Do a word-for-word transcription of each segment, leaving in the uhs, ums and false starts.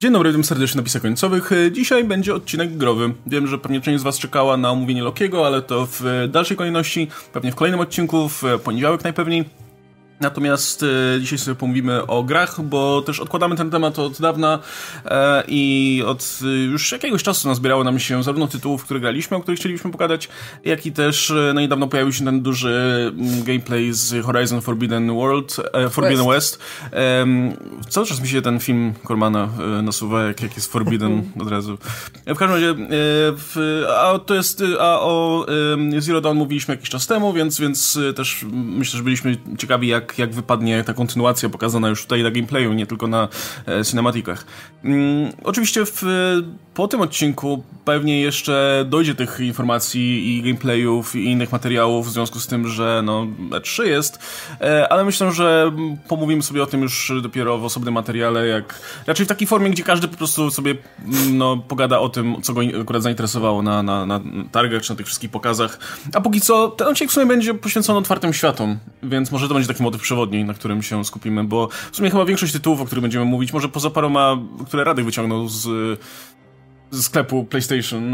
Dzień dobry, witam serdecznie na napisach końcowych. Dzisiaj będzie odcinek growy. Wiem, że pewnie część z was czekała na omówienie Lokiego, ale to w dalszej kolejności, pewnie w kolejnym odcinku, w poniedziałek najpewniej. Natomiast e, dzisiaj sobie pomówimy o grach, bo też odkładamy ten temat od dawna e, i od e, już jakiegoś czasu nazbierało nam się zarówno tytułów, które graliśmy, o których chcieliśmy pogadać, jak i też e, no niedawno pojawił się ten duży m, gameplay z Horizon Forbidden World, e, Forbidden West. West. E, cały czas mi się ten film Cormana e, nasuwa, jak, jak jest Forbidden od razu. E, w każdym razie, e, w, a to jest, a o e, Zero Dawn mówiliśmy jakiś czas temu, więc, więc też myślę, że byliśmy ciekawi, jak jak wypadnie ta kontynuacja pokazana już tutaj na gameplayu, nie tylko na e, cinematikach. Mm, oczywiście w, po tym odcinku pewnie jeszcze dojdzie tych informacji i gameplayów i innych materiałów w związku z tym, że no E trzy jest, e, ale myślę, że pomówimy sobie o tym już dopiero w osobnym materiale, jak raczej w takiej formie, gdzie każdy po prostu sobie no, pogada o tym, co go akurat zainteresowało na, na, na targach czy na tych wszystkich pokazach. A póki co ten odcinek w sumie będzie poświęcony otwartym światom, więc może to będzie taki motyw przewodni, na którym się skupimy, bo w sumie chyba większość tytułów, o których będziemy mówić, może poza paroma, które Radek wyciągnął z, ze sklepu PlayStation,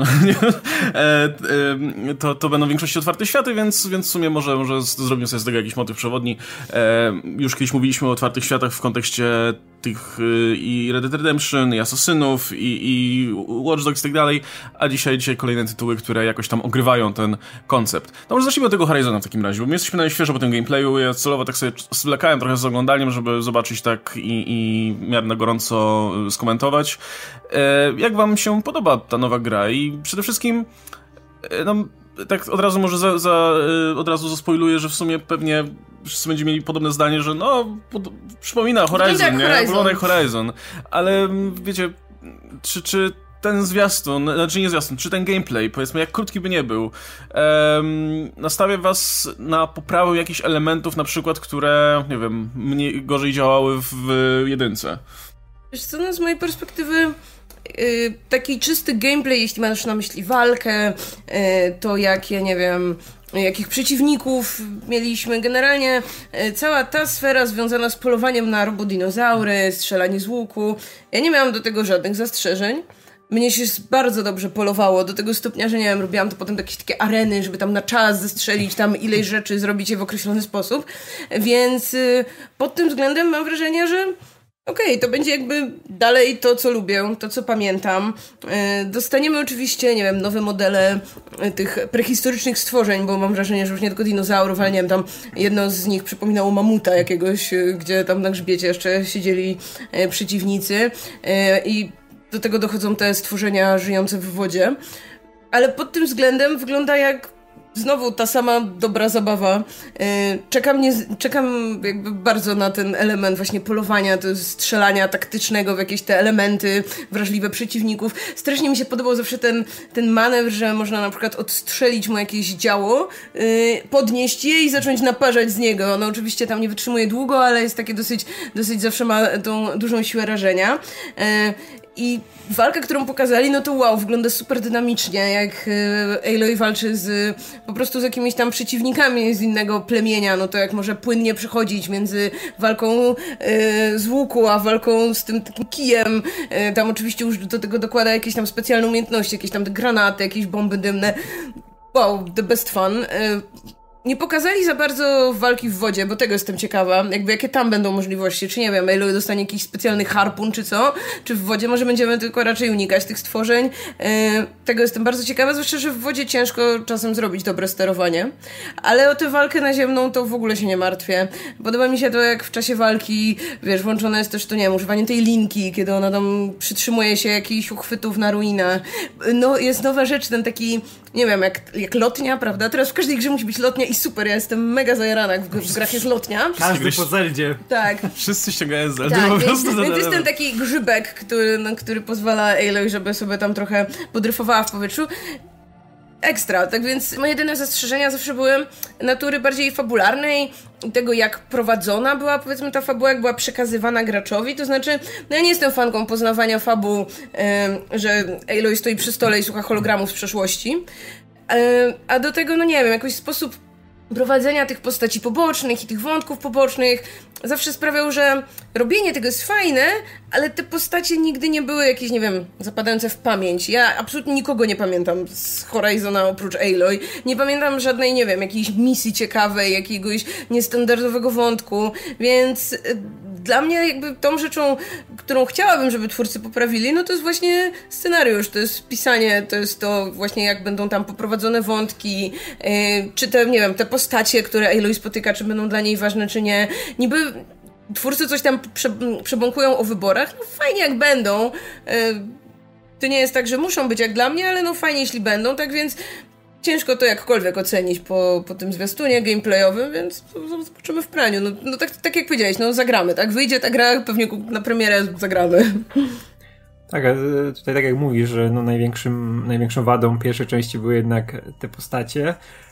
to, to będą w większości otwarte światy, więc, więc w sumie może, może zrobimy sobie z tego jakiś motyw przewodni. Już kiedyś mówiliśmy o otwartych światach w kontekście tych i Red Dead Redemption, i Assassinów, i, i Watch Dogs i tak dalej, a dzisiaj, dzisiaj kolejne tytuły, które jakoś tam ogrywają ten koncept. No może zacznijmy od tego Horizona w takim razie, bo my jesteśmy na świeżo po tym gameplayu, ja celowo tak sobie zwlekałem trochę z oglądaniem, żeby zobaczyć tak i, i w miarę na gorąco skomentować. Jak wam się podoba ta nowa gra i przede wszystkim no, tak od razu może za, za, od razu zaspoiluję, że w sumie pewnie wszyscy będziemy mieli podobne zdanie, że no pod, przypomina Horizon, nie? Wygląda jak Horizon, ale wiecie, czy, czy ten zwiastun, znaczy nie zwiastun, czy ten gameplay, powiedzmy, jak krótki by nie był, um, nastawia was na poprawę jakichś elementów, na przykład, które, nie wiem, mniej gorzej działały w, w jedynce. Wiesz co, no z mojej perspektywy Yy, taki czysty gameplay, jeśli masz na myśli walkę, yy, to jakie, nie wiem, jakich przeciwników mieliśmy. Generalnie yy, cała ta sfera związana z polowaniem na robodinozaury, strzelanie z łuku. Ja nie miałam do tego żadnych zastrzeżeń. Mnie się bardzo dobrze polowało, do tego stopnia, że nie wiem, robiłam to potem jakieś takie areny, żeby tam na czas zestrzelić tam ileś rzeczy, zrobić je w określony sposób. Więc yy, pod tym względem mam wrażenie, że Okej, okay, to będzie jakby dalej to, co lubię, to, co pamiętam. Dostaniemy oczywiście, nie wiem, nowe modele tych prehistorycznych stworzeń, bo mam wrażenie, że już nie tylko dinozaurów, ale nie wiem, tam jedno z nich przypominało mamuta jakiegoś, gdzie tam na grzbiecie jeszcze siedzieli przeciwnicy i do tego dochodzą te stworzenia żyjące w wodzie. Ale pod tym względem wygląda jak znowu ta sama dobra zabawa. Czekam, nie, czekam jakby bardzo na ten element właśnie polowania, to strzelania taktycznego w jakieś te elementy wrażliwe przeciwników. Strasznie mi się podobał zawsze ten, ten manewr, że można na przykład odstrzelić mu jakieś działo, podnieść je i zacząć naparzać z niego. Ono oczywiście tam nie wytrzymuje długo, ale jest takie dosyć, dosyć zawsze ma tą dużą siłę rażenia. I walka, którą pokazali, no to wow, wygląda super dynamicznie, jak Aloy walczy z, po prostu z jakimiś tam przeciwnikami z innego plemienia, no to jak może płynnie przechodzić między walką y, z łuku, a walką z tym takim kijem. Y, tam oczywiście już do tego dokłada jakieś tam specjalne umiejętności, jakieś tam granaty, jakieś bomby dymne. Wow, the best fun. Y, Nie pokazali za bardzo walki w wodzie, bo tego jestem ciekawa. Jakby jakie tam będą możliwości. Czy nie wiem, Aloy dostanie jakiś specjalny harpun, czy co? Czy w wodzie może będziemy tylko raczej unikać tych stworzeń? Yy, tego jestem bardzo ciekawa, zwłaszcza, że w wodzie ciężko czasem zrobić dobre sterowanie. Ale o tę walkę naziemną to w ogóle się nie martwię. Podoba mi się to, jak w czasie walki, wiesz, włączone jest też to, nie wiem, używanie tej linki, kiedy ona tam przytrzymuje się jakichś uchwytów na ruinach. No, jest nowa rzecz, ten taki, nie wiem, jak, jak lotnia, prawda? Teraz w każdej grze musi być lotnia i super, ja jestem mega zajarana, jak w, w grach jest lotnia. Każdy po Zeldzie. Tak. Wszyscy ściągają Zeldę. Tak, po więc, prostu więc jest ten taki grzybek, który, no, który pozwala Aloy, żeby sobie tam trochę podryfowała w powietrzu. Ekstra, tak więc moje jedyne zastrzeżenia zawsze były natury bardziej fabularnej i tego, jak prowadzona była, powiedzmy, ta fabuła, jak była przekazywana graczowi, to znaczy, no ja nie jestem fanką poznawania fabuł, yy, że Aloy stoi przy stole i słucha hologramów z przeszłości, yy, a do tego, no nie wiem, jakoś sposób prowadzenia tych postaci pobocznych i tych wątków pobocznych zawsze sprawiał, że robienie tego jest fajne, ale te postacie nigdy nie były jakieś, nie wiem, zapadające w pamięć. Ja absolutnie nikogo nie pamiętam z Horizona oprócz Aloy. Nie pamiętam żadnej, nie wiem, jakiejś misji ciekawej, jakiegoś niestandardowego wątku, więc y, dla mnie jakby tą rzeczą, którą chciałabym, żeby twórcy poprawili, no to jest właśnie scenariusz, to jest pisanie, to jest to właśnie jak będą tam poprowadzone wątki, yy, czy te, nie wiem, te postacie, które Aloy spotyka, czy będą dla niej ważne, czy nie. Niby twórcy coś tam prze, przebąkują o wyborach, no fajnie jak będą. Yy, to nie jest tak, że muszą być jak dla mnie, ale no fajnie jeśli będą, tak więc ciężko to jakkolwiek ocenić po, po tym zwiastunie gameplayowym, więc zobaczymy w praniu. No, no tak, tak jak powiedziałeś, no zagramy, tak? Wyjdzie ta gra, pewnie na premierę zagramy. Tak, tutaj tak jak mówisz, że no największym, największą wadą pierwszej części były jednak te postacie,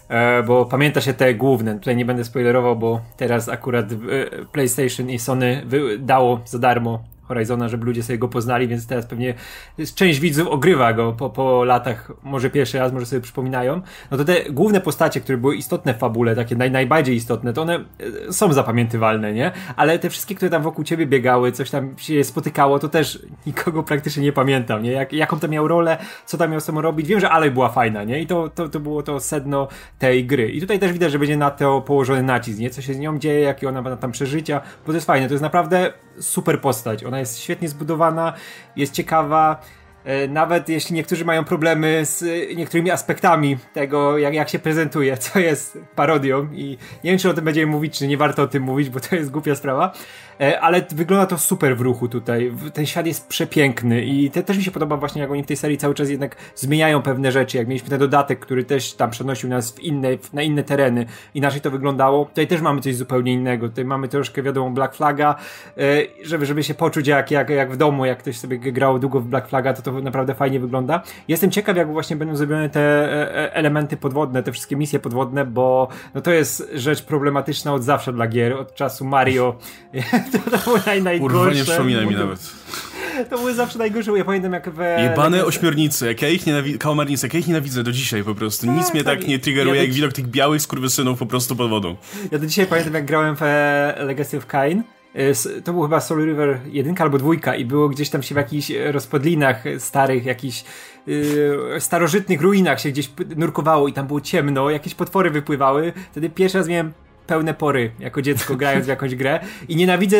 bo pamięta się te główne, tutaj nie będę spoilerował, bo teraz akurat PlayStation i Sony dało za darmo Horizona, żeby ludzie sobie go poznali, więc teraz pewnie część widzów ogrywa go po, po latach, może pierwszy raz, może sobie przypominają. No to te główne postacie, które były istotne w fabule, takie naj, najbardziej istotne, to one są zapamiętywalne, nie? Ale te wszystkie, które tam wokół ciebie biegały, coś tam się spotykało, to też nikogo praktycznie nie pamiętam, nie? Jak, jaką to miał rolę, co tam miał samo robić. Wiem, że Aloy była fajna, nie? I to, to, to było to sedno tej gry. I tutaj też widać, że będzie na to położony nacisk, nie? Co się z nią dzieje, jakie ona ma tam przeżycia, bo to jest fajne, to jest naprawdę super postać. Ona jest świetnie zbudowana, jest ciekawa, nawet jeśli niektórzy mają problemy z niektórymi aspektami tego, jak, jak się prezentuje, co jest parodią i nie wiem, czy o tym będziemy mówić, czy nie warto o tym mówić, bo to jest głupia sprawa, ale wygląda to super w ruchu tutaj. Ten świat jest przepiękny i te, też mi się podoba właśnie, jak oni w tej serii cały czas jednak zmieniają pewne rzeczy, jak mieliśmy ten dodatek, który też tam przenosił nas w inne, na inne tereny, inaczej to wyglądało. Tutaj też mamy coś zupełnie innego, tutaj mamy troszkę, wiadomo, Black Flaga, żeby, żeby się poczuć jak, jak, jak w domu, jak ktoś sobie grał długo w Black Flaga, to to naprawdę fajnie wygląda. Jestem ciekaw, jak właśnie będą zrobione te elementy podwodne, te wszystkie misje podwodne, bo no to jest rzecz problematyczna od zawsze dla gier, od czasu Mario. To, to było naj, najgorsze. Kurwa, nie przypominaj mi nawet. To były zawsze najgorsze, ja pamiętam jak w... Jebane ośmiornice, jak ja ich nienawidzę, kałamarnice, jak ja ich nienawidzę do dzisiaj po prostu. Nic tak, mnie tak, tak nie triggeruje, ja jak do... widok tych białych skurwysynów po prostu pod wodą. Ja do dzisiaj pamiętam, jak grałem w Legacy of Kain. To był chyba Soul River jeden albo dwójka i było gdzieś tam się w jakichś rozpadlinach starych, jakichś yy, starożytnych ruinach się gdzieś nurkowało i tam było ciemno, jakieś potwory wypływały. Wtedy pierwszy raz miałem pełne pory jako dziecko grając w jakąś grę i nienawidzę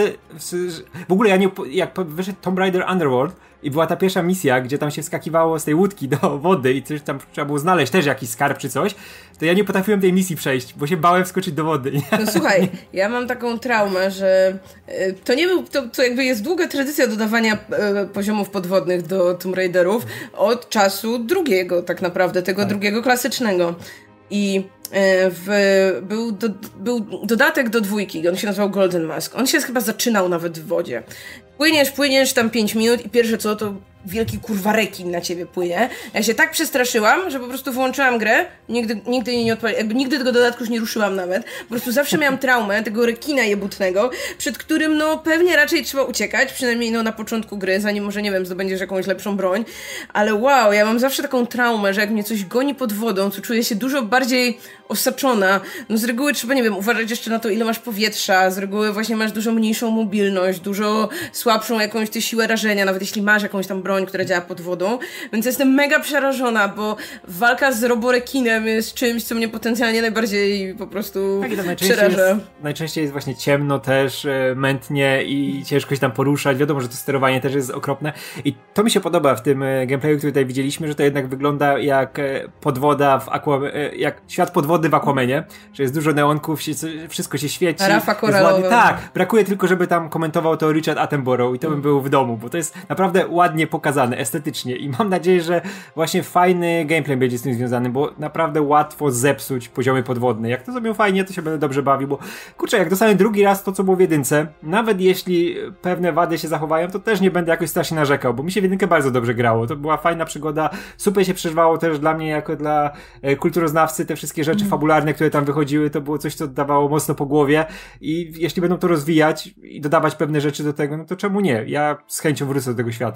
w ogóle ja nie, jak wyszedł Tomb Raider Underworld i była ta pierwsza misja, gdzie tam się wskakiwało z tej łódki do wody i coś tam trzeba było znaleźć też jakiś skarb czy coś, to ja nie potrafiłem tej misji przejść, bo się bałem wskoczyć do wody. No słuchaj, ja mam taką traumę, że to nie był, to, to jakby jest długa tradycja dodawania e, poziomów podwodnych do Tomb Raiderów od czasu drugiego tak naprawdę, tego tak. drugiego klasycznego. I w, był, do, był dodatek do dwójki, on się nazywał Golden Mask. On się chyba zaczynał nawet w wodzie. Płyniesz, płyniesz tam pięć minut i pierwsze co, to wielki kurwa rekin na ciebie płynie. Ja się tak przestraszyłam, że po prostu włączyłam grę, nigdy, nigdy nie odpaliłam, jakby nigdy tego dodatku już nie ruszyłam nawet. Po prostu zawsze miałam traumę tego rekina jebutnego, przed którym no pewnie raczej trzeba uciekać, przynajmniej no na początku gry, zanim może, nie wiem, zdobędziesz jakąś lepszą broń. Ale wow, ja mam zawsze taką traumę, że jak mnie coś goni pod wodą, to czuję się dużo bardziej osaczona. No z reguły trzeba, nie wiem, uważać jeszcze na to, ile masz powietrza, z reguły właśnie masz dużo mniejszą mobilność, dużo słabszą jakąś tę siłę rażenia, nawet jeśli masz jakąś tam broń, która działa pod wodą, więc jestem mega przerażona, bo walka z roborekinem jest czymś, co mnie potencjalnie najbardziej po prostu tak, najczęściej przeraża. Jest, najczęściej jest właśnie ciemno też, mętnie i ciężko się tam poruszać. Wiadomo, że to sterowanie też jest okropne i to mi się podoba w tym gameplayu, który tutaj widzieliśmy, że to jednak wygląda jak podwoda w Aqua... jak świat podwody w Aquamanie, że jest dużo neonków, się, wszystko się świeci. Rafa koralowa. Tak, brakuje tylko, żeby tam komentował to Richard Attenborough i to bym był w domu, bo to jest naprawdę ładnie pokazane, estetycznie i mam nadzieję, że właśnie fajny gameplay będzie z tym związany, bo naprawdę łatwo zepsuć poziomy podwodne. Jak to zrobią fajnie, to się będę dobrze bawił, bo kurczę, jak dostanę drugi raz to, co było w jedynce, nawet jeśli pewne wady się zachowają, to też nie będę jakoś strasznie narzekał, bo mi się w jedynkę bardzo dobrze grało. To była fajna przygoda, super się przeżywało też dla mnie, jako dla e, kulturoznawcy, te wszystkie rzeczy mm. fabularne, które tam wychodziły, to było coś, co dawało mocno po głowie i jeśli będą to rozwijać i dodawać pewne rzeczy do tego, no to czemu nie? Ja z chęcią wrócę do tego świata, bo ten gameplay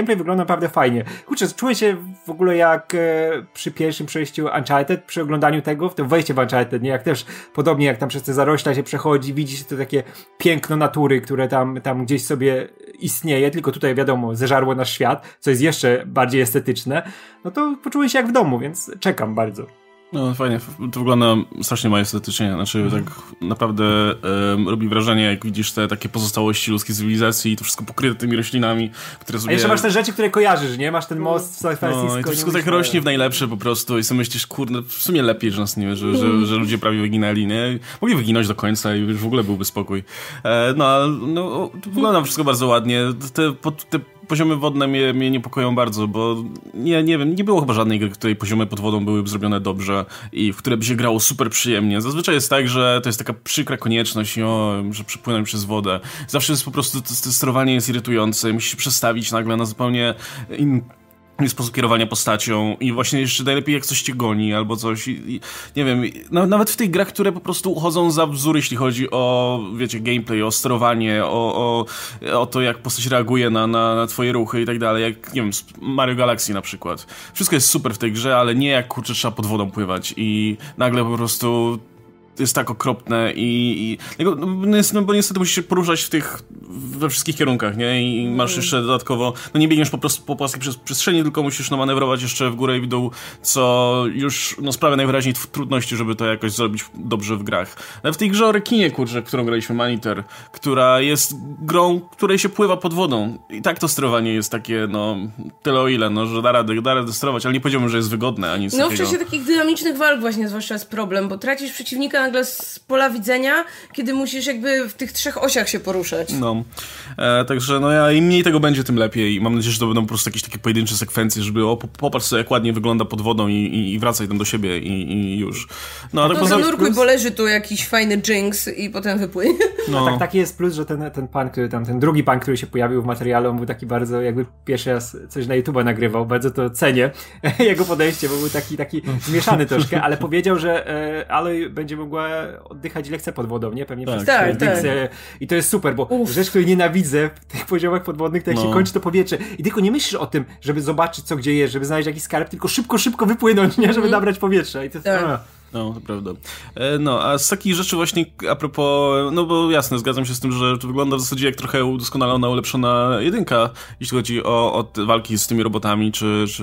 gameplay wygląda naprawdę fajnie. Kurczę, czułem się w ogóle jak e, przy pierwszym przejściu Uncharted, przy oglądaniu tego, w tym wejście w Uncharted, nie? Jak też podobnie jak tam przez te zarośla się przechodzi, widzi się to takie piękno natury, które tam, tam gdzieś sobie istnieje, tylko tutaj wiadomo, zeżarło nasz świat, co jest jeszcze bardziej estetyczne, no to poczułem się jak w domu, więc czekam bardzo. No fajnie, to wygląda strasznie majestatycznie, znaczy mm. tak naprawdę um, robi wrażenie, jak widzisz te takie pozostałości ludzkiej cywilizacji i to wszystko pokryte tymi roślinami, które sobie... A jeszcze masz te rzeczy, które kojarzysz, nie? Masz ten most w San Francisco. No i to wszystko tak rośnie w najlepsze po prostu i sobie myślisz, kurde, w sumie lepiej, że nas nie, że, że, że ludzie prawie wyginęli, nie? Mogli wyginąć do końca i już w ogóle byłby spokój. E, no, no, to wygląda wszystko bardzo ładnie, te, te poziomy wodne mnie, mnie niepokoją bardzo, bo nie, nie wiem, nie było chyba żadnej gry, której poziomy pod wodą były zrobione dobrze i w które by się grało super przyjemnie. Zazwyczaj jest tak, że to jest taka przykra konieczność, o, że przepłynąć przez wodę. Zawsze jest po prostu, to, to sterowanie jest irytujące, musisz się przestawić nagle na zupełnie in, sposób kierowania postacią i właśnie jeszcze najlepiej jak coś cię goni albo coś i, i nie wiem, no, nawet w tych grach, które po prostu uchodzą za wzór, jeśli chodzi o, wiecie, gameplay, o sterowanie, o, o, o to jak postać reaguje na, na, na twoje ruchy i tak dalej, jak, nie wiem, Mario Galaxy na przykład. Wszystko jest super w tej grze, ale nie jak, kurczę, trzeba pod wodą pływać i nagle po prostu jest tak okropne i, i no, bo niestety musisz się poruszać w tych, we wszystkich kierunkach, nie? I masz jeszcze dodatkowo, no nie biegniesz po prostu po płaskiej przestrzeni, tylko musisz no, manewrować jeszcze w górę i w dół, co już no, sprawia najwyraźniej trudności, żeby to jakoś zrobić dobrze w grach. Ale w tej grze o rekinie, kurczę, w którą graliśmy, Maniter, która jest grą, której się pływa pod wodą. I tak to sterowanie jest takie, no, tyle o ile, no, że da radę, da radę sterować, ale nie powiedziałbym, że jest wygodne, ani nic no, takiego. No w czasie takich dynamicznych walk właśnie zwłaszcza jest problem, bo tracisz przeciwnika nagle z pola widzenia, kiedy musisz jakby w tych trzech osiach się poruszać. No, e, także no ja im mniej tego będzie, tym lepiej i mam nadzieję, że to będą po prostu jakieś takie pojedyncze sekwencje, żeby o, popatrz sobie jak ładnie wygląda pod wodą i, i, i wracaj tam do siebie i, i już. No, a tak to zanurkuj, bo leży tu jakiś fajny Jinx i potem wypłyń. No. A tak, taki jest plus, że ten, ten pan, który tam, ten drugi pan, który się pojawił w materiale, on był taki bardzo, jakby pierwszy raz coś na YouTube'a nagrywał, bardzo to cenię, jego podejście, bo był taki, taki zmieszany troszkę, ale powiedział, że e, Aloy będzie mogła oddychać ile chce pod wodą, nie? Pewnie tak, przez tak, tak. I to jest super, bo Uf. rzecz, której nienawidzę w tych poziomach podwodnych, to jak no. się kończy to powietrze i tylko nie myślisz o tym, żeby zobaczyć co gdzie jest, żeby znaleźć jakiś skarb, tylko szybko, szybko wypłynąć, nie? Żeby mm. nabrać powietrza. I to jest... Tak. No, to prawda. E, no, a z takich rzeczy właśnie a propos, no bo jasne, zgadzam się z tym, że to wygląda w zasadzie jak trochę udoskonalona, ulepszona jedynka, jeśli chodzi o, o te walki z tymi robotami, czy, czy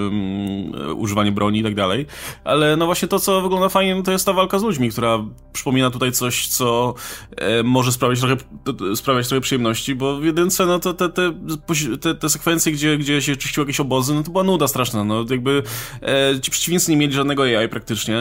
um, używanie broni i tak dalej. Ale no właśnie to, co wygląda fajnie, to jest ta walka z ludźmi, która przypomina tutaj coś, co e, może sprawiać trochę, sprawiać trochę przyjemności, bo w jedynce, no to te, te, te, te sekwencje, gdzie, gdzie się czyściło jakieś obozy, no to była nuda straszna, no jakby e, ci przeciwnicy nie mieli żadnego A I praktycznie.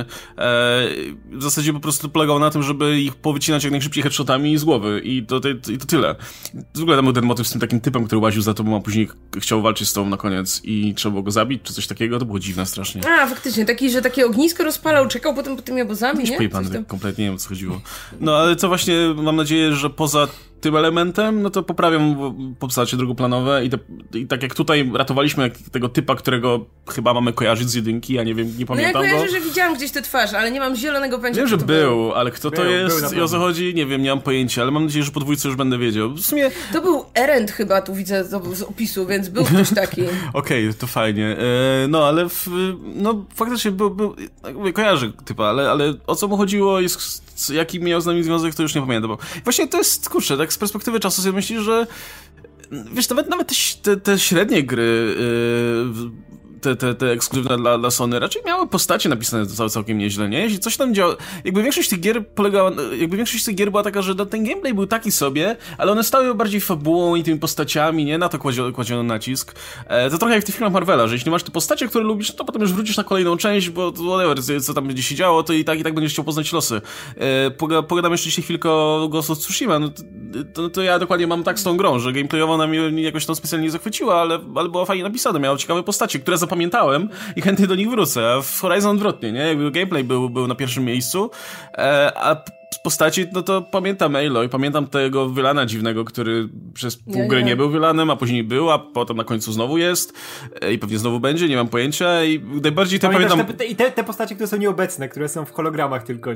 W zasadzie po prostu polegało na tym, żeby ich powycinać jak najszybciej headshotami z głowy i to, to, i to tyle. W ogóle tam był ten motyw z tym takim typem, który łaził za tobą, a później chciał walczyć z tobą na koniec i trzeba było go zabić, czy coś takiego, to było dziwne strasznie. A, faktycznie, taki, że takie ognisko rozpalał, czekał potem pod tymi obozami, nie? Pojebany, kompletnie nie wiem, o co chodziło. No, ale to właśnie mam nadzieję, że poza tym elementem, no to poprawią postacie drugoplanowe i, te, i tak jak tutaj ratowaliśmy tego typa, którego chyba mamy kojarzyć z jedynki, ja nie wiem, nie pamiętam no ja go. kojarzę, że widziałam gdzieś tę twarz, ale nie mam zielonego pojęcia. Wiem, że był, był, ale kto był, to jest był i o co chodzi, nie wiem, nie mam pojęcia, ale mam nadzieję, że po dwójce już będę wiedział. W sumie... To był Erend chyba, tu widzę z opisu, więc był ktoś taki. Okej, okay, to fajnie. E, no, ale w, no faktycznie był, był kojarzę typa, ale, ale o co mu chodziło i z, jaki miał z nami związek, to już nie pamiętam. Bo właśnie to jest, kurczę, tak z perspektywy czasu sobie myślisz, że wiesz, nawet, nawet te, te średnie gry yy, te, te, te ekskluzywne dla, dla Sony raczej miały postacie napisane cał, całkiem nieźle, nie? Jeśli coś tam działa, jakby większość tych gier polegała, jakby większość tych gier była taka, że ten gameplay był taki sobie, ale one stały bardziej fabułą i tymi postaciami, nie? Na to kładziono, kładziono nacisk. E, to trochę jak w tych filmach Marvela, że jeśli masz te postacie, które lubisz, to potem już wrócisz na kolejną część, bo whatever, co tam będzie się działo, to i tak i tak będziesz chciał poznać losy. E, poga, pogadam jeszcze dzisiaj chwilkę o Ghost of Tsushima, no to, to, to ja dokładnie mam tak z tą grą, że gameplayowo ona mnie jakoś tam specjalnie nie zachwyciła, ale, ale była fajnie napisana, miała ciekawe postacie, które zapamiętałem i chętnie do nich wrócę, a w Horizon odwrotnie, nie? Jakby gameplay był, był na pierwszym miejscu, e, a z postaci, no to pamiętam Aloy, pamiętam tego Wylana dziwnego, który przez pół ja, gry ja. nie był Wylanem, a później był, a potem na końcu znowu jest e, i pewnie znowu będzie, nie mam pojęcia i najbardziej to pamiętam... Te, I te, te postacie, które są nieobecne, które są w hologramach tylko, nie?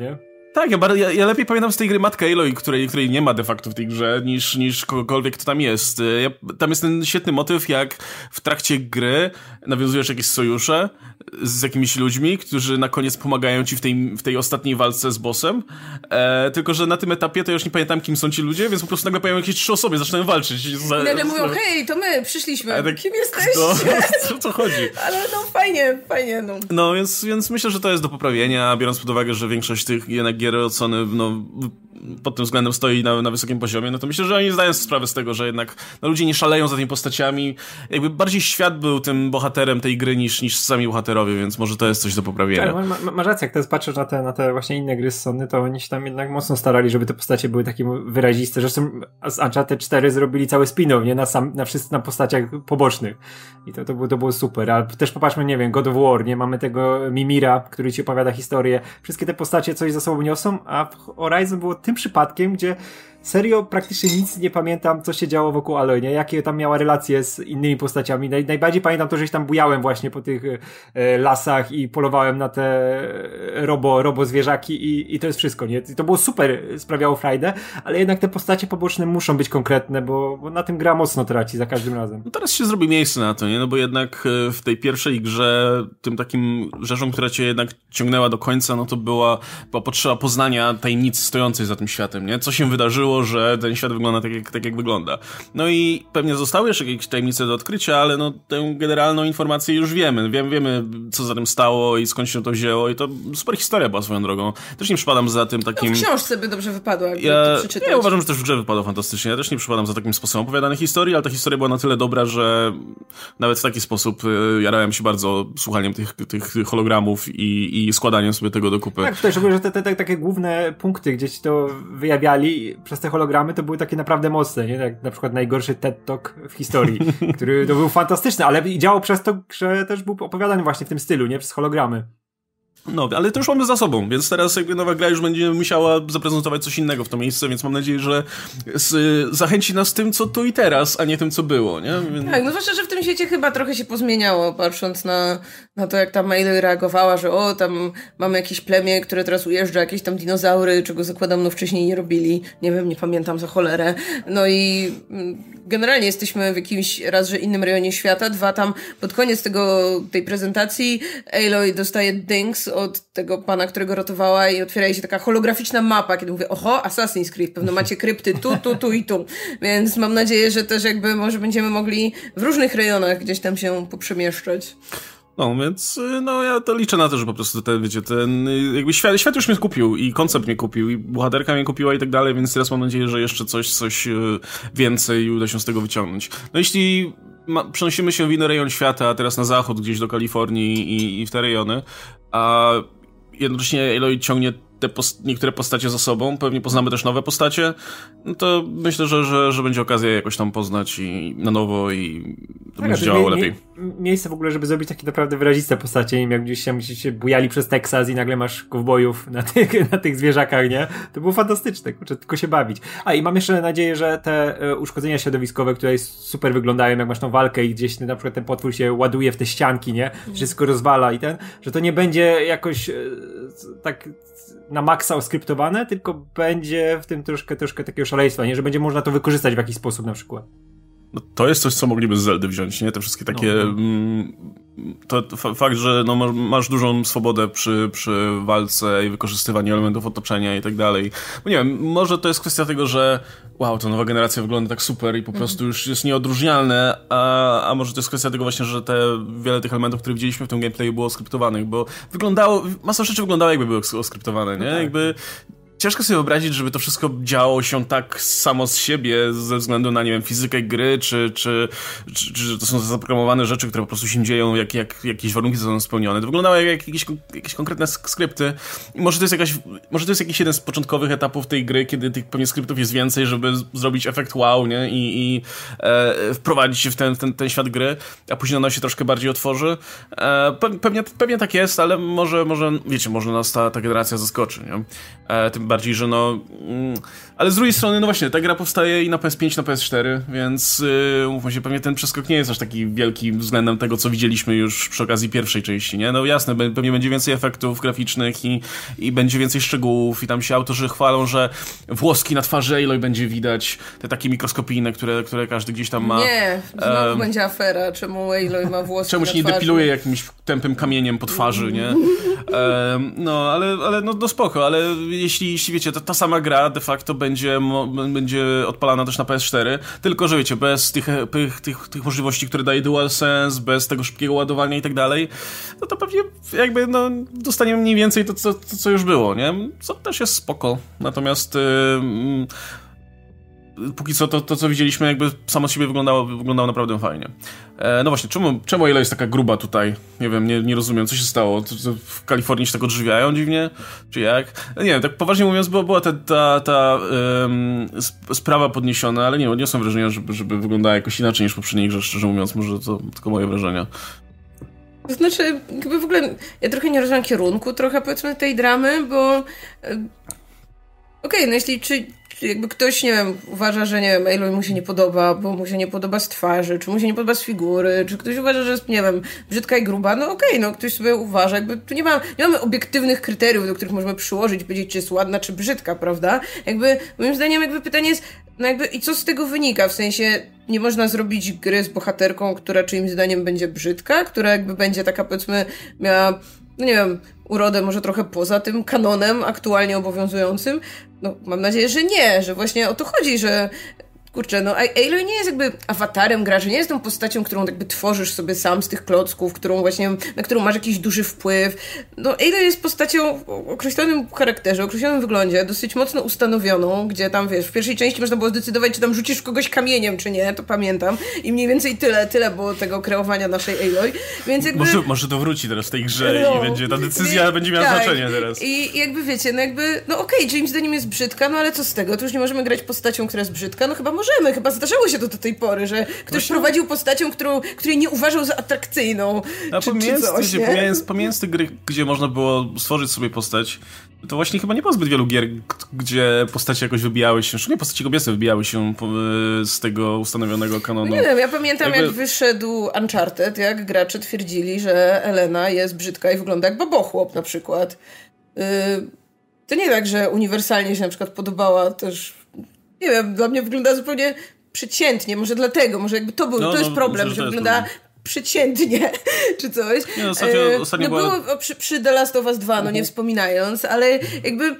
Tak, ja, ja, ja lepiej pamiętam z tej gry Matkę Aloy, której, której nie ma de facto w tej grze, niż, niż kogokolwiek, kto tam jest. Ja, tam jest ten świetny motyw, jak w trakcie gry nawiązujesz jakieś sojusze z jakimiś ludźmi, którzy na koniec pomagają ci w tej, w tej ostatniej walce z bossem. E, tylko, że na tym etapie to ja już nie pamiętam, kim są ci ludzie, więc po prostu nagle pojawiają jakieś trzy osoby, zaczynają walczyć. I nagle mówią, hej, to my, przyszliśmy. Tak, kim jesteście? No, o co chodzi? Ale no fajnie, fajnie, no. No, więc, więc myślę, że to jest do poprawienia, biorąc pod uwagę, że większość tych jednak gier od Sony, no, pod tym względem stoi na, na wysokim poziomie, no to myślę, że oni zdają sobie sprawę z tego, że jednak no, ludzie nie szaleją za tymi postaciami. Jakby bardziej świat był tym bohaterem tej gry niż, niż sami bohaterowie, więc może to jest coś do poprawienia. Tak, masz ma, ma rację, jak teraz patrzysz na te, na te właśnie inne gry z Sony, to oni się tam jednak mocno starali, żeby te postacie były takie wyraziste. Zresztą z Uncharted cztery zrobili cały spin-off, nie? Na, sam, na, wszyscy, na postaciach pobocznych. I to, to, było, to było super. A też popatrzmy, nie wiem, God of War, nie? Mamy tego Mimira, który ci opowiada historię. Wszystkie te postacie coś za sobą niosą, a w Horizon było tym przypadkiem, gdzie serio praktycznie nic nie pamiętam, co się działo wokół Aloy, nie? Jakie tam miała relacje z innymi postaciami. Naj, najbardziej pamiętam to, że się tam bujałem właśnie po tych e, lasach i polowałem na te robo, robo zwierzaki i, i to jest wszystko, nie? I to było super, sprawiało frajdę, ale jednak te postacie poboczne muszą być konkretne, bo, bo na tym gra mocno traci za każdym razem. No teraz się zrobi miejsce na to, nie? No bo jednak w tej pierwszej grze tym takim rzeczą, która cię jednak ciągnęła do końca, no to była, była potrzeba poznania tajemnicy stojącej za tym światem, nie? Co się wydarzyło, że ten świat wygląda tak jak, tak, jak wygląda. No i pewnie zostały jeszcze jakieś tajemnice do odkrycia, ale no tę generalną informację już wiemy. Wiemy, wiemy co za tym stało i skąd się to wzięło i to super historia była swoją drogą. Też nie przypadam za tym takim... No w książce by dobrze wypadło, jakby ja, to przeczytać. Ja uważam, że też w grze wypadło fantastycznie. Ja też nie przypadam za takim sposobem opowiadanej historii, ale ta historia była na tyle dobra, że nawet w taki sposób jarałem się bardzo słuchaniem tych, tych hologramów i, i składaniem sobie tego do kupy. Tak, tutaj szczególnie, że te, te, te takie główne punkty, gdzie ci to wyjawiali przez te hologramy, to były takie naprawdę mocne, nie? Jak na przykład najgorszy TED Talk w historii, który to był fantastyczny, ale działał przez to, że też był opowiadany właśnie w tym stylu, nie? Przez hologramy. No, ale to już mamy za sobą, więc teraz jakby nowa gra już będzie musiała zaprezentować coś innego w to miejsce, więc mam nadzieję, że z, zachęci nas tym, co tu i teraz, a nie tym, co było, nie? Więc... Tak, no zwłaszcza, że w tym świecie chyba trochę się pozmieniało, patrząc na, na to, jak ta Aloy reagowała, że o, tam mamy jakieś plemię, które teraz ujeżdża, jakieś tam dinozaury, czego zakładam, no wcześniej nie robili, nie wiem, nie pamiętam za cholerę. No i generalnie jesteśmy w jakimś raz, że innym rejonie świata, dwa tam pod koniec tego, tej prezentacji Aloy dostaje dings od tego pana, którego ratowała i otwiera jej się taka holograficzna mapa, kiedy mówię, oho, Assassin's Creed, pewno macie krypty tu, tu, tu i tu. Więc mam nadzieję, że też jakby może będziemy mogli w różnych rejonach gdzieś tam się poprzemieszczać. No, więc no ja to liczę na to, że po prostu ten, wiecie, ten jakby świat, świat już mnie kupił i koncept mnie kupił i bohaterka mnie kupiła i tak dalej, więc teraz mam nadzieję, że jeszcze coś, coś więcej uda się z tego wyciągnąć. No jeśli ma, przenosimy się w inny rejon świata, a teraz na zachód, gdzieś do Kalifornii i, i w te rejony, a jednocześnie Aloy ciągnie te post- niektóre postacie za sobą, pewnie poznamy też nowe postacie, no to myślę, że, że, że będzie okazja jakoś tam poznać i na nowo i to tak, będzie działało mie- lepiej. Mie- miejsce w ogóle, żeby zrobić takie naprawdę wyraziste postacie, nie wiem, jak gdzieś się, się bujali przez Teksas i nagle masz kowbojów na tych, na tych zwierzakach, nie? To było fantastyczne, kurczę, tylko się bawić. A i mam jeszcze nadzieję, że te e, uszkodzenia środowiskowe, które super wyglądają, jak masz tą walkę i gdzieś na przykład ten potwór się ładuje w te ścianki, nie? Wszystko rozwala i ten, że to nie będzie jakoś e, tak na maksa oskryptowane, tylko będzie w tym troszkę, troszkę takiego szaleństwa, nie? Że będzie można to wykorzystać w jakiś sposób na przykład. No, to jest coś, co mogliby z Zeldy wziąć, nie? Te wszystkie takie... No, no. To, to fakt, że no, masz, masz dużą swobodę przy, przy walce i wykorzystywaniu elementów otoczenia i tak dalej. Bo nie wiem, może to jest kwestia tego, że wow, ta nowa generacja wygląda tak super i po prostu już jest nieodróżnialne, a, a może to jest kwestia tego właśnie, że te wiele tych elementów, które widzieliśmy w tym gameplayu było skryptowanych, bo wyglądało, masa rzeczy wyglądało jakby były oskryptowane, nie? No tak. Jakby... Ciężko sobie wyobrazić, żeby to wszystko działo się tak samo z siebie ze względu na, nie wiem, fizykę gry, czy, czy, czy, czy że to są zaprogramowane rzeczy, które po prostu się dzieją, jak, jak jakieś warunki są spełnione. To wyglądało jak jakieś, jakieś konkretne skrypty. I może to jest jakaś, może to jest jakiś jeden z początkowych etapów tej gry, kiedy tych pewnie skryptów jest więcej, żeby zrobić efekt wow, nie? I, i e, wprowadzić się w ten, ten, ten świat gry, a później ona się troszkę bardziej otworzy. E, pewnie, pewnie tak jest, ale może, może, wiecie, może nas ta, ta generacja zaskoczy, nie? E, tym bardziej, że no... Mm, ale z drugiej strony, no właśnie, ta gra powstaje i na P S pięć, na P S cztery, więc yy, mówmy się, pewnie ten przeskok nie jest aż taki wielki względem tego, co widzieliśmy już przy okazji pierwszej części, nie? No jasne, pewnie będzie więcej efektów graficznych i, i będzie więcej szczegółów i tam się autorzy chwalą, że włoski na twarzy Aloy będzie widać, te takie mikroskopijne, które, które każdy gdzieś tam ma. Nie, znowu um, będzie afera, czemu Aloy ma włoski czemu na się nie twarzy. Depiluje jakimś tępym kamieniem po twarzy, nie? Um, no, ale, ale no, no spoko, ale jeśli, jeśli wiecie, to ta sama gra de facto będzie, mo, będzie odpalana też na P S cztery, tylko że wiecie, bez tych, tych, tych, tych możliwości, które daje DualSense, bez tego szybkiego ładowania i tak dalej, no to pewnie jakby no, dostaniemy mniej więcej to, co, to, co już było, nie? Co też jest spoko. Natomiast yy, póki co to, to, co widzieliśmy, jakby samo z siebie wyglądało, wyglądało naprawdę fajnie. E, no właśnie, czemu, czemu Aloy jest taka gruba tutaj? Nie wiem, nie, nie rozumiem, co się stało. To, to w Kalifornii się tak odżywiają dziwnie? Czy jak? Nie wiem, tak poważnie mówiąc, była, była ta, ta, ta um, sprawa podniesiona, ale nie odniosłem wrażenia, żeby, żeby wyglądała jakoś inaczej niż poprzedniej grze, szczerze mówiąc, może to tylko moje wrażenia. To znaczy, jakby w ogóle ja trochę nie rozumiem kierunku trochę, powiedzmy, tej dramy, bo e, okej, okay, no jeśli czy jakby ktoś, nie wiem, uważa, że nie wiem, Aloy mu się nie podoba, bo mu się nie podoba z twarzy, czy mu się nie podoba z figury, czy ktoś uważa, że jest, nie wiem, brzydka i gruba, no okej, okay, no ktoś sobie uważa, jakby tu nie, ma, nie mamy obiektywnych kryteriów, do których możemy przyłożyć i powiedzieć, czy jest ładna, czy brzydka, prawda? Jakby, moim zdaniem, jakby pytanie jest, no jakby, i co z tego wynika? W sensie, nie można zrobić gry z bohaterką, która czyimś zdaniem będzie brzydka, która jakby będzie taka, powiedzmy, miała, no nie wiem, urodę może trochę poza tym kanonem aktualnie obowiązującym. No, mam nadzieję, że nie, że właśnie o to chodzi, że kurczę, no Aloy nie jest jakby awatarem graczy, nie jest tą postacią, którą jakby tworzysz sobie sam z tych klocków, którą właśnie, na którą masz jakiś duży wpływ. No Aloy jest postacią o określonym charakterze, o określonym wyglądzie, dosyć mocno ustanowioną, gdzie tam, wiesz, w pierwszej części można było zdecydować, czy tam rzucisz kogoś kamieniem, czy nie, to pamiętam. I mniej więcej tyle, tyle było tego kreowania naszej Aloy. Więc jakby... Może, może to wróci teraz w tej grze no, i będzie, ta decyzja wie, będzie miała tak. znaczenie teraz. I jakby wiecie, no jakby, no okej, okay, James zdaniem jest brzydka, no ale co z tego? To już nie możemy grać postacią, która jest brzydka, no chyba możemy, chyba zdarzało się to do tej pory, że ktoś Właśnie... prowadził postacią, którą, której nie uważał za atrakcyjną. A czy, pomijając, czy coś, wiecie, pomijając, pomijając te gry, gdzie można było stworzyć sobie postać, to właśnie chyba nie było zbyt wielu gier, gdzie postacie jakoś wybijały się, szczególnie postacie kobiece wybijały się z tego ustanowionego kanonu. No nie wiem, ja pamiętam Jakby... jak wyszedł Uncharted, jak gracze twierdzili, że Elena jest brzydka i wygląda jak babochłop na przykład. Yy, to nie tak, że uniwersalnie się na przykład podobała też, nie wiem, dla mnie wygląda zupełnie przeciętnie, może dlatego, może jakby to był, no, to jest no, problem, myślę, że, że wygląda problem. przeciętnie, czy coś. Nie, no, ostatnio, ostatnio no była... było przy, przy The Last of Us dwa, no uh-huh. nie wspominając, ale jakby...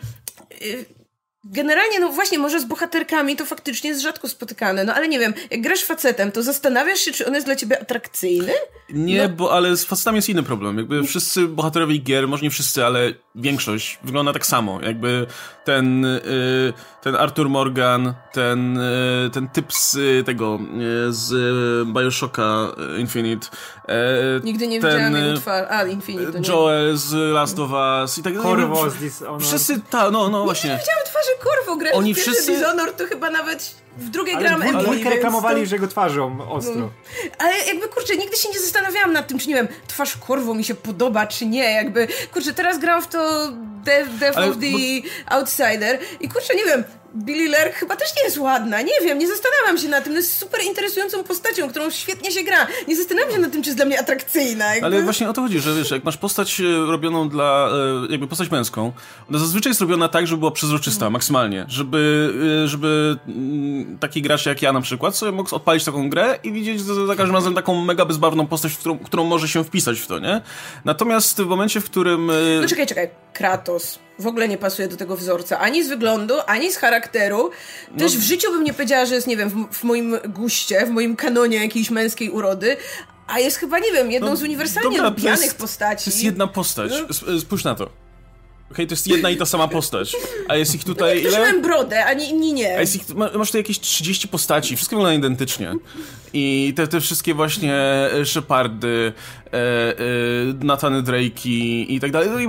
Generalnie, no właśnie, może z bohaterkami to faktycznie jest rzadko spotykane, no ale nie wiem, jak grasz facetem, to zastanawiasz się, czy on jest dla ciebie atrakcyjny? Nie, no. bo ale z facetami jest inny problem. Jakby wszyscy bohaterowie gier, może nie wszyscy, ale większość wygląda tak samo. Jakby ten, y, ten Arthur Morgan, ten, y, ten typ z y, tego, y, z y, Bioshocka Infinite. Y, Nigdy nie ten, widziałam jego twarzy. A, Infinite, to nie. Joel z Last of Us i tak dalej. Corvo z Dishonored. Wszyscy, ta, no, no właśnie. Nie widziałam twarzy Corvo, grać Oni w wszyscy... Dishonored to chyba nawet w drugiej ale gram M V P. Ale reklamowali, to... że go twarzą ostro. No. Ale jakby, kurczę, nigdy się nie zastanawiałam nad tym, czy nie wiem, twarz Corvo mi się podoba, czy nie. Jakby, kurczę, teraz gram w to Death, Death ale, of the bo... Outsider i kurczę, nie wiem, Billie Lerk chyba też nie jest ładna, nie wiem, nie zastanawiam się nad tym, no jest super interesującą postacią, którą świetnie się gra. Nie zastanawiam się nad tym, czy jest dla mnie atrakcyjna. Jakby. Ale właśnie o to chodzi, że wiesz, jak masz postać robioną dla, jakby postać męską, ona zazwyczaj jest robiona tak, żeby była przezroczysta, mm. maksymalnie, żeby, żeby taki gracz jak ja na przykład sobie mógł odpalić taką grę i widzieć za, za każdym razem taką mega bezbarwną postać, w którą, którą może się wpisać w to, nie? Natomiast w momencie, w którym... No czekaj, czekaj, Kratos w ogóle nie pasuje do tego wzorca, ani z wyglądu, ani z charakteru. Też no. w życiu bym nie powiedziała, że jest, nie wiem, w, w moim guście, w moim kanonie jakiejś męskiej urody, a jest chyba, nie wiem, jedną no, z uniwersalnie dobra, lubianych jest, postaci. To jest jedna postać. No. Spójrz na to. Okej, okay, to jest jedna i ta sama postać. A jest ich tutaj ile? Niektórzy mają brodę, a inni nie. A jest ich, masz tutaj jakieś trzydzieści postaci, wszystkie wyglądają identycznie. I te, te wszystkie właśnie Shepardy, e, e, Nathany Drake'i i tak dalej.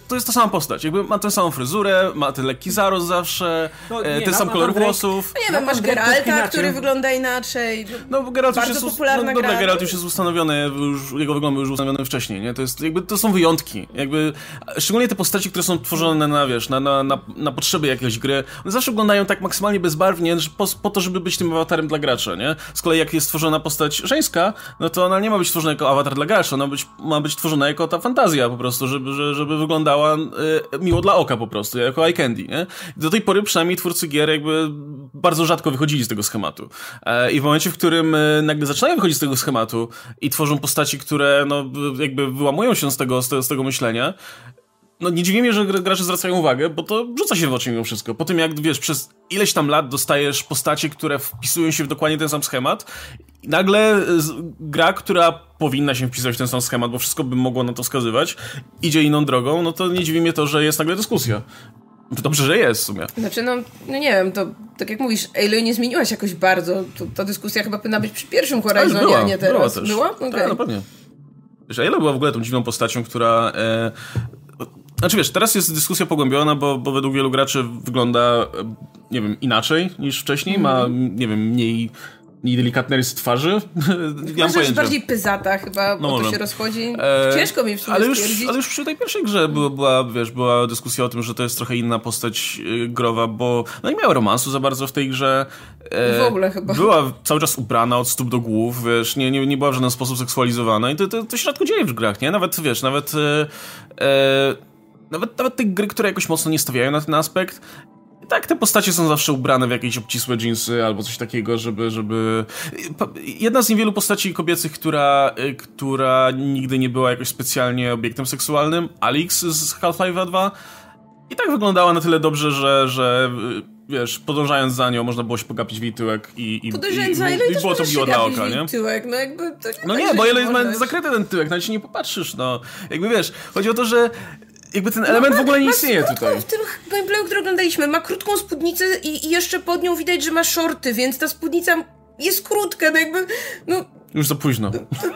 to jest ta sama postać. Jakby ma tę samą fryzurę, ma ten lekki zarost zawsze, no, nie, ten sam kolor włosów. No nie wiem, masz Geralta, który wygląda inaczej. No bo Geralt już jest, popularna no, dobra, Geralt już jest ustanowiony, już, jego wygląd był już ustanowiony wcześniej, nie? To jest, jakby, to są wyjątki. Jakby, szczególnie te postaci, które są tworzone na, wiesz, na, na, na, na potrzeby jakiejś gry, one zawsze wyglądają tak maksymalnie bezbarwnie, że po, po to, żeby być tym awatarem dla gracza, nie? Z kolei jak jest stworzona postać żeńska, no to ona nie ma być tworzona jako awatar dla gracza, ona być, ma być tworzona jako ta fantazja po prostu, żeby, żeby wyglądała y, miło dla oka po prostu, jako eye candy, nie? Do tej pory przynajmniej twórcy gier jakby bardzo rzadko wychodzili z tego schematu. E, I w momencie, w którym y, nagle zaczynają wychodzić z tego schematu i tworzą postaci, które no jakby wyłamują się z tego, z tego, z tego myślenia, no nie dziwi mnie, że gracze zwracają uwagę, bo to rzuca się w oczy mimo wszystko. Po tym jak, wiesz, przez ileś tam lat dostajesz postacie, które wpisują się w dokładnie ten sam schemat i nagle gra, która powinna się wpisać w ten sam schemat, bo wszystko by mogło na to wskazywać, idzie inną drogą, no to nie dziwi mnie to, że jest nagle dyskusja. Dobrze, że jest w sumie. Znaczy, no, no nie wiem, to tak jak mówisz, Aloy nie zmieniła się jakoś bardzo. To, ta dyskusja chyba powinna być przy pierwszym Horizonie, była, a nie teraz. Była też. Była? Okay. Tak, no pewnie. Wiesz, Aloy była w ogóle tą dziwną postacią, która... E, Znaczy wiesz, teraz jest dyskusja pogłębiona, bo, bo według wielu graczy wygląda, nie wiem, inaczej niż wcześniej, mm. ma, nie wiem, mniej, mniej delikatny rys twarzy. Ja Może już bardziej pyzata chyba, no bo to się rozchodzi. E, Ciężko mi w sumie ale już, stwierdzić. ale już przy tej pierwszej grze była, była, wiesz, była dyskusja o tym, że to jest trochę inna postać growa, bo no nie miała romansu za bardzo w tej grze. E, w ogóle chyba. Była cały czas ubrana od stóp do głów, wiesz, nie, nie, nie była w żaden sposób seksualizowana i to, to, to się rzadko dzieje w grach, nie? Nawet, wiesz, nawet... E, e, Nawet, nawet te gry, które jakoś mocno nie stawiają na ten aspekt, tak, te postacie są zawsze ubrane w jakieś obcisłe dżinsy albo coś takiego, żeby... żeby... Jedna z niewielu postaci kobiecych, która, która nigdy nie była jakoś specjalnie obiektem seksualnym, Alyx z Half-Life'a dwa, i tak wyglądała na tyle dobrze, że, że wiesz, podążając za nią można było się pogapić w jej tyłek i, i, podążając i, za i, i było to miło dla oka, nie? Tyłek, no jakby to nie no tak, nie, bo ile możesz. jest zakryty ten tyłek, nawet się nie popatrzysz, no. Jakby wiesz, chodzi o to, że jakby ten element no, w ogóle nie istnieje tutaj. W tym gameplayu, który oglądaliśmy, ma krótką spódnicę i, i jeszcze pod nią widać, że ma shorty, więc ta spódnica jest krótka, no jakby, no... Już za późno.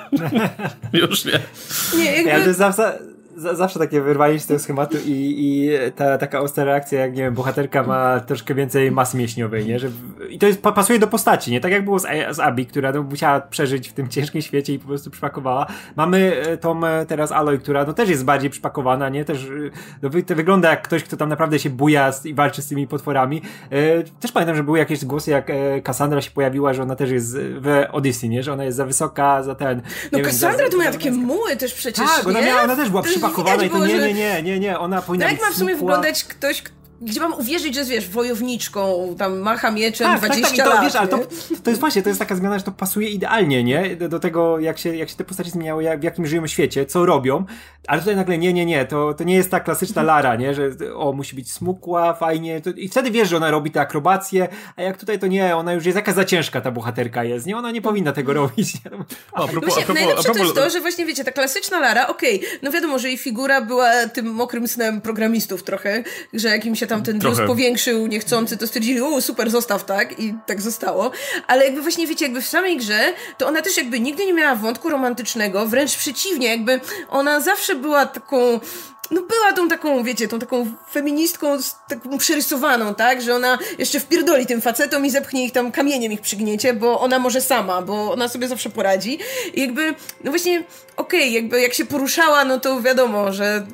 Już nie. Nie, jakby... Ja to jest zawsze, zawsze takie wyrwanie się z tego schematu i, i ta taka ostra reakcja, jak nie wiem, bohaterka ma troszkę więcej masy mięśniowej, nie? Że, i to jest, pasuje do postaci, nie? Tak jak było z, z Abby, która no, musiała przeżyć w tym ciężkim świecie i po prostu przypakowała. Mamy tą teraz Aloy, która no, też jest bardziej przypakowana, nie? Też no, to wygląda jak ktoś, kto tam naprawdę się buja i walczy z tymi potworami. E, też pamiętam, że były jakieś głosy, jak e, Cassandra się pojawiła, że ona też jest w Odyssey, nie? Że ona jest za wysoka, za ten... No nie Cassandra wiem, za, to miała takie muły też przecież, tak, ona, miała, ona też była przypakowana i to było, nie, że... nie, nie, nie, nie, ona powinna tak być jak ma w sumie smukła. wyglądać ktoś, gdzie mam uwierzyć, że jest, wiesz, wojowniczką, tam macha mieczem tak, dwadzieścia tak, tak, to, lat, wiesz, ale to, nie? to jest właśnie, to jest taka zmiana, że to pasuje idealnie, nie? Do, do tego, jak się, jak się te postacie zmieniały, jak, w jakim żyjemy świecie, co robią, ale tutaj nagle nie, nie, nie, to, to nie jest ta klasyczna Lara, nie? Że o, musi być smukła, fajnie, to, i wtedy wiesz, że ona robi te akrobacje, a jak tutaj to nie, ona już jest jakaś za ciężka, ta bohaterka jest, nie? Ona nie powinna tego robić. Nie? A, a propos, no właśnie, a propos, najlepsze a propos... to jest to, że właśnie wiecie, ta klasyczna Lara, okej, okay, no wiadomo, że jej figura była tym mokrym snem programistów trochę, że jak im się tam ten biust powiększył niechcący, to stwierdzili, o super, zostaw tak i tak zostało, ale jakby właśnie wiecie, jakby w samej grze, to ona też jakby nigdy nie miała wątku romantycznego, wręcz przeciwnie, jakby ona zawsze była taką, no była tą taką, wiecie, tą taką feministką taką przerysowaną, tak, że ona jeszcze wpierdoli tym facetom i zepchnie ich tam kamieniem, ich przygniecie, bo ona może sama, bo ona sobie zawsze poradzi i jakby, no właśnie, okej, okay, jakby jak się poruszała, no to wiadomo, że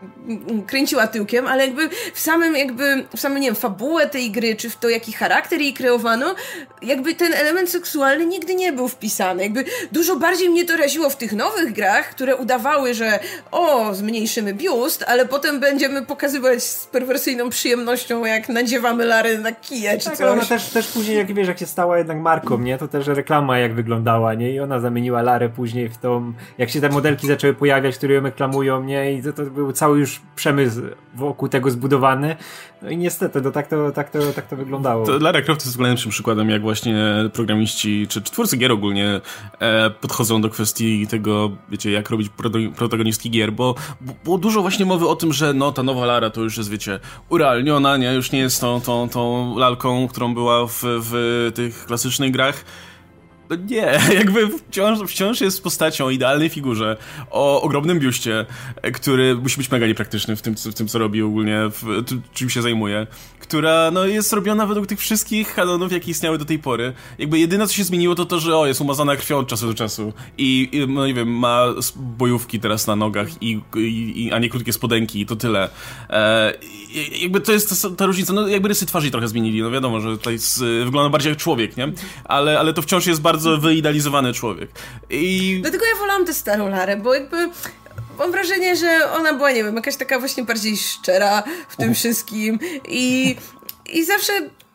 kręciła tyłkiem, ale jakby w samym jakby, w samym, nie wiem, fabułę tej gry, czy w to, jaki charakter jej kreowano, jakby ten element seksualny nigdy nie był wpisany. Jakby dużo bardziej mnie to raziło w tych nowych grach, które udawały, że o, zmniejszymy biust, ale potem będziemy pokazywać z perwersyjną przyjemnością, jak nadziewamy Larę na kije, czy tak, coś. Ona też, też później, jak wiesz, jak się stała jednak marką, nie? To też reklama jak wyglądała, nie? I ona zamieniła Larę później w tą, jak się te modelki zaczęły pojawiać, które ją reklamują, nie? I to, to był cały już przemysł wokół tego zbudowany. No i niestety, to tak to, tak to, tak to wyglądało. To Lara Croft jest najlepszym przykładem, jak właśnie programiści, czy, czy twórcy gier ogólnie e, podchodzą do kwestii tego, wiecie, jak robić protagonistki gier, bo było dużo właśnie mowy o tym, że no, ta nowa Lara to już jest, wiecie, urealniona, nie? Już nie jest tą, tą, tą lalką, którą była w, w tych klasycznych grach. No nie, jakby wciąż, wciąż jest postacią o idealnej figurze, o ogromnym biuście, który musi być mega niepraktyczny w tym, w tym co robi ogólnie, w tym, czym się zajmuje, która no, jest robiona według tych wszystkich kanonów, jakie istniały do tej pory. Jakby jedyne, co się zmieniło, to to, że o, jest umazana krwią od czasu do czasu i, i no nie wiem, ma bojówki teraz na nogach, i, i, a nie krótkie spodenki i to tyle. E, jakby to jest ta, ta różnica, no jakby rysy twarzy trochę zmienili, no wiadomo, że tutaj jest, wygląda bardziej jak człowiek, nie? Ale, ale to wciąż jest bardzo wyidealizowany człowiek. I... Dlatego ja wolałam tę starą Larę, bo jakby mam wrażenie, że ona była, nie wiem, jakaś taka właśnie bardziej szczera w tym uh. wszystkim i, i zawsze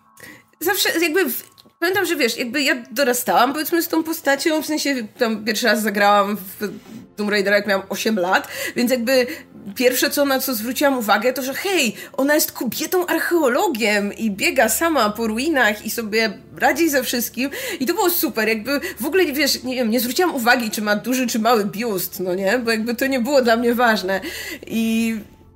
zawsze jakby w, pamiętam, że wiesz, jakby ja dorastałam powiedzmy z tą postacią, w sensie tam pierwszy raz zagrałam w Tomb Raidera, jak miałam osiem lat, więc jakby pierwsze, co na co zwróciłam uwagę, to że hej, ona jest kobietą archeologiem i biega sama po ruinach i sobie radzi ze wszystkim i to było super, jakby w ogóle, wiesz, nie wiem, nie zwróciłam uwagi, czy ma duży, czy mały biust, no nie, bo jakby to nie było dla mnie ważne i...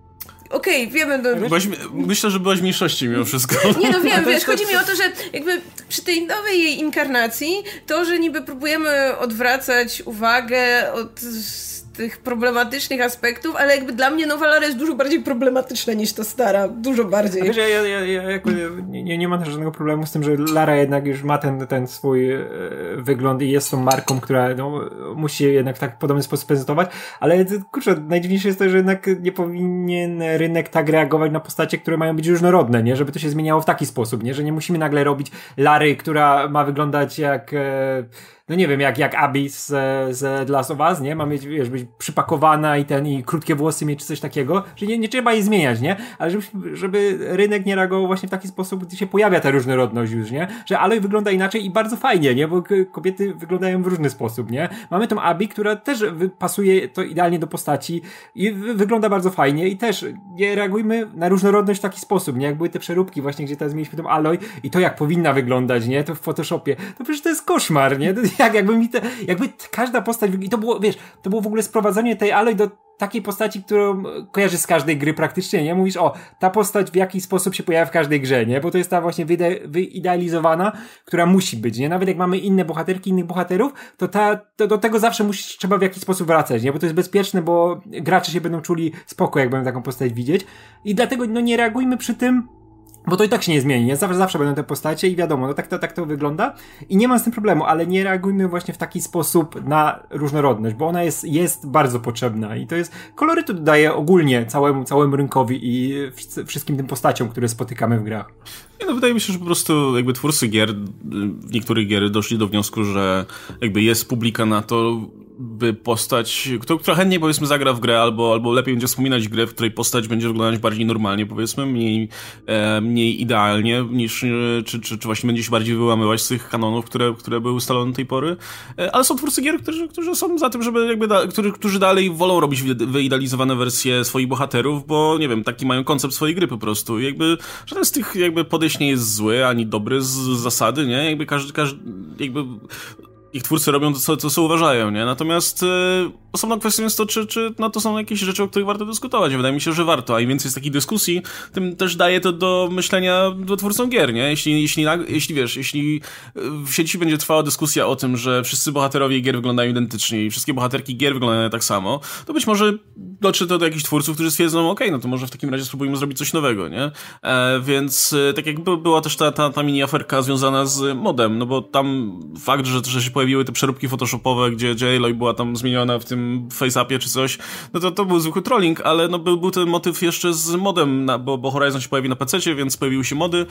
Okej, okay, wiemy... No... Byłaś, myślę, że byłaś w mniejszości mimo wszystko. Nie no wiem, wiesz, chodzi mi o to, że jakby przy tej nowej jej inkarnacji to, że niby próbujemy odwracać uwagę od tych problematycznych aspektów, ale jakby dla mnie nowa Lara jest dużo bardziej problematyczna niż ta stara. Dużo bardziej. Wiesz, ja, ja, ja, ja jakby nie, nie mam też żadnego problemu z tym, że Lara jednak już ma ten, ten swój e, wygląd i jest tą marką, która no, musi jednak w tak podobny sposób prezentować, ale kurczę, najdziwniejsze jest to, że jednak nie powinien rynek tak reagować na postacie, które mają być różnorodne, nie? Żeby to się zmieniało w taki sposób, nie? Że nie musimy nagle robić Lary, która ma wyglądać jak e, no nie wiem, jak, jak Abby z, z The Last of Us, nie? Ma mieć, wiesz, być przypakowana i ten, i krótkie włosy mieć czy coś takiego, że nie, nie trzeba jej zmieniać, nie? Ale żeby, żeby rynek nie reagował właśnie w taki sposób, gdy się pojawia ta różnorodność już, nie? Że Aloy wygląda inaczej i bardzo fajnie, nie? Bo kobiety wyglądają w różny sposób, nie? Mamy tą Abby, która też pasuje to idealnie do postaci i wygląda bardzo fajnie i też nie reagujmy na różnorodność w taki sposób, nie? Jak były te przeróbki właśnie, gdzie teraz mieliśmy tą Aloy i to jak powinna wyglądać, nie? To w Photoshopie. To przecież to jest koszmar, nie? Jak, jakby mi te, jakby każda postać, i to było, wiesz, to było w ogóle sprowadzenie tej Aloy do takiej postaci, którą kojarzysz z każdej gry praktycznie, nie? Mówisz, o, ta postać w jakiś sposób się pojawia w każdej grze, nie? Bo to jest ta właśnie wyide- wyidealizowana, która musi być, nie? Nawet jak mamy inne bohaterki, innych bohaterów, to, ta, to do tego zawsze musi, trzeba w jakiś sposób wracać, nie? Bo to jest bezpieczne, bo gracze się będą czuli spoko, jak będą taką postać widzieć i dlatego, no nie reagujmy przy tym, bo to i tak się nie zmieni, nie? Zawsze, zawsze będą te postacie i wiadomo, no tak to, tak to wygląda i nie mam z tym problemu, ale nie reagujmy właśnie w taki sposób na różnorodność, bo ona jest, jest bardzo potrzebna i to jest, kolorytu dodaje ogólnie całemu, całemu rynkowi i wszystkim tym postaciom, które spotykamy w grach. Nie, no wydaje mi się, że po prostu jakby twórcy gier, niektórych gier doszli do wniosku, że jakby jest publika na to, by postać, która chętnie powiedzmy zagra w grę, albo, albo lepiej będzie wspominać grę, w której postać będzie wyglądać bardziej normalnie, powiedzmy, mniej, e, mniej idealnie, niż, czy, czy, czy właśnie będzie się bardziej wyłamywać z tych kanonów, które, które były ustalone do tej pory. E, ale są twórcy gier, którzy, którzy są za tym, żeby jakby, da, którzy, którzy dalej wolą robić wyidealizowane wersje swoich bohaterów, bo nie wiem, taki mają koncept swojej gry po prostu. I jakby żaden z tych jakby podejść nie jest zły, ani dobry z, z zasady, nie? Jakby każdy, każdy jakby ich twórcy robią to, co, to, co uważają, nie? Natomiast e, osobną kwestią jest to, czy, czy no, to są jakieś rzeczy, o których warto dyskutować. Wydaje mi się, że warto, a im więcej jest takich dyskusji, tym też daje to do myślenia do twórcom gier, nie? Jeśli, jeśli, jeśli wiesz, jeśli w sieci będzie trwała dyskusja o tym, że wszyscy bohaterowie gier wyglądają identycznie i wszystkie bohaterki gier wyglądają tak samo, to być może dotrze to do jakichś twórców, którzy stwierdzą, okej, no to może w takim razie spróbujmy zrobić coś nowego, nie? E, więc e, tak jak by, była też ta, ta, ta mini aferka związana z modem, no bo tam fakt, że, że się pojawiły te przeróbki photoshopowe, gdzie, gdzie Aloy była tam zmieniona w tym face-upie czy coś, no to to był zwykły trolling, ale no był, był ten motyw jeszcze z modem, na, bo, bo Horizon się pojawił na pececie, więc pojawiły się mody.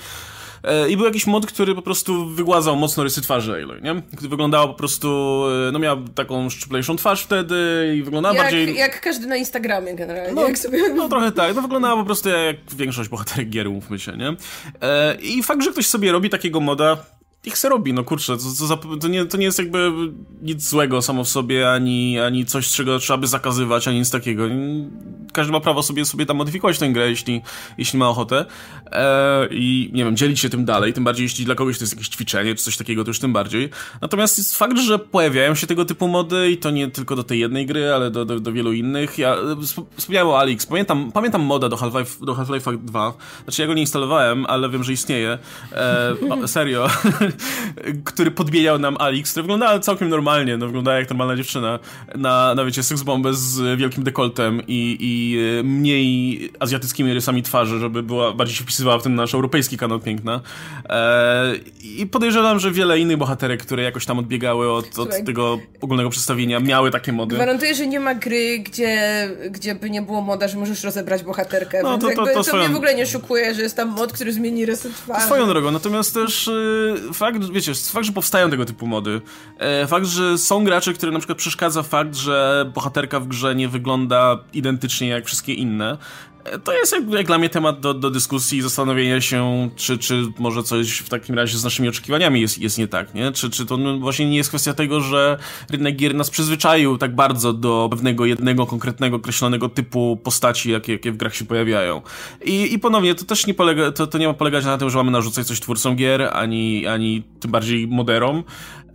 I był jakiś mod, który po prostu wygładzał mocno rysy twarzy Aloy, nie? Który wyglądała po prostu, no miała taką szczuplejszą twarz wtedy i wyglądała jak, bardziej... Jak każdy na Instagramie generalnie. No, jak sobie... no trochę tak, no wyglądała po prostu jak większość bohaterek gier, mówmy się, nie? I fakt, że ktoś sobie robi takiego moda, ich se robi, no kurczę, to, to, za, to, nie, to nie jest jakby nic złego samo w sobie, ani, ani coś, czego trzeba by zakazywać, ani nic takiego. każdy ma prawo sobie, sobie tam modyfikować tę grę, jeśli, jeśli ma ochotę e, i nie wiem, dzielić się tym dalej, tym bardziej jeśli dla kogoś to jest jakieś ćwiczenie czy coś takiego, to już tym bardziej. Natomiast jest fakt, że pojawiają się tego typu mody i to nie tylko do tej jednej gry, ale do, do, do wielu innych. Ja wspomniałem o Alyx, pamiętam, pamiętam moda do Half-Life, do Half-Life dwa, znaczy ja go nie instalowałem, ale wiem, że istnieje, e, o, serio, który podmieniał nam Alyx, który wyglądała całkiem normalnie, no wyglądała jak normalna dziewczyna, na, na wiecie, seksbombę z wielkim dekoltem i, i mniej azjatyckimi rysami twarzy, żeby była, bardziej się wpisywała w ten nasz europejski kanon piękna. E, I podejrzewam, że wiele innych bohaterek, które jakoś tam odbiegały od, od tego ogólnego przedstawienia, miały takie mody. Gwarantuję, że nie ma gry, gdzie, gdzie by nie było moda, że możesz rozebrać bohaterkę. No, to, to, to, to, to swoją... mnie w ogóle nie szokuje, że jest tam mod, który zmieni rysy twarzy. Swoją drogą, natomiast też y, fakt, wiecie, fakt, że powstają tego typu mody, e, fakt, że są gracze, którym na przykład przeszkadza fakt, że bohaterka w grze nie wygląda identycznie jak wszystkie inne, to jest jak, jak dla mnie temat do, do dyskusji i zastanowienia się, czy, czy może coś w takim razie z naszymi oczekiwaniami jest, jest nie tak, nie? Czy, czy to właśnie nie jest kwestia tego, że rynek gier nas przyzwyczaił tak bardzo do pewnego jednego konkretnego, określonego typu postaci, jakie, jakie w grach się pojawiają. I, i ponownie, to też nie polega, to, to nie ma polegać na tym, że mamy narzucać coś twórcom gier, ani, ani tym bardziej moderom.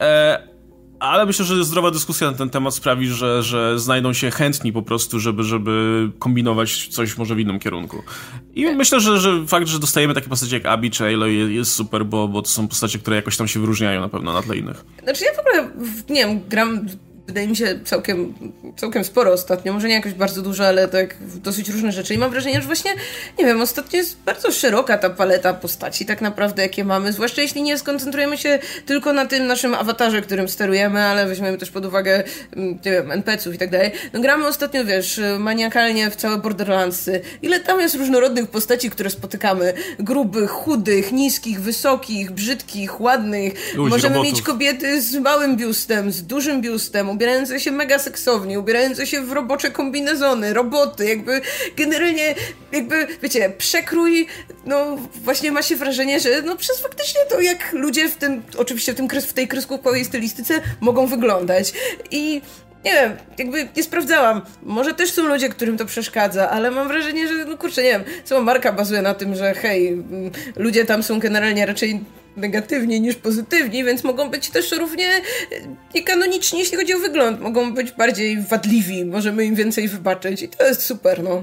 E, Ale myślę, że zdrowa dyskusja na ten temat sprawi, że, że znajdą się chętni po prostu, żeby, żeby kombinować coś może w innym kierunku. I myślę, że, że fakt, że dostajemy takie postacie jak Abby czy Aloy jest super, bo, bo to są postacie, które jakoś tam się wyróżniają na pewno na tle innych. Znaczy ja w ogóle, nie wiem, gram... Wydaje mi się całkiem, całkiem sporo ostatnio, może nie jakoś bardzo dużo, ale tak dosyć różne rzeczy i mam wrażenie, że właśnie, nie wiem, ostatnio jest bardzo szeroka ta paleta postaci tak naprawdę, jakie mamy, zwłaszcza jeśli nie skoncentrujemy się tylko na tym naszym awatarze, którym sterujemy, ale weźmiemy też pod uwagę, nie wiem, en pe ce ów i tak dalej. No gramy ostatnio, wiesz, maniakalnie w całe Borderlandsy. Ile tam jest różnorodnych postaci, które spotykamy? Grubych, chudych, niskich, wysokich, brzydkich, ładnych. Ludzi, Możemy robotów. mieć kobiety z małym biustem, z dużym biustem, ubierające się mega seksownie, ubierające się w robocze kombinezony, roboty, jakby generalnie, jakby, wiecie, przekrój, no właśnie ma się wrażenie, że no przez faktycznie to, jak ludzie w tym, oczywiście w, tym, w tej kreskówkowej stylistyce mogą wyglądać. I nie wiem, jakby nie sprawdzałam. Może też są ludzie, którym to przeszkadza, ale mam wrażenie, że no kurczę, nie wiem, cała marka bazuje na tym, że hej, ludzie tam są generalnie raczej negatywni niż pozytywni, więc mogą być też równie niekanoniczni, jeśli chodzi o wygląd. Mogą być bardziej wadliwi, możemy im więcej wybaczyć i to jest super, no.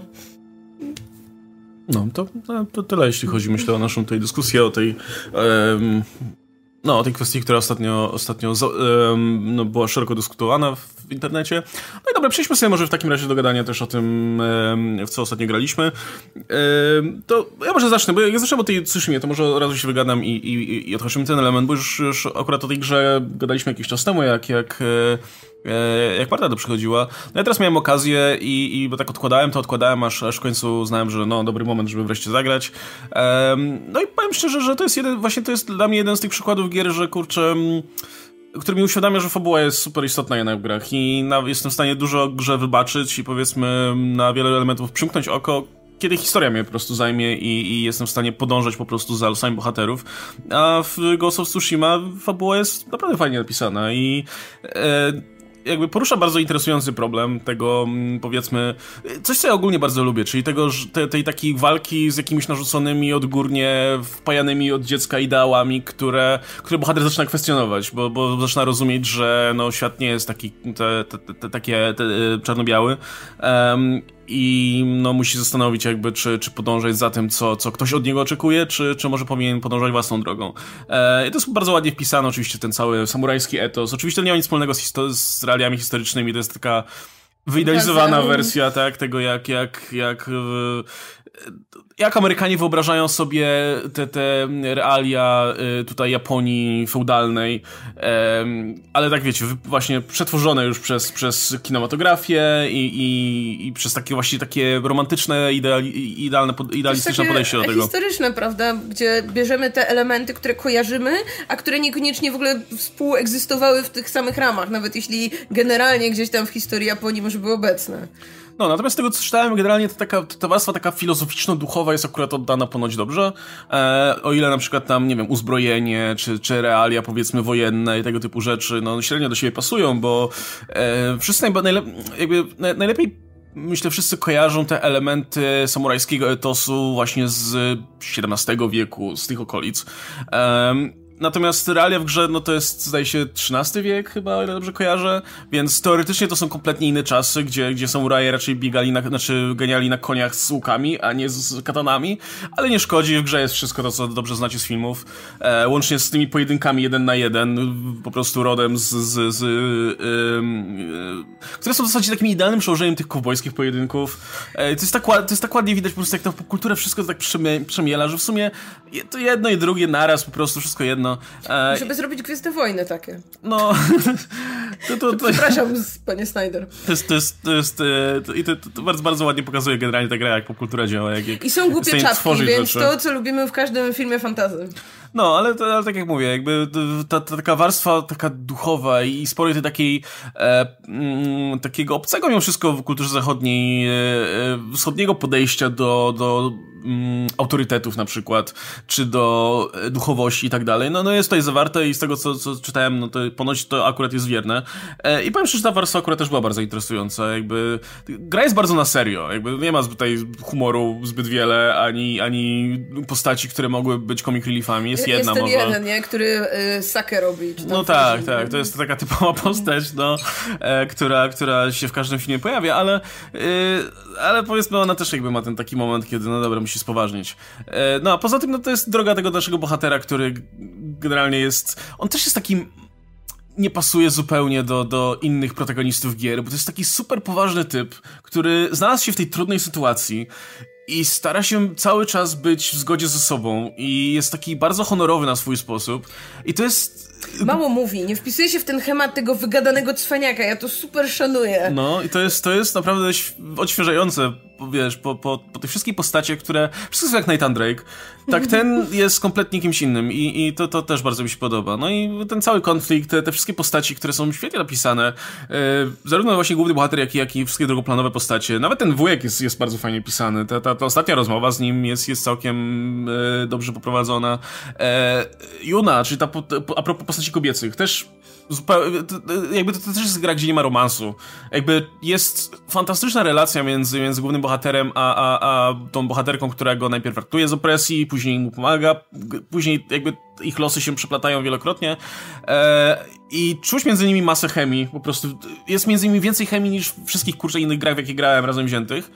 No, to, to tyle, jeśli chodzi, myślę, o naszą tutaj dyskusję, o tej um, no, o tej kwestii, która ostatnio, ostatnio um, no, była szeroko dyskutowana w internecie. No i dobra, przejdźmy sobie może w takim razie do gadania też o tym, um, w co ostatnio graliśmy. Um, to ja może zacznę, bo jak zacznę o tej Tsushimie, to może od razu się wygadam i, i, i odhaczymy ten element, bo już, już akurat o tej grze gadaliśmy jakiś czas temu, jak, jak jak partia to przychodziła. No ja teraz miałem okazję i, i bo tak odkładałem, to odkładałem, aż, aż w końcu znałem, że no dobry moment, żeby wreszcie zagrać. Um, no i powiem szczerze, że to jest jeden, właśnie to jest dla mnie jeden z tych przykładów gier, że kurczę, który mi uświadamia, że fabuła jest super istotna jednak w grach i na, jestem w stanie dużo grze wybaczyć i powiedzmy na wiele elementów przymknąć oko, kiedy historia mnie po prostu zajmie i, i jestem w stanie podążać po prostu za losami bohaterów. A w Ghost of Tsushima fabuła jest naprawdę fajnie napisana i e, jakby porusza bardzo interesujący problem tego, powiedzmy, coś, co ja ogólnie bardzo lubię, czyli tego, te, tej takiej walki z jakimiś narzuconymi odgórnie, wpajanymi od dziecka ideałami, które, które bohater zaczyna kwestionować, bo, bo zaczyna rozumieć, że no, świat nie jest taki te, te, te, takie te, czarno-biały um, i no, musi zastanowić jakby, czy, czy podążać za tym, co, co ktoś od niego oczekuje, czy, czy może powinien podążać własną drogą. E, to jest bardzo ładnie wpisane, oczywiście, ten cały samurajski etos. Oczywiście to nie ma nic wspólnego z, histo- z realiami historycznymi, to jest taka wyidealizowana wersja, tak, tego jak, jak, jak, jak Amerykanie wyobrażają sobie te, te realia tutaj Japonii feudalnej, ale tak wiecie, właśnie przetworzone już przez, przez kinematografię i, i, i przez takie właśnie takie romantyczne, ideali, idealne, idealistyczne podejście do tego. Historyczne, prawda, gdzie bierzemy te elementy, które kojarzymy, a które niekoniecznie w ogóle współegzystowały w tych samych ramach, nawet jeśli generalnie gdzieś tam w historii Japonii może były obecne. No, natomiast z tego, co czytałem, generalnie to taka, ta warstwa taka filozoficzno-duchowa jest akurat oddana ponoć dobrze. E, o ile na przykład tam, nie wiem, uzbrojenie, czy, czy realia, powiedzmy, wojenne i tego typu rzeczy, no średnio do siebie pasują, bo e, wszyscy najba, najle, jakby, naj, najlepiej myślę, wszyscy kojarzą te elementy samurajskiego etosu właśnie z siedemnastego wieku, z tych okolic. Um, Natomiast realia w grze, no to jest, zdaje się, trzynasty wiek chyba, o ile dobrze kojarzę, więc teoretycznie to są kompletnie inne czasy, gdzie, gdzie samuraje raczej biegali, na, znaczy ganiali na koniach z łukami, a nie z, z katanami, ale nie szkodzi, w grze jest wszystko to, co dobrze znacie z filmów, e, łącznie z tymi pojedynkami jeden na jeden, po prostu rodem z... z, z y, y, które są w zasadzie takim idealnym przełożeniem tych kowbojskich pojedynków. E, to, jest tak, to jest tak ładnie widać po prostu, jak ta popkultura wszystko tak przemie, przemiela, że w sumie to jedno i drugie naraz, po prostu wszystko jedno. E, Żeby zrobić Gwiezdne Wojny takie. No. to, to, to, Przepraszam, panie Snyder. To jest, to jest, to jest, to, i to, to bardzo, bardzo ładnie pokazuje generalnie ta gra, jak popkultura działa. Jak, jak I są głupie czapki, więc rzeczy. To, co lubimy w każdym filmie fantasy. No, ale, to, ale tak jak mówię, jakby ta, ta taka warstwa taka duchowa i sporo tej takiej e, m, takiego obcego mimo wszystko w kulturze zachodniej e, wschodniego podejścia do, do m, autorytetów na przykład, czy do e, duchowości i tak dalej, no, no jest tutaj zawarte i z tego co, co czytałem, no to ponoć to akurat jest wierne. E, I powiem szczerze, że ta warstwa akurat też była bardzo interesująca, jakby gra jest bardzo na serio, jakby nie ma tutaj humoru zbyt wiele, ani, ani postaci, które mogłyby być comic reliefami, jest jedna jest ten może. jeden, nie? Który y, sakę robi. Czy no tak, tak, tak. To jest taka typowa postać, no, e, która, która się w każdym filmie pojawia, ale, e, ale powiedzmy ona też jakby ma ten taki moment, kiedy no dobra, musi spoważnić. E, no a poza tym no to jest droga tego naszego bohatera, który generalnie jest, on też jest takim nie pasuje zupełnie do, do innych protagonistów gier, bo to jest taki super poważny typ, który znalazł się w tej trudnej sytuacji i stara się cały czas być w zgodzie ze sobą i jest taki bardzo honorowy na swój sposób i to jest... Mało mówi, nie wpisuje się w ten schemat tego wygadanego cwaniaka, ja to super szanuję. No i to jest, to jest naprawdę odświeżające, wiesz, po, po, po tych wszystkich postaciach, które... Wszystko są jak Nathan Drake, tak ten jest kompletnie kimś innym i, i to, to też bardzo mi się podoba. No i ten cały konflikt, te, te wszystkie postaci, które są świetnie napisane, yy, zarówno właśnie główny bohater, jak i, jak i wszystkie drugoplanowe postacie, nawet ten wujek jest, jest bardzo fajnie pisany, ta, ta, ta ostatnia rozmowa z nim jest, jest całkiem yy, dobrze poprowadzona. Yy, Yuna, czyli ta, a propos postaci kobiecych, też zupełnie, jakby to, to też jest gra, gdzie nie ma romansu. Jakby jest fantastyczna relacja między, między głównym bohaterem a, a, a tą bohaterką, która go najpierw ratuje z opresji, później mu pomaga, później jakby ich losy się przeplatają wielokrotnie e, i czuć między nimi masę chemii, po prostu jest między nimi więcej chemii niż w wszystkich kurczę innych grach, w jakie grałem razem wziętych.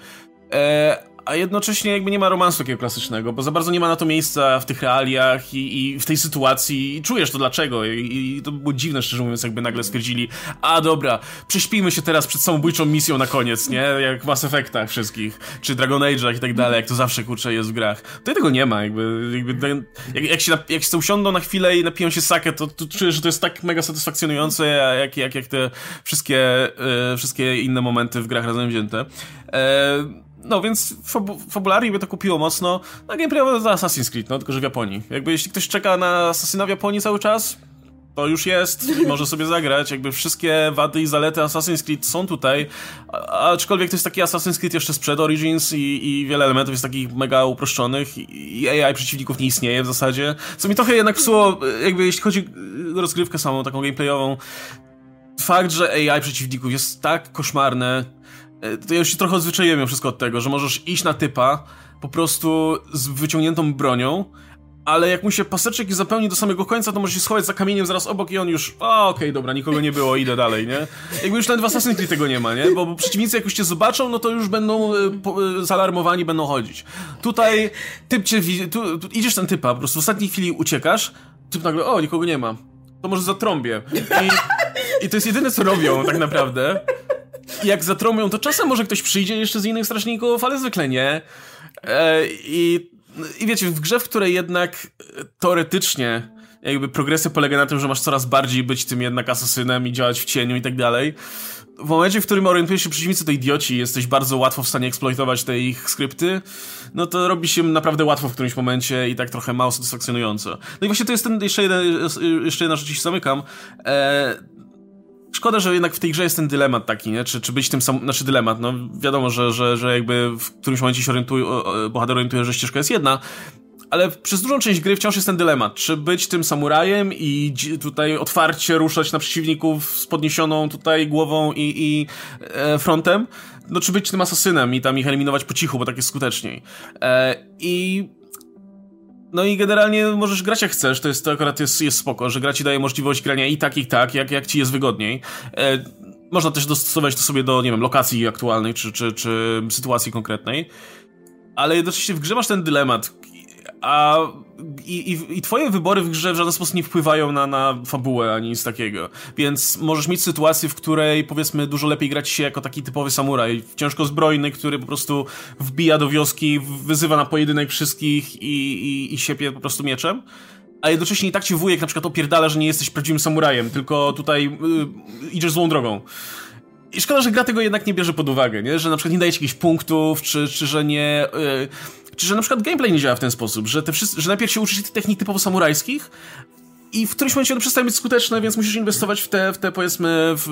E, a jednocześnie jakby nie ma romansu takiego klasycznego, bo za bardzo nie ma na to miejsca w tych realiach i, i w tej sytuacji i czujesz to dlaczego i, i to było dziwne, szczerze mówiąc, jakby nagle stwierdzili, a dobra, prześpijmy się teraz przed samobójczą misją na koniec, nie? Jak w Mass Effectach wszystkich, czy Dragon Age'ach i tak dalej, jak to zawsze kurczę jest w grach. Tutaj tego nie ma, jakby, jakby ten, jak, jak się jak się usiądą na chwilę i napiją się sakę, to, to czujesz, że to jest tak mega satysfakcjonujące, jak, jak, jak te wszystkie, e, wszystkie inne momenty w grach razem wzięte. E, No więc fabu- fabularnie by to kupiło mocno. Na gameplayowo to Assassin's Creed, no tylko że w Japonii. Jakby jeśli ktoś czeka na Assassina w Japonii cały czas, to już jest i może sobie zagrać. Jakby wszystkie wady i zalety Assassin's Creed są tutaj. A- aczkolwiek to jest taki Assassin's Creed jeszcze sprzed Origins i, i wiele elementów jest takich mega uproszczonych i, i A I przeciwników nie istnieje w zasadzie. Co mi trochę jednak psuło, jakby jeśli chodzi o rozgrywkę samą, taką gameplayową. Fakt, że A I przeciwników jest tak koszmarne, to ja już się trochę odzwyczaiłem wszystko od tego, że możesz iść na typa po prostu z wyciągniętą bronią, ale jak mu się paseczek zapełni do samego końca, to możesz się schować za kamieniem zaraz obok i on już, a okej, okay, dobra, nikogo nie było, idę dalej, nie? Jakby już nawet w Assassin's Creed tego nie ma, nie? Bo, bo przeciwnicy jak już cię zobaczą, no to już będą y, po, y, zalarmowani, będą chodzić. Tutaj typ cię widzi, tu, tu idziesz ten typa, po prostu w ostatniej chwili uciekasz, typ nagle, o, nikogo nie ma, to może zatrąbię. I, i to jest jedyne co robią tak naprawdę. Jak zatrąbią, to czasem może ktoś przyjdzie jeszcze z innych strażników, ale zwykle nie. E, i, I wiecie, w grze, w której jednak teoretycznie jakby progresja polega na tym, że masz coraz bardziej być tym jednak asasynem i działać w cieniu i tak dalej. W momencie, w którym orientujesz się przeciwnicy to idioci, jesteś bardzo łatwo w stanie eksploitować te ich skrypty, no to robi się naprawdę łatwo w którymś momencie i tak trochę mało satysfakcjonująco. No i właśnie to jest ten, jeszcze, jeden, jeszcze jedna rzecz, się zamykam. E, Szkoda, że jednak w tej grze jest ten dylemat taki, nie? Czy, czy być tym samym, znaczy dylemat, no wiadomo, że, że, że jakby w którymś momencie się orientuje, bohater orientuje, że ścieżka jest jedna, ale przez dużą część gry wciąż jest ten dylemat, czy być tym samurajem i tutaj otwarcie ruszać na przeciwników z podniesioną tutaj głową i, i e, frontem, no czy być tym asasynem i tam ich eliminować po cichu, bo tak jest skuteczniej. E, I no i generalnie możesz grać jak chcesz, to jest to akurat jest, jest spoko, że gra ci daje możliwość grania i tak, i tak, jak, jak ci jest wygodniej. E, można też dostosować to sobie do, nie wiem, lokacji aktualnej, czy, czy, czy sytuacji konkretnej, ale jednocześnie w grze masz ten dylemat, a i, i, i twoje wybory w grze w żaden sposób nie wpływają na, na fabułę, ani nic takiego. Więc możesz mieć sytuację, w której powiedzmy dużo lepiej grać się jako taki typowy samuraj, ciężko zbrojny, który po prostu wbija do wioski, wyzywa na pojedynek wszystkich i, i, i siepie po prostu mieczem. A jednocześnie i tak ci wujek na przykład opierdala, że nie jesteś prawdziwym samurajem, tylko tutaj yy, idziesz złą drogą. I szkoda, że gra tego jednak nie bierze pod uwagę, nie? Że na przykład nie daje ci jakichś punktów, czy, czy że nie... Yy, czy że na przykład gameplay nie działa w ten sposób, że, te wszyscy, że najpierw się uczysz tych technik typowo samurajskich i w którymś momencie one przestają być skuteczne, więc musisz inwestować w te, w te powiedzmy, w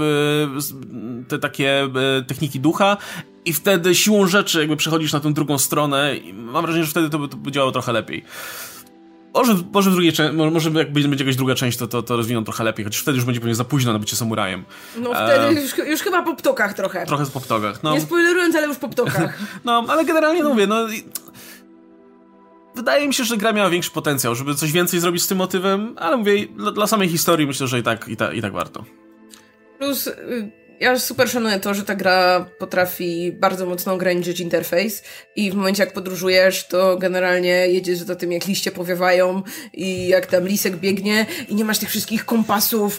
te takie techniki ducha i wtedy siłą rzeczy jakby przechodzisz na tę drugą stronę i mam wrażenie, że wtedy to by, to by działało trochę lepiej. Może, może w drugiej może jak będzie jakaś druga część, to, to, to rozwiną trochę lepiej, chociaż wtedy już będzie pewnie za późno na bycie samurajem. No wtedy e... już, już chyba po ptokach trochę. Trochę po ptokach, no. Nie spoilerując, ale już po ptokach. No, ale generalnie no mówię, no... Wydaje mi się, że gra miała większy potencjał, żeby coś więcej zrobić z tym motywem, ale mówię, dla, dla samej historii myślę, że i tak, i, ta, i tak warto. Plus... Y Ja super szanuję to, że ta gra potrafi bardzo mocno ograniczyć interfejs i w momencie jak podróżujesz, to generalnie jedziesz za tym, jak liście powiewają i jak tam lisek biegnie i nie masz tych wszystkich kompasów,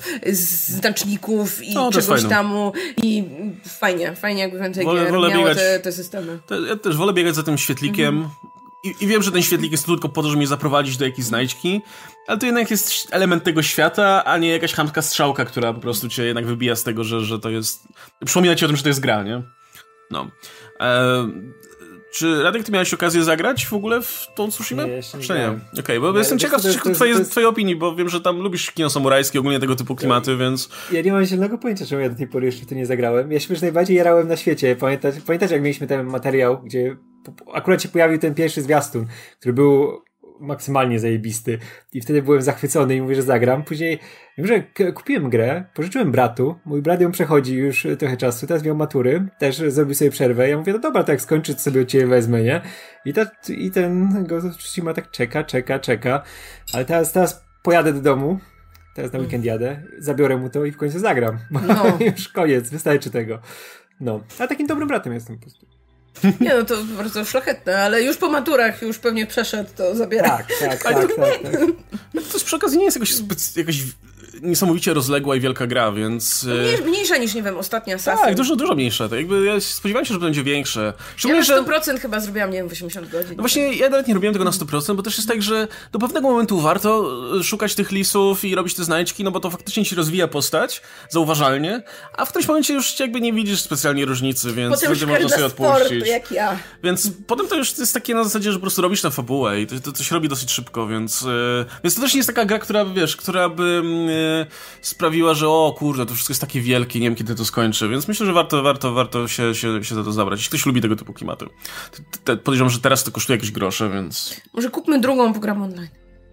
znaczników i no, czegoś tam i fajnie, fajnie jakby więcej wolę, gier wolę miało biegać, te, te systemy. To, ja też wolę biegać za tym świetlikiem. Mhm. I, I wiem, że ten świetlik jest tylko po to, żeby mnie zaprowadzić do jakiejś znajdźki, ale to jednak jest element tego świata, a nie jakaś chamska strzałka, która po prostu cię jednak wybija z tego, że, że to jest... Przypomina ci o tym, że to jest gra, nie? No. E... Czy, Radek, ty miałeś okazję zagrać w ogóle w tą Tsushima? Nie, jeszcze nie. Nie. Okej, okay, bo nie, jestem ciekaw to, to, to, twojej, to jest... twojej opinii, bo wiem, że tam lubisz kino samurajskie, ogólnie tego typu klimaty, ja, więc... Ja nie mam zielonego pojęcia, czemu ja do tej pory jeszcze w to nie zagrałem. Ja się już najbardziej jarałem na świecie. Pamiętasz, pamiętasz jak mieliśmy ten materiał, gdzie akurat się pojawił ten pierwszy zwiastun, który był maksymalnie zajebisty i wtedy byłem zachwycony i mówię, że zagram. Później wiem, że k- kupiłem grę, pożyczyłem bratu, mój brat ją przechodzi już trochę czasu, teraz miał matury, też zrobił sobie przerwę, ja mówię, no dobra, to jak skończy, to sobie od ciebie wezmę, nie? I, ta, i ten Ghost of Tsushima tak czeka, czeka, czeka, ale teraz, teraz pojadę do domu, teraz na weekend jadę, zabiorę mu to i w końcu zagram, bo no. Już koniec, wystarczy tego. No, a takim dobrym bratem jestem po prostu. Nie, no to bardzo szlachetne, ale już po maturach już pewnie przeszedł, to zabiera. Tak, tak, tak, tak, tak, tak. To przy okazji nie jest jakoś, specy- jakoś niesamowicie rozległa i wielka gra, więc... Mniej, mniejsza niż, nie wiem, ostatnia Assassin. Tak, dużo, dużo mniejsza. To jakby ja spodziewałem się, że będzie większe. Ja na sto procent że... chyba zrobiłam, nie wiem, w osiemdziesiąt godzin. No właśnie, ja nawet nie robiłem tego na sto procent, bo też jest tak, że do pewnego momentu warto szukać tych lisów i robić te znajdźki, no bo to faktycznie ci rozwija postać, zauważalnie, a w którymś momencie już jakby nie widzisz specjalnie różnicy, więc potem będzie można sobie odpuścić. Sport, jak ja. Więc potem to już jest takie na zasadzie, że po prostu robisz tę fabułę i to, to, to się robi dosyć szybko, więc... Yy, więc to też nie jest taka gra, która, wiesz, która by yy, sprawiła, że o kurde, to wszystko jest takie wielkie, nie wiem kiedy to skończy, więc myślę, że warto, warto, warto się, się, się za to zabrać. Jeśli ktoś lubi tego typu klimaty. Podejrzewam, że teraz to kosztuje jakieś grosze, więc... Może kupmy drugą, pogram online.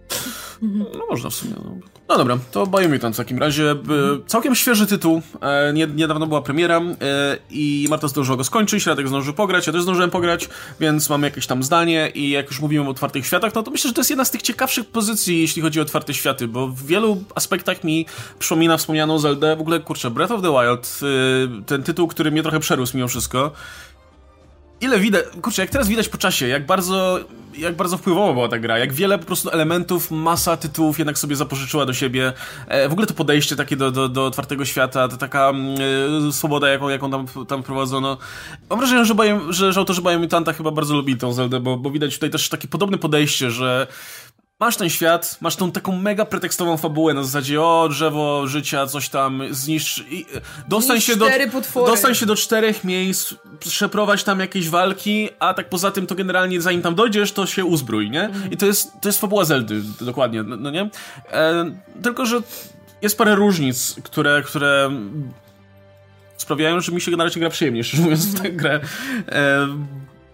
No można w sumie. No, no dobra, to Biomutant w takim razie. E, całkiem świeży tytuł. E, nie, niedawno była premiera e, i Marta zdążyła go skończyć, Radek zdążył pograć, ja też zdążyłem pograć, więc mamy jakieś tam zdanie i jak już mówimy o otwartych światach, no to myślę, że to jest jedna z tych ciekawszych pozycji, jeśli chodzi o otwarte światy, bo w wielu aspektach mi przypomina wspomnianą Zeldę. W ogóle, kurczę, Breath of the Wild, e, ten tytuł, który mnie trochę przerósł mimo wszystko. Ile widać, kurczę, jak teraz widać po czasie, jak bardzo, jak bardzo wpływowa była ta gra, jak wiele po prostu elementów, masa tytułów jednak sobie zapożyczyła do siebie. E, w ogóle to podejście takie do, do, do otwartego świata, to taka e, swoboda, jaką, jaką tam, tam prowadzono. Mam wrażenie, że, Bio, że, że autorzy Biomutanta chyba bardzo lubili tą Zeldę, bo, bo widać tutaj też takie podobne podejście, że masz ten świat, masz tą taką mega pretekstową fabułę na zasadzie o, drzewo życia, coś tam, zniszcz... I, dostań, się do, dostań się do czterech miejsc, przeprowadź tam jakieś walki, a tak poza tym to generalnie zanim tam dojdziesz, to się uzbrój, nie? Mhm. I to jest, to jest fabuła Zeldy, dokładnie, no, no nie? E, tylko, że jest parę różnic, które, które sprawiają, że mi się generalnie gra przyjemnie, szczerze mówiąc, w tę grę. E,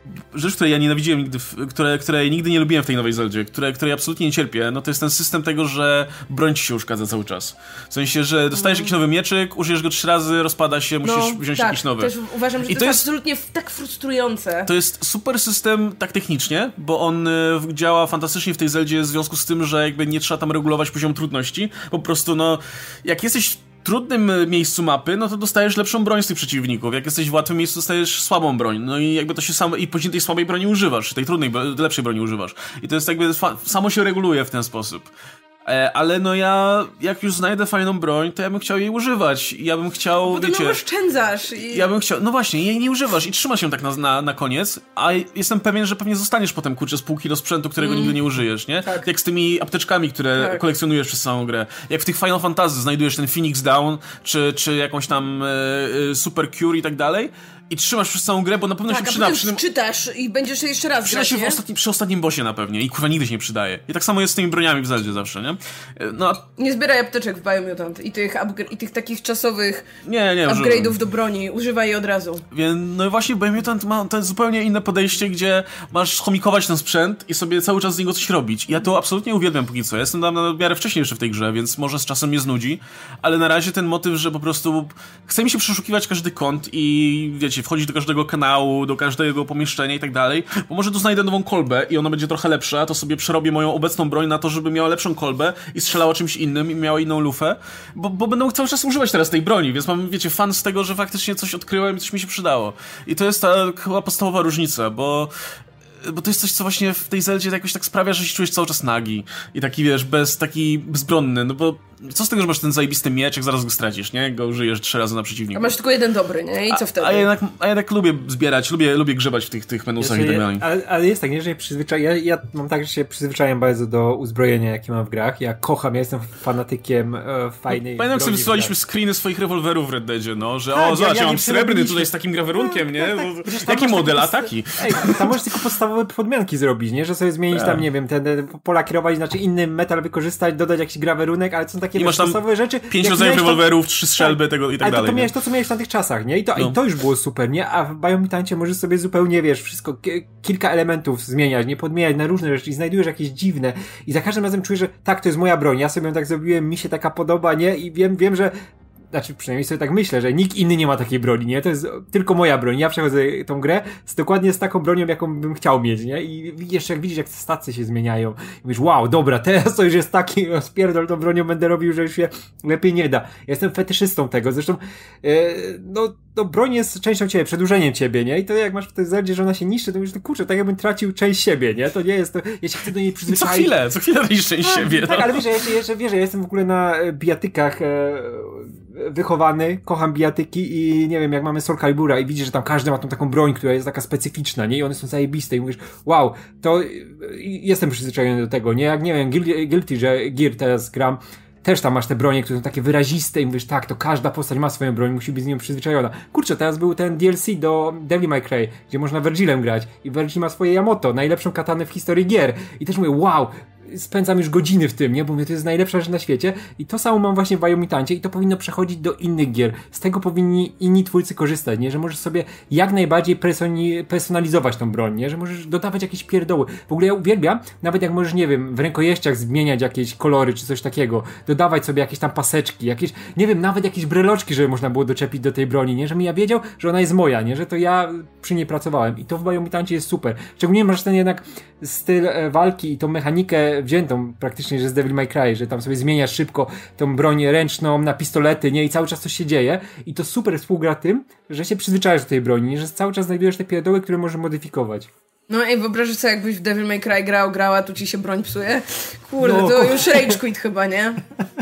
rzecz, której ja nienawidziłem nigdy, które, której nigdy nie lubiłem w tej nowej Zeldzie, które, której absolutnie nie cierpię, no to jest ten system tego, że broń ci się uszkadza cały czas. W sensie, że dostajesz mm. jakiś nowy mieczyk, użyjesz go trzy razy, rozpada się, musisz no, wziąć tak, jakiś nowy. Też uważam, że I to, to jest jest absolutnie tak frustrujące. To jest super system tak technicznie, bo on y, działa fantastycznie w tej Zeldzie w związku z tym, że jakby nie trzeba tam regulować poziom trudności. Po prostu, no, jak jesteś w trudnym miejscu mapy, no to dostajesz lepszą broń z tych przeciwników. Jak jesteś w łatwym miejscu, dostajesz słabą broń. No i jakby to się samo... I później tej słabej broni używasz, tej trudnej, lepszej broni używasz. I to jest jakby... Samo się reguluje w ten sposób. E, ale no ja, jak już znajdę fajną broń, to ja bym chciał jej używać. I ja bym chciał, bo wiecie... Bo oszczędzasz. I... Ja bym chciał... No właśnie, jej nie używasz i trzymasz ją tak na, na, na koniec, a jestem pewien, że pewnie zostaniesz potem, kurczę, z pół kilo sprzętu, którego mm. nigdy nie użyjesz, nie? Tak. Jak z tymi apteczkami, które tak. kolekcjonujesz przez całą grę. Jak w tych Final Fantasy znajdujesz ten Phoenix Down, czy, czy jakąś tam e, e, Super Cure i tak dalej, i trzymasz przez całą grę, bo na pewno tak, się przyda. Tak, a potem czytasz i będziesz jeszcze raz Przyda grać, się nie? w ostatnim, przy ostatnim bossie na pewnie i kurwa nigdy się nie przydaje. I tak samo jest z tymi broniami w Zeldzie zawsze, nie? No, nie zbieraj apteczek w Biomutant i tych, upgra- i tych takich czasowych nie, nie, upgrade'ów do broni. Używaj je od razu. Więc, no i właśnie Biomutant ma to jest zupełnie inne podejście, gdzie masz chomikować ten sprzęt i sobie cały czas z niego coś robić. I ja to absolutnie uwielbiam póki co. Ja jestem na, na miarę wcześniej jeszcze w tej grze, więc może z czasem mnie znudzi, ale na razie ten motyw, że po prostu chce mi się przeszukiwać każdy kąt i wiecie, wchodzić do każdego kanału, do każdego pomieszczenia i tak dalej, bo może tu znajdę nową kolbę i ona będzie trochę lepsza, to sobie przerobię moją obecną broń na to, żeby miała lepszą kolbę i strzelała czymś innym i miała inną lufę, bo, bo będę cały czas używać teraz tej broni, więc mam, wiecie, fan z tego, że faktycznie coś odkryłem i coś mi się przydało. I to jest ta chyba podstawowa różnica, bo bo to jest coś, co właśnie w tej Zeldzie jakoś tak sprawia, że się czujesz cały czas nagi i taki, wiesz, bez, taki bezbronny, no bo co z tego, że masz ten zajebisty miecz, jak zaraz go stracisz, nie? Jak go użyjesz trzy razy na przeciwnika. A masz tylko jeden dobry, nie? I co wtedy? A, a, ja, jednak, a ja jednak lubię zbierać, lubię, lubię grzebać w tych, tych menusach i tak dalej. Ale, ale jest tak, nie, że ja przyzwyczaj... Ja, ja mam tak, że się przyzwyczajam bardzo do uzbrojenia, jakie mam w grach. Ja kocham, ja jestem fanatykiem e, fajnej... No, pamiętam, jak sobie wysłaliśmy screeny swoich rewolwerów w Red Deadzie, no, że tak, o, zobacz, ja, ja mam srebrny tutaj z tak, takim grawerunkiem, nie? No, wiesz, jaki model? A taki? Ej, tam możesz tylko podstawowe podmianki zrobić, nie? Że sobie zmienić tak. tam, nie wiem, ten, ten pola kierować, znaczy inny metal wykorzystać, dodać jakiś grawerunek, ale to są takie I masz tam podstawowe rzeczy. Pięć rodzajów rewolwerów, trzy strzelby, tak, tego i tak ale dalej. Ale to, to miałeś to, co miałeś w tamtych czasach, nie? I to, no. I to już było super, nie? A w Biomutancie możesz sobie zupełnie, wiesz, wszystko, k- kilka elementów zmieniać, nie? Podmieniać na różne rzeczy i znajdujesz jakieś dziwne i za każdym razem czujesz, że tak, to jest moja broń, ja sobie ją tak zrobiłem, mi się taka podoba, nie? I wiem, wiem, że znaczy przynajmniej sobie tak myślę, że nikt inny nie ma takiej broni, nie? To jest tylko moja broń. Ja przechodzę tą grę z dokładnie z taką bronią, jaką bym chciał mieć, nie? I jeszcze jak widzisz, jak te stacje się zmieniają i mówisz, wow, dobra, teraz to już jest taki spierdol tą bronią będę robił, że już się lepiej nie da. Ja jestem fetyszystą tego, zresztą yy, no, no broń jest częścią ciebie, przedłużeniem ciebie, nie? I to jak masz w tej Zeldzie, że ona się niszczy, to mówisz, no kurczę, tak jakbym tracił część siebie, nie? To nie jest to, ja się chcę do niej przyzwyczaić. Co chwilę, co chwilę tracisz część tak, siebie. Tak, no. ale wiesz, ja, jeszcze, jeszcze, wiesz, ja jestem w ogóle na bijatykach e, wychowany, kocham bijatyki i nie wiem, jak mamy Soul Calibura i widzisz, że tam każdy ma tą taką broń, która jest taka specyficzna, nie? I one są zajebiste i mówisz, wow, to jestem przyzwyczajony do tego, nie? Jak, nie wiem, Guilty, że Gear teraz gram, też tam masz te bronie, które są takie wyraziste i mówisz, tak, to każda postać ma swoją broń, musi być z nią przyzwyczajona. Kurczę, teraz był ten D L C do Devil May Cry, gdzie można Virgilem grać i Virgil ma swoje Yamato, najlepszą katanę w historii gier. I też mówię, wow, spędzam już godziny w tym, nie? Bo mówię, to jest najlepsza rzecz na świecie i to samo mam właśnie w Biomutancie i to powinno przechodzić do innych gier. Z tego powinni inni twórcy korzystać, nie? Że możesz sobie jak najbardziej personi- personalizować tą broń, nie? Że możesz dodawać jakieś pierdoły. W ogóle ja uwielbiam, nawet jak możesz, nie wiem, w rękojeściach zmieniać jakieś kolory czy coś takiego, dodawać sobie jakieś tam paseczki, jakieś, nie wiem, nawet jakieś breloczki, żeby można było doczepić do tej broni, nie? Żebym ja wiedział, że ona jest moja, nie? Że to ja przy niej pracowałem i to w Biomutancie jest super. Szczególnie masz ten jednak styl walki i tą mechanikę wziętą praktycznie, że z Devil May Cry, że tam sobie zmieniasz szybko tą broń ręczną na pistolety, nie? I cały czas coś się dzieje i to super współgra tym, że się przyzwyczajasz do tej broni, że cały czas znajdujesz te pierdoły, które możesz modyfikować. No i wyobrażasz sobie, jakbyś w Devil May Cry grał, grała, tu ci się broń psuje? Kurde, no, to już rage quit chyba, nie?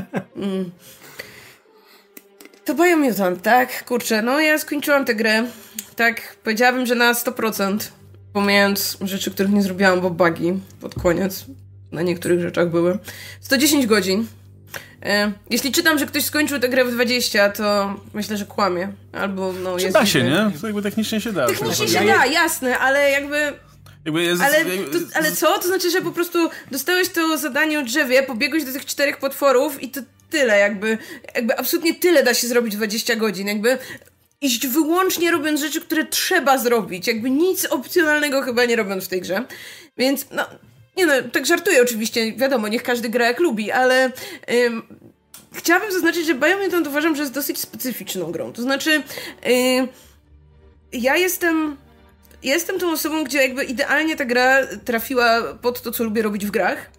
Mm. To Biomutant, tak? Kurczę, no ja skończyłam tę grę, tak, powiedziałabym, że na sto procent, pomijając rzeczy, których nie zrobiłam, bo bugi pod koniec na niektórych rzeczach były. sto dziesięć godzin. E, jeśli czytam, że ktoś skończył tę grę w dwadzieścia, to myślę, że kłamie. Albo no Czy jest da się, dziwny. nie? To jakby technicznie się da. Technicznie się da, jasne, ale jakby... jakby jest, ale, jakby... to, ale co? To znaczy, że po prostu dostałeś to zadanie o drzewie, pobiegłeś do tych czterech potworów i to tyle, jakby, jakby absolutnie tyle da się zrobić w dwadzieścia godzin, jakby iść wyłącznie robiąc rzeczy, które trzeba zrobić. Jakby nic opcjonalnego chyba nie robiąc w tej grze. Więc no, nie no, tak żartuję oczywiście, wiadomo, niech każdy gra jak lubi, ale ym, chciałabym zaznaczyć, że Biomutant uważam, że jest dosyć specyficzną grą. To znaczy, yy, ja jestem... Jestem tą osobą, gdzie jakby idealnie ta gra trafiła pod to, co lubię robić w grach,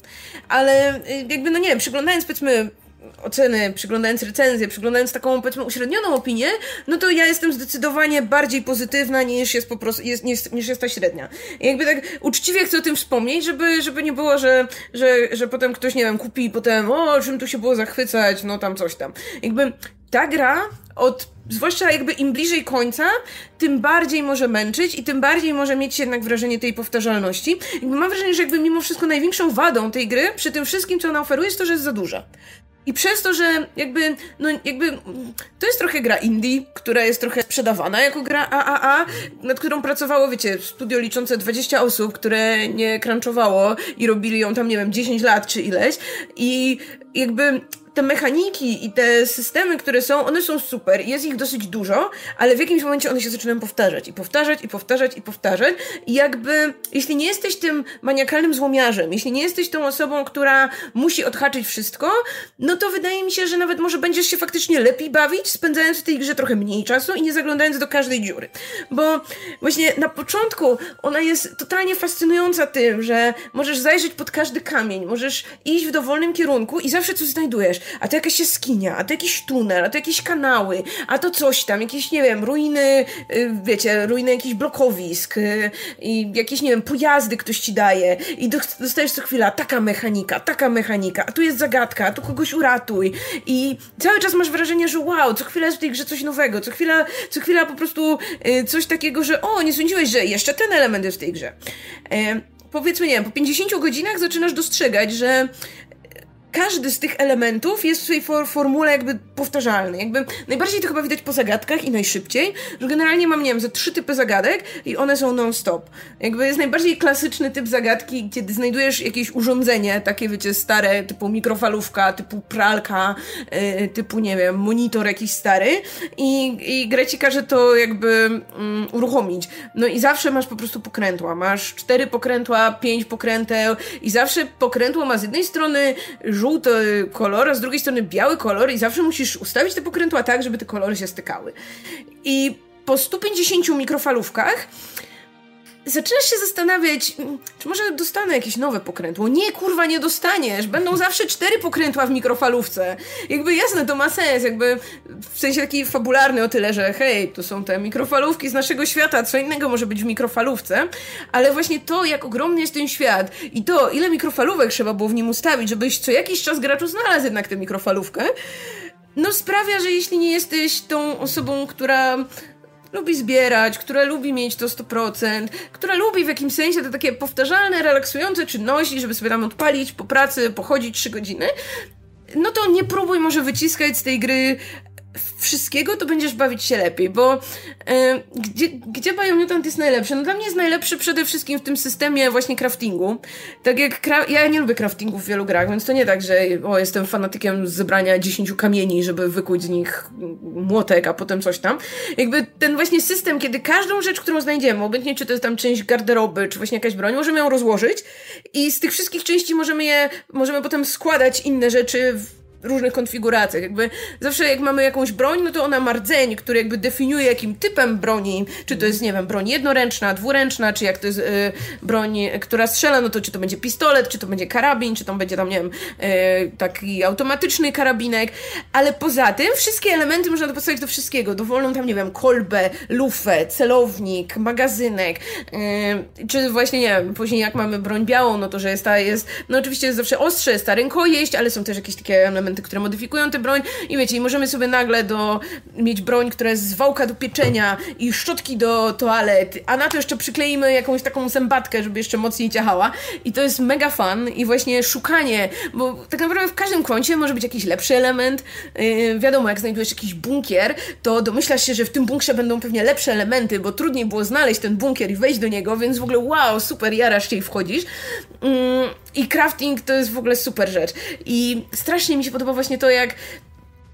ale jakby, no nie wiem, przyglądając, powiedzmy, oceny, przyglądając recenzję, przyglądając taką, powiedzmy, uśrednioną opinię, no to ja jestem zdecydowanie bardziej pozytywna niż jest po prostu, jest, niż, niż jest ta średnia. I jakby tak uczciwie chcę o tym wspomnieć, żeby, żeby nie było, że, że, że potem ktoś, nie wiem, kupi i potem, o, czym tu się było zachwycać, no tam coś tam. Jakby ta gra od, zwłaszcza jakby im bliżej końca, tym bardziej może męczyć i tym bardziej może mieć jednak wrażenie tej powtarzalności. Jakby mam wrażenie, że jakby mimo wszystko największą wadą tej gry, przy tym wszystkim, co ona oferuje, jest to, że jest za duża. I przez to, że jakby, no jakby, to jest trochę gra indie, która jest trochę sprzedawana jako gra A A A, nad którą pracowało, wiecie, studio liczące dwadzieścia osób, które nie crunchowało i robili ją tam, nie wiem, dziesięć lat czy ileś. I jakby te mechaniki i te systemy, które są, one są super, jest ich dosyć dużo, ale w jakimś momencie one się zaczynają powtarzać i powtarzać i powtarzać i powtarzać i jakby, jeśli nie jesteś tym maniakalnym złomiarzem, jeśli nie jesteś tą osobą, która musi odhaczyć wszystko, no to wydaje mi się, że nawet może będziesz się faktycznie lepiej bawić, spędzając w tej grze trochę mniej czasu i nie zaglądając do każdej dziury. Bo właśnie na początku ona jest totalnie fascynująca tym, że możesz zajrzeć pod każdy kamień, możesz iść w dowolnym kierunku i zawsze coś znajdujesz. A to jakaś jaskinia, a to jakiś tunel, a to jakieś kanały, a to coś tam, jakieś, nie wiem, ruiny, wiecie, ruiny jakichś blokowisk i jakieś, nie wiem, pojazdy ktoś ci daje i dostajesz co chwila taka mechanika, taka mechanika, a tu jest zagadka, a tu kogoś uratuj i cały czas masz wrażenie, że wow, co chwila jest w tej grze coś nowego, co chwila, co chwila po prostu coś takiego, że o, nie sądziłeś, że jeszcze ten element jest w tej grze. E, powiedzmy, nie wiem, po pięćdziesięciu godzinach zaczynasz dostrzegać, że każdy z tych elementów jest w swojej for- formule jakby powtarzalny. Jakby najbardziej to chyba widać po zagadkach i najszybciej, że generalnie mam, nie wiem, ze trzy typy zagadek i one są non-stop. Jakby jest najbardziej klasyczny typ zagadki, kiedy znajdujesz jakieś urządzenie, takie wiecie, stare, typu mikrofalówka, typu pralka, yy, typu, nie wiem, monitor jakiś stary i, i gra ci każe to jakby um, uruchomić. No i zawsze masz po prostu pokrętła. Masz cztery pokrętła, pięć pokręteł i zawsze pokrętło ma z jednej strony żółty kolor, a z drugiej strony biały kolor i zawsze musisz ustawić te pokrętła tak, żeby te kolory się stykały. I po stu pięćdziesięciu mikrofalówkach zaczynasz się zastanawiać, czy może dostanę jakieś nowe pokrętło. Nie, kurwa, nie dostaniesz. Będą zawsze cztery pokrętła w mikrofalówce. Jakby jasne, to ma sens, jakby w sensie taki fabularny o tyle, że hej, to są te mikrofalówki z naszego świata, co innego może być w mikrofalówce, ale właśnie to, jak ogromny jest ten świat i to, ile mikrofalówek trzeba było w nim ustawić, żebyś co jakiś czas graczu znalazł jednak tę mikrofalówkę, no sprawia, że jeśli nie jesteś tą osobą, która lubi zbierać, która lubi mieć to sto procent, która lubi w jakimś sensie te takie powtarzalne, relaksujące czynności, żeby sobie tam odpalić po pracy, pochodzić trzy godziny, no to nie próbuj może wyciskać z tej gry wszystkiego, to będziesz bawić się lepiej, bo e, gdzie, gdzie Biomutant jest najlepszy? No dla mnie jest najlepszy przede wszystkim w tym systemie właśnie craftingu. Tak jak, kra- ja nie lubię craftingu w wielu grach, więc to nie tak, że o, jestem fanatykiem zebrania dziesięciu kamieni, żeby wykuć z nich młotek, a potem coś tam. Jakby ten właśnie system, kiedy każdą rzecz, którą znajdziemy, obojętnie czy to jest tam część garderoby, czy właśnie jakaś broń, możemy ją rozłożyć i z tych wszystkich części możemy je, możemy potem składać inne rzeczy w różnych konfiguracjach. Jakby zawsze jak mamy jakąś broń, no to ona ma rdzeń, który jakby definiuje jakim typem broni, czy to jest, nie wiem, broń jednoręczna, dwuręczna, czy jak to jest yy, broń, która strzela, no to czy to będzie pistolet, czy to będzie karabin, czy to będzie tam, nie wiem, yy, taki automatyczny karabinek, ale poza tym wszystkie elementy można dopasować do wszystkiego. Dowolną tam, nie wiem, kolbę, lufę, celownik, magazynek, yy, czy właśnie, nie wiem, później jak mamy broń białą, no to, że jest ta, jest, no oczywiście jest zawsze ostrze, jest ta rękojeść, ale są też jakieś takie elementy, które modyfikują tę broń i wiecie, i możemy sobie nagle do, mieć broń, która jest z wałka do pieczenia i szczotki do toalet, a na to jeszcze przykleimy jakąś taką zębatkę, żeby jeszcze mocniej ciachała i to jest mega fun i właśnie szukanie, bo tak naprawdę w każdym kącie może być jakiś lepszy element, yy, wiadomo, jak znajdujesz jakiś bunkier, to domyślasz się, że w tym bunkrze będą pewnie lepsze elementy, bo trudniej było znaleźć ten bunkier i wejść do niego, więc w ogóle wow, super, jarasz się i wchodzisz. Yy, I crafting to jest w ogóle super rzecz i strasznie mi się podoba właśnie to, jak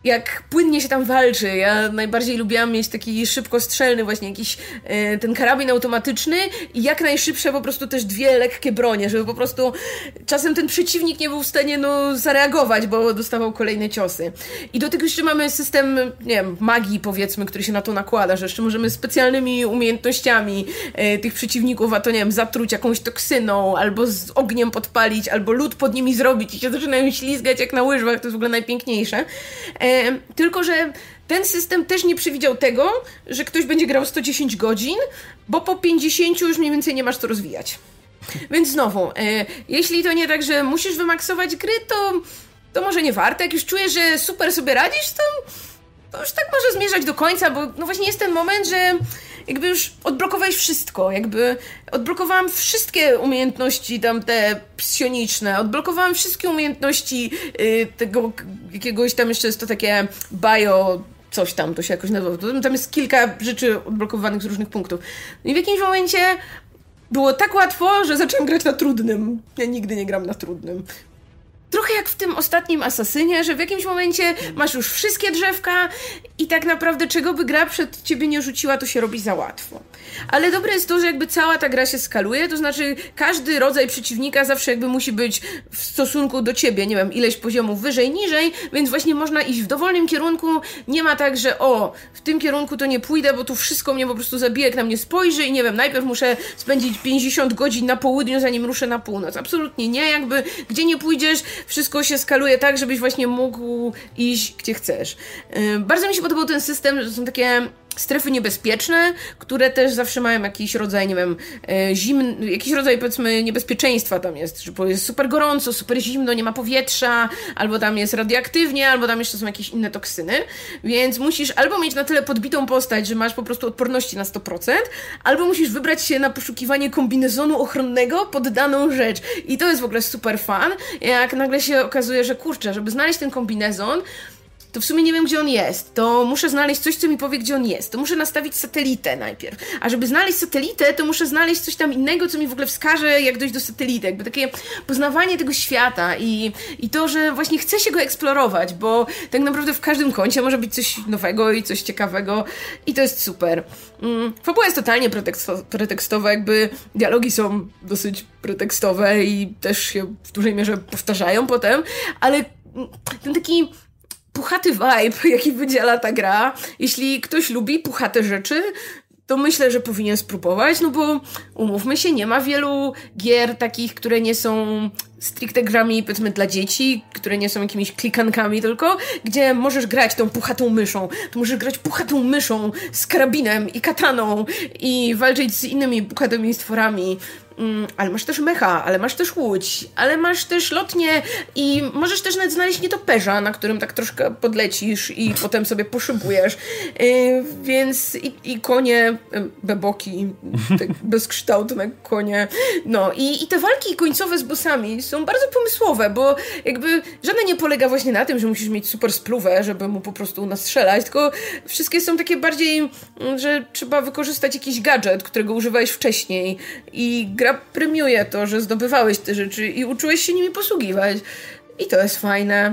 jak płynnie się tam walczy. Ja najbardziej lubiłam mieć taki szybkostrzelny właśnie jakiś e, ten karabin automatyczny i jak najszybsze po prostu też dwie lekkie bronie, żeby po prostu czasem ten przeciwnik nie był w stanie no zareagować, bo dostawał kolejne ciosy. I do tego jeszcze mamy system, nie wiem, magii powiedzmy, który się na to nakłada, że jeszcze możemy specjalnymi umiejętnościami e, tych przeciwników, a to nie wiem, zatruć jakąś toksyną, albo z ogniem podpalić, albo lód pod nimi zrobić i się zaczynają ślizgać jak na łyżwach, to jest w ogóle najpiękniejsze. E, tylko, że ten system też nie przewidział tego, że ktoś będzie grał sto dziesięć godzin, bo po pięćdziesięciu już mniej więcej nie masz co rozwijać. Więc znowu, e, jeśli to nie tak, że musisz wymaksować gry, to, to może nie warto. Jak już czujesz, że super sobie radzisz, to, to już tak może zmierzać do końca, bo no właśnie jest ten moment, że jakby już odblokowałeś wszystko, jakby odblokowałam wszystkie umiejętności tam te psioniczne, odblokowałam wszystkie umiejętności y, tego jakiegoś tam jeszcze jest to takie bio coś tam, to się jakoś nazywa. Tam jest kilka rzeczy odblokowanych z różnych punktów. I w jakimś momencie było tak łatwo, że zacząłem grać na trudnym. Ja nigdy nie gram na trudnym. Trochę jak w tym ostatnim Asasynie, że w jakimś momencie masz już wszystkie drzewka i tak naprawdę czego by gra przed ciebie nie rzuciła, to się robi za łatwo. Ale dobre jest to, że jakby cała ta gra się skaluje, to znaczy każdy rodzaj przeciwnika zawsze jakby musi być w stosunku do ciebie, nie wiem, ileś poziomów wyżej, niżej, więc właśnie można iść w dowolnym kierunku. Nie ma tak, że o, w tym kierunku to nie pójdę, bo tu wszystko mnie po prostu zabije, jak na mnie spojrzy i nie wiem, najpierw muszę spędzić pięćdziesiąt godzin na południu, zanim ruszę na północ. Absolutnie nie, jakby gdzie nie pójdziesz, wszystko się skaluje tak, żebyś właśnie mógł iść gdzie chcesz. Yy, bardzo mi się podobał ten system, że są takie strefy niebezpieczne, które też zawsze mają jakiś rodzaj, nie wiem, zimny, jakiś rodzaj, powiedzmy, niebezpieczeństwa tam jest, że jest super gorąco, super zimno, nie ma powietrza, albo tam jest radioaktywnie, albo tam jeszcze są jakieś inne toksyny, więc musisz albo mieć na tyle podbitą postać, że masz po prostu odporności na sto procent, albo musisz wybrać się na poszukiwanie kombinezonu ochronnego pod daną rzecz. I to jest w ogóle super fun, jak nagle się okazuje, że kurczę, żeby znaleźć ten kombinezon, to w sumie nie wiem, gdzie on jest. To muszę znaleźć coś, co mi powie, gdzie on jest. To muszę nastawić satelitę najpierw. A żeby znaleźć satelitę, to muszę znaleźć coś tam innego, co mi w ogóle wskaże, jak dojść do satelity. Jakby takie poznawanie tego świata i, i to, że właśnie chce się go eksplorować, bo tak naprawdę w każdym kącie może być coś nowego i coś ciekawego i to jest super. Mm, fabuła jest totalnie preteksto- pretekstowa, jakby dialogi są dosyć pretekstowe i też się w dużej mierze powtarzają potem, ale ten taki puchaty vibe, jaki wydziela ta gra. Jeśli ktoś lubi puchate rzeczy, to myślę, że powinien spróbować, no bo umówmy się, nie ma wielu gier takich, które nie są stricte grami, powiedzmy, dla dzieci, które nie są jakimiś klikankami tylko, gdzie możesz grać tą puchatą myszą. Tu możesz grać puchatą myszą z karabinem i kataną i walczyć z innymi puchatymi stworami. Mm, ale masz też mecha, ale masz też łódź, ale masz też lotnię i możesz też nawet znaleźć nietoperza, na którym tak troszkę podlecisz i potem sobie poszybujesz. Yy, więc i, i konie, beboki, te bezkształtne konie. No i, i te walki końcowe z bossami są bardzo pomysłowe, bo jakby żadne nie polega właśnie na tym, że musisz mieć super spluwę, żeby mu po prostu nastrzelać, tylko wszystkie są takie bardziej, że trzeba wykorzystać jakiś gadżet, którego używałeś wcześniej i gra premiuje to, że zdobywałeś te rzeczy i uczyłeś się nimi posługiwać. I to jest fajne.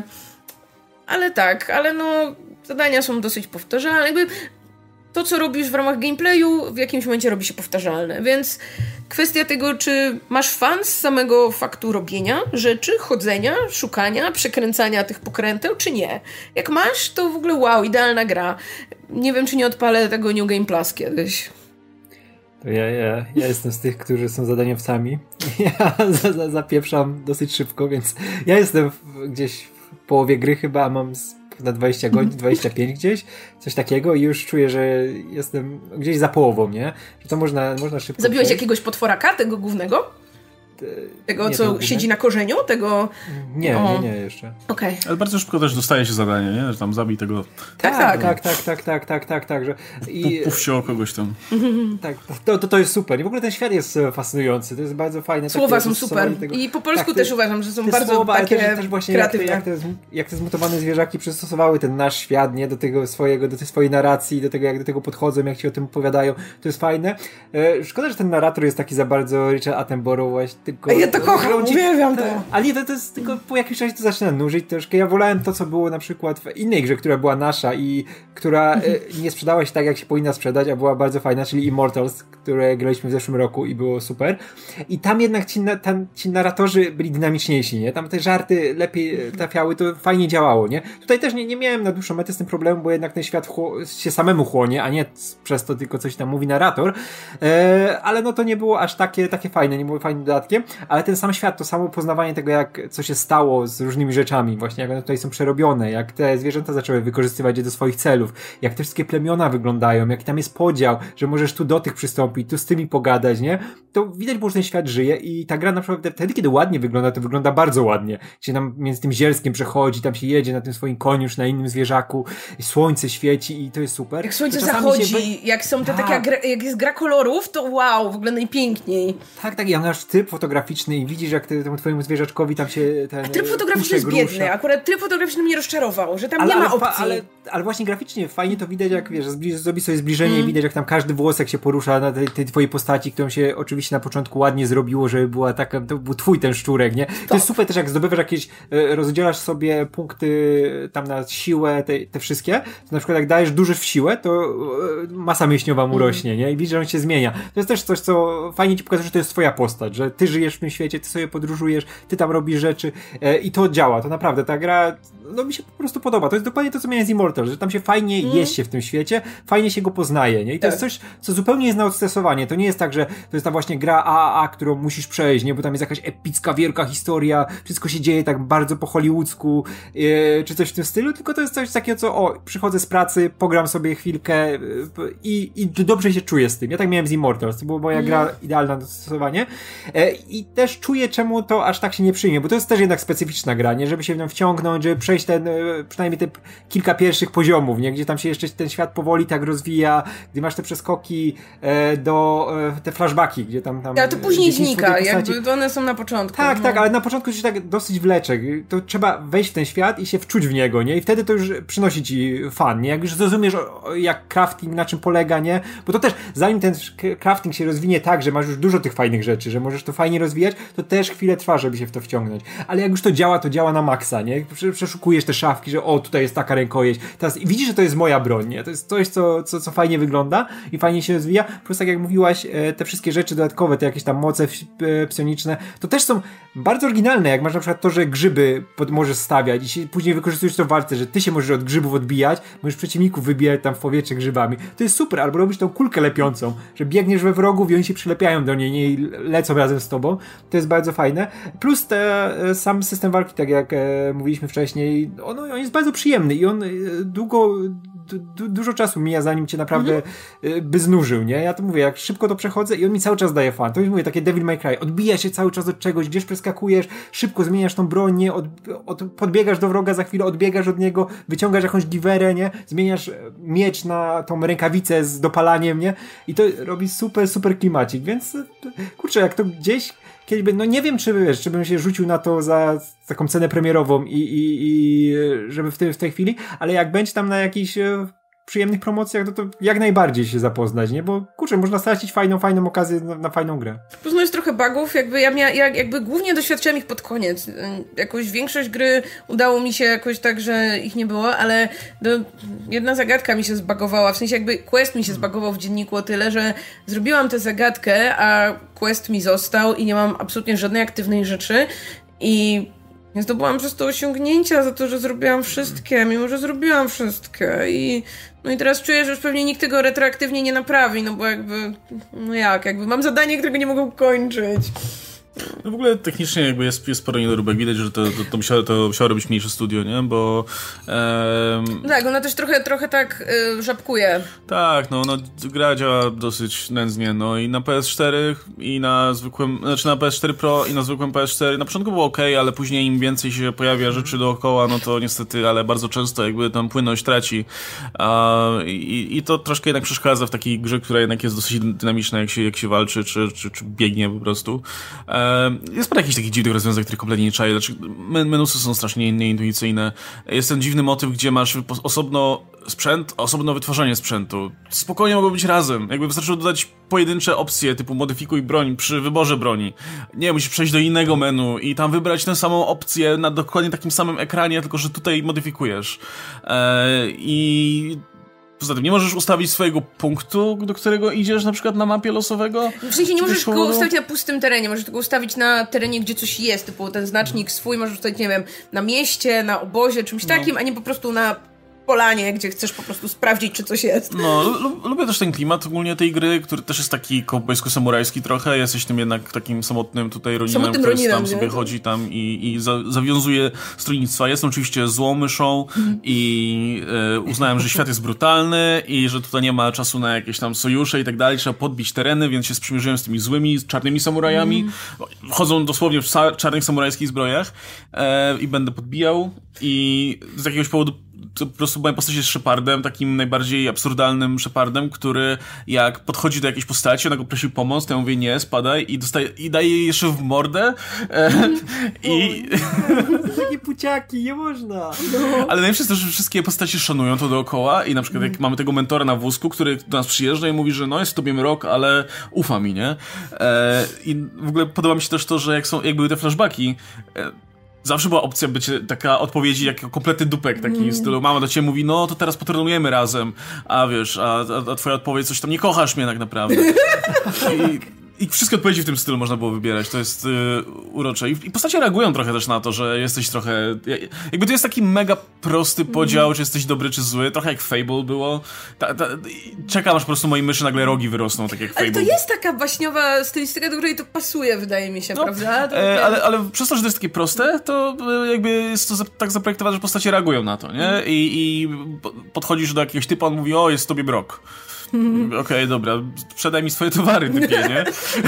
Ale tak, ale no zadania są dosyć powtarzalne. Jakby to, co robisz w ramach gameplayu, w jakimś momencie robi się powtarzalne. Więc kwestia tego, czy masz fan z samego faktu robienia rzeczy, chodzenia, szukania, przekręcania tych pokręteł, czy nie. Jak masz, to w ogóle wow, idealna gra. Nie wiem, czy nie odpalę tego New Game Plus kiedyś. To ja, ja, ja jestem z tych, którzy są zadaniowcami. Ja za, za, zapieprzam dosyć szybko, więc ja jestem w, gdzieś w połowie gry chyba, mam z, na dwadzieścia godzin, dwadzieścia pięć gdzieś, coś takiego i już czuję, że jestem gdzieś za połową, nie? Że to można, można szybko Zabiłeś przejść. jakiegoś potworaka, tego głównego? Tego, nie, co tego siedzi na korzeniu? Tego... Nie, o. nie, nie, jeszcze. Okej. Ale bardzo szybko też dostaje się zadanie, nie? Że tam zabij tego... Tak, tak, tak, tak, tak, tak, tak, tak, tak, że... I... Puf się o kogoś tam. Tak, to, to, to jest super. I w ogóle ten świat jest fascynujący, to jest bardzo fajne. Słowa są super. Tego... I po polsku tak, też te, uważam, że są bardzo słowa, takie też, też właśnie kreatywne. Jak, jak, te, jak te zmutowane zwierzaki przystosowały ten nasz świat, nie? Do tego swojego, do tej swojej narracji, do tego, jak do tego podchodzą, jak ci o tym opowiadają. To jest fajne. E, szkoda, że ten narrator jest taki za bardzo Richard Attenborough właśnie tylko... A ja to kocham, uwielbiam to. Ale nie, to, to jest tylko po jakimś czasie to zaczyna nużyć troszkę. Ja wolałem to, co było na przykład w innej grze, która była nasza i która mhm. nie sprzedała się tak, jak się powinna sprzedać, a była bardzo fajna, czyli Immortals, które graliśmy w zeszłym roku i było super. I tam jednak ci, na, tam, ci narratorzy byli dynamiczniejsi, nie? Tam te żarty lepiej trafiały, to fajnie działało, nie? Tutaj też nie, nie miałem na dłuższą metę z tym problemu, bo jednak ten świat chło- się samemu chłonie, a nie przez to tylko coś tam mówi narrator. E, ale no to nie było aż takie, takie fajne, nie było fajnym dodatkiem, ale ten sam świat, to samo poznawanie tego, jak co się stało z różnymi rzeczami, właśnie jak one tutaj są przerobione, jak te zwierzęta zaczęły wykorzystywać je do swoich celów, jak te wszystkie plemiona wyglądają, jak tam jest podział, że możesz tu do tych przystąpić, tu z tymi pogadać, nie? To widać, bo że ten świat żyje i ta gra naprawdę wtedy, kiedy ładnie wygląda, to wygląda bardzo ładnie. Się tam między tym zielskiem przechodzi, tam się jedzie na tym swoim koniu, już na innym zwierzaku, słońce świeci i to jest super. Jak słońce zachodzi, wy... jak są te takie, jak, jak jest gra kolorów, to wow, wygląda najpiękniej. Tak, tak, ja masz tryb fotograficzny i widzisz, jak ty, temu twojemu zwierzaczkowi tam się ten... A tryb fotograficzny jest biedny, akurat tryb fotograficzny mnie rozczarował, że tam ale, nie ma ale, opcji. Ale, ale właśnie graficznie fajnie to widać, jak wiesz, zbliż, zrobi sobie zbliżenie mm. i widać, jak tam każdy włosek się porusza na tej, tej twojej postaci, którą się oczywiście na początku ładnie zrobiło, żeby była taka, to był twój ten szczurek, nie? To Top. jest super też, jak zdobywasz jakieś, rozdzielasz sobie punkty tam na siłę, te, te wszystkie, to na przykład jak dajesz duży w siłę, to masa mięśniowa mu rośnie, nie? I widzisz, że on się zmienia. To jest też coś, co fajnie ci pokazuje, że to jest twoja postać, że ty żyjesz w tym świecie, ty sobie podróżujesz, ty tam robisz rzeczy e, i to działa, to naprawdę, ta gra, no mi się po prostu podoba. To jest dokładnie to, co miałem z Immortal, że tam się fajnie mm. jest się w tym świecie, fajnie się go poznaje, nie? I to tak. jest coś, co zupełnie jest na odstresowanie. To nie jest tak, że to jest ta właśnie gra A A A, którą musisz przejść, nie? Bo tam jest jakaś epicka, wielka historia, wszystko się dzieje tak bardzo po hollywoodzku, e, czy coś w tym stylu, tylko to jest coś takiego, co o, przychodzę z pracy, pogram sobie chwilkę e, i, i dobrze się czuję z tym. Ja tak miałem z Immortals, to była moja mm. gra idealna na dostosowanie. E, I też czuję, czemu to aż tak się nie przyjmie, bo to jest też jednak specyficzna gra, nie? Żeby się w nią wciągnąć, żeby przejść ten, przynajmniej te kilka pierwszych poziomów, nie? Gdzie tam się jeszcze ten świat powoli tak rozwija, gdzie masz te przeskoki e, do, e, te flashbacki, gdzie tam... tam ja, to później znika, jakby one są na początku. Tak, no. tak, ale na początku się tak dosyć wlecze. To trzeba wejść w ten świat i się wczuć w niego, nie? I wtedy to już przynosi ci fan, nie? Jak już zrozumiesz, jak crafting, na czym polega, nie? Bo to też, zanim ten crafting się rozwinie tak, że masz już dużo tych fajnych rzeczy, że możesz to fajnie rozwijać, to też chwilę trwa, żeby się w to wciągnąć. Ale jak już to działa, to działa na maksa, nie? Przeszukujesz te szafki, że o, tutaj jest taka rękojeść. Teraz i widzisz, że to jest moja broń, nie? To jest coś, co, co, co fajnie wygląda i fajnie się rozwija. Plus tak jak mówiłaś, te wszystkie rzeczy dodatkowe, te jakieś tam moce psioniczne, to też są bardzo oryginalne, jak masz na przykład to, że grzyby pod, możesz stawiać i się później wykorzystujesz to w walce, że ty się możesz od grzybów odbijać, możesz przeciwników wybijać tam w powietrze grzybami. To jest super, albo robisz tą kulkę lepiącą, że biegniesz we wrogów i oni się przylepiają do niej, nie? I lecą razem z tobą. To jest bardzo fajne. Plus te, sam system walki, tak jak e, mówiliśmy wcześniej, on, on jest bardzo przyjemny i on e, długo, du, dużo czasu mija, zanim cię naprawdę mm-hmm. e, by znużył, nie? Ja to mówię, jak szybko to przechodzę i on mi cały czas daje fan. To już mówię, takie Devil May Cry. Odbija się cały czas od czegoś, gdzieś przeskakujesz, szybko zmieniasz tą broń, nie? Od, od, podbiegasz do wroga, za chwilę odbiegasz od niego, wyciągasz jakąś giwerę, nie? Zmieniasz miecz na tą rękawicę z dopalaniem, nie? I to robi super, super klimacik, więc kurczę, jak to gdzieś kiedyś by, no nie wiem, czy wiesz, czy bym się rzucił na to za taką cenę premierową i, i, i żeby w tej, w tej chwili, ale jak będzie tam na jakichś przyjemnych promocjach, to, to jak najbardziej się zapoznać, nie? Bo kurczę, można stracić fajną, fajną okazję na, na fajną grę. Plus no jest trochę bugów, jakby ja, mia, ja jakby głównie doświadczyłem ich pod koniec. Jakoś większość gry udało mi się jakoś tak, że ich nie było, ale do, jedna zagadka mi się zbagowała, w sensie jakby quest mi się zbagował w dzienniku o tyle, że zrobiłam tę zagadkę, a quest mi został i nie mam absolutnie żadnej aktywnej rzeczy i nie zdobyłam przez to osiągnięcia za to, że zrobiłam wszystkie, mimo że zrobiłam wszystkie i no i teraz czuję, że już pewnie nikt tego retroaktywnie nie naprawi, no bo jakby, no jak, jakby mam zadanie, którego nie mogę kończyć. No w ogóle technicznie jakby jest, jest sporo niedoróbek. Widać, że to, to, to, musiało, to musiało robić mniejsze studio, nie? Bo... Um... Tak, ona też trochę, trochę tak y, żabkuje. Tak, no, no gra działa dosyć nędznie, no i na P S cztery i na zwykłym, znaczy na P S cztery Pro i na zwykłym P S cztery na początku było okej, ale później im więcej się pojawia rzeczy dookoła, no to niestety, ale bardzo często jakby tam płynność traci uh, i, i to troszkę jednak przeszkadza w takiej grze, która jednak jest dosyć dynamiczna, jak się, jak się walczy, czy, czy, czy biegnie po prostu. Uh, E, jest parę jakichś takich dziwnych rozwiązań, których kompletnie nie czaję. Znaczy, menusy są strasznie nieintuicyjne. Jest ten dziwny motyw, gdzie masz osobno sprzęt, osobno wytwarzanie sprzętu. Spokojnie mogą być razem. Jakby wystarczyło dodać pojedyncze opcje, typu modyfikuj broń przy wyborze broni. Nie, musisz przejść do innego menu i tam wybrać tę samą opcję na dokładnie takim samym ekranie, tylko że tutaj modyfikujesz. Eee, I... Poza tym nie możesz ustawić swojego punktu, do którego idziesz, na przykład na mapie losowego? W sensie nie możesz go ustawić na pustym terenie, możesz go ustawić na terenie, gdzie coś jest, typu ten znacznik swój możesz ustawić, nie wiem, na mieście, na obozie, czymś no. takim, a nie po prostu na polanie, gdzie chcesz po prostu sprawdzić, czy coś jest. No, l- lubię też ten klimat ogólnie tej gry, który też jest taki kowbojsko-samurajski trochę. Jesteś tym jednak takim samotnym tutaj Roninem, Samotnym który Roninem, tam sobie nie? chodzi tam i, i za, zawiązuje stronnictwa. Jestem oczywiście złą myszą mm. i e, uznałem, że świat jest brutalny i że tutaj nie ma czasu na jakieś tam sojusze i tak dalej. Trzeba podbić tereny, więc się sprzymierzyłem z tymi złymi, z czarnymi samurajami. Mm. Chodzą dosłownie w sa- czarnych samurajskich zbrojach e, i będę podbijał i z jakiegoś powodu to po prostu moja postać jest Shepardem, takim najbardziej absurdalnym Shepardem, który jak podchodzi do jakiejś postaci, ona go prosi o pomoc, to ja mówię nie, spadaj i dostaje, i daje jej jeszcze w mordę e, i... To takie puciaki, nie można. No. Ale najlepsze jest to, że wszystkie postacie szanują to dookoła i na przykład jak mamy tego mentora na wózku, który do nas przyjeżdża i mówi, że no jest tobie mrok, ale ufa mi, nie? E, I w ogóle podoba mi się też to, że jak są, jak były te flashbacki, e, zawsze była opcja bycie taka odpowiedzi jak kompletny dupek, taki mm. w stylu mama do ciebie mówi, no to teraz potrenujemy razem, a wiesz, a, a, a twoja odpowiedź coś tam, nie kochasz mnie tak naprawdę. I, I wszystkie odpowiedzi w tym stylu można było wybierać, to jest yy, urocze. I, I postacie reagują trochę też na to, że jesteś trochę... Jakby to jest taki mega prosty podział, mm. czy jesteś dobry, czy zły, trochę jak Fable było. Ta, ta, czekam, aż po prostu mojej myszy nagle rogi wyrosną, tak jak Fable. Ale to jest taka baśniowa stylistyka, do której to pasuje, wydaje mi się, no, prawda? To e, ale, ale przez to, że to jest takie proste, to jakby jest to za, tak zaprojektowane, że postacie reagują na to, nie? Mm. I, I podchodzisz do jakiegoś typu, on mówi, o, jest tobie brok. Okej, okay, dobra, sprzedaj mi swoje towary, typie, nie?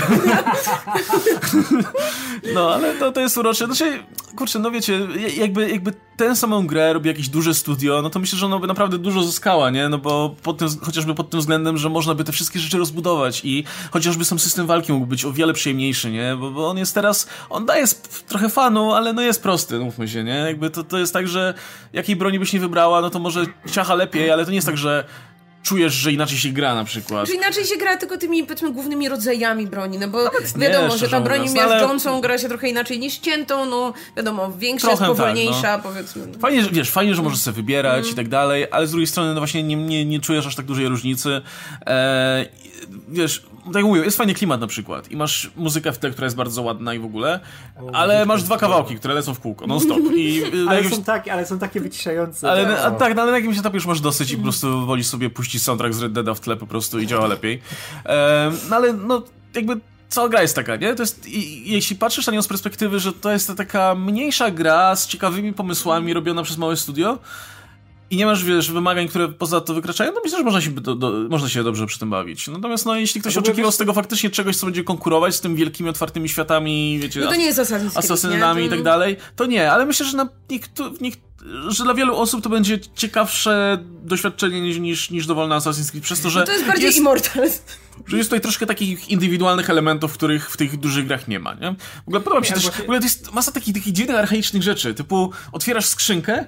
No, ale to, to jest urocze. Znaczy, kurczę, no wiecie, jakby, jakby tę samą grę robi jakieś duże studio, no to myślę, że ona by naprawdę dużo zyskała, nie? No bo pod tym, chociażby pod tym względem, że można by te wszystkie rzeczy rozbudować i chociażby sam system walki mógłby być o wiele przyjemniejszy, nie? Bo, bo on jest teraz, on daje sp- trochę fanu, ale no jest prosty, no mówmy się, nie? Jakby to, to jest tak, że jakiej broni byś nie wybrała, no to może ciacha lepiej, ale to nie jest tak, że czujesz, że inaczej się gra na przykład. Czy inaczej się gra tylko tymi, powiedzmy, głównymi rodzajami broni, no bo wiadomo, nie, że ta broń mówiąc, miażdżącą ale... gra się trochę inaczej niż ciętą, no wiadomo, większa Trochę jest powolniejsza, tak, no. powiedzmy. Fajnie, że, wiesz, fajnie, że możesz sobie wybierać mm. i tak dalej, ale z drugiej strony no właśnie nie, nie, nie czujesz aż tak dużej różnicy. Eee, wiesz, tak jak mówię, jest fajny klimat na przykład i masz muzykę w tle, która jest bardzo ładna i w ogóle, o, ale masz dwa kawałki, które lecą w kółko, non stop. I ale, jakimś... są tak, ale są takie wyciszające. Ale, no. a, tak, no, ale na jakimś etapie już masz dosyć i po prostu wolisz sobie puścić soundtrack z Red Deada w tle po prostu i działa lepiej. Eee, no ale no jakby cała gra jest taka, nie? To jest, i, jeśli patrzysz na nią z perspektywy, że to jest taka mniejsza gra z ciekawymi pomysłami robiona przez małe studio, i nie masz, wiesz, wymagań, które poza to wykraczają, to myślę, że można się, do, do, można się dobrze przy tym bawić. Natomiast no, jeśli ktoś oczekiwał wiesz... z tego faktycznie czegoś, co będzie konkurować z tymi wielkimi, otwartymi światami, wiecie, no to nie jest Assassin's Creed, asasynami nie? i tak dalej, to nie, ale myślę, że na niektórych, że dla wielu osób to będzie ciekawsze doświadczenie niż, niż, niż dowolna Assassin's Creed, przez to, że no to jest bardziej jest, Immortals. że jest tutaj troszkę takich indywidualnych elementów, których w tych dużych grach nie ma, nie? W ogóle podoba mi się ja też, właśnie... w ogóle to jest masa takich, takich dziwnych, archaicznych rzeczy, typu otwierasz skrzynkę,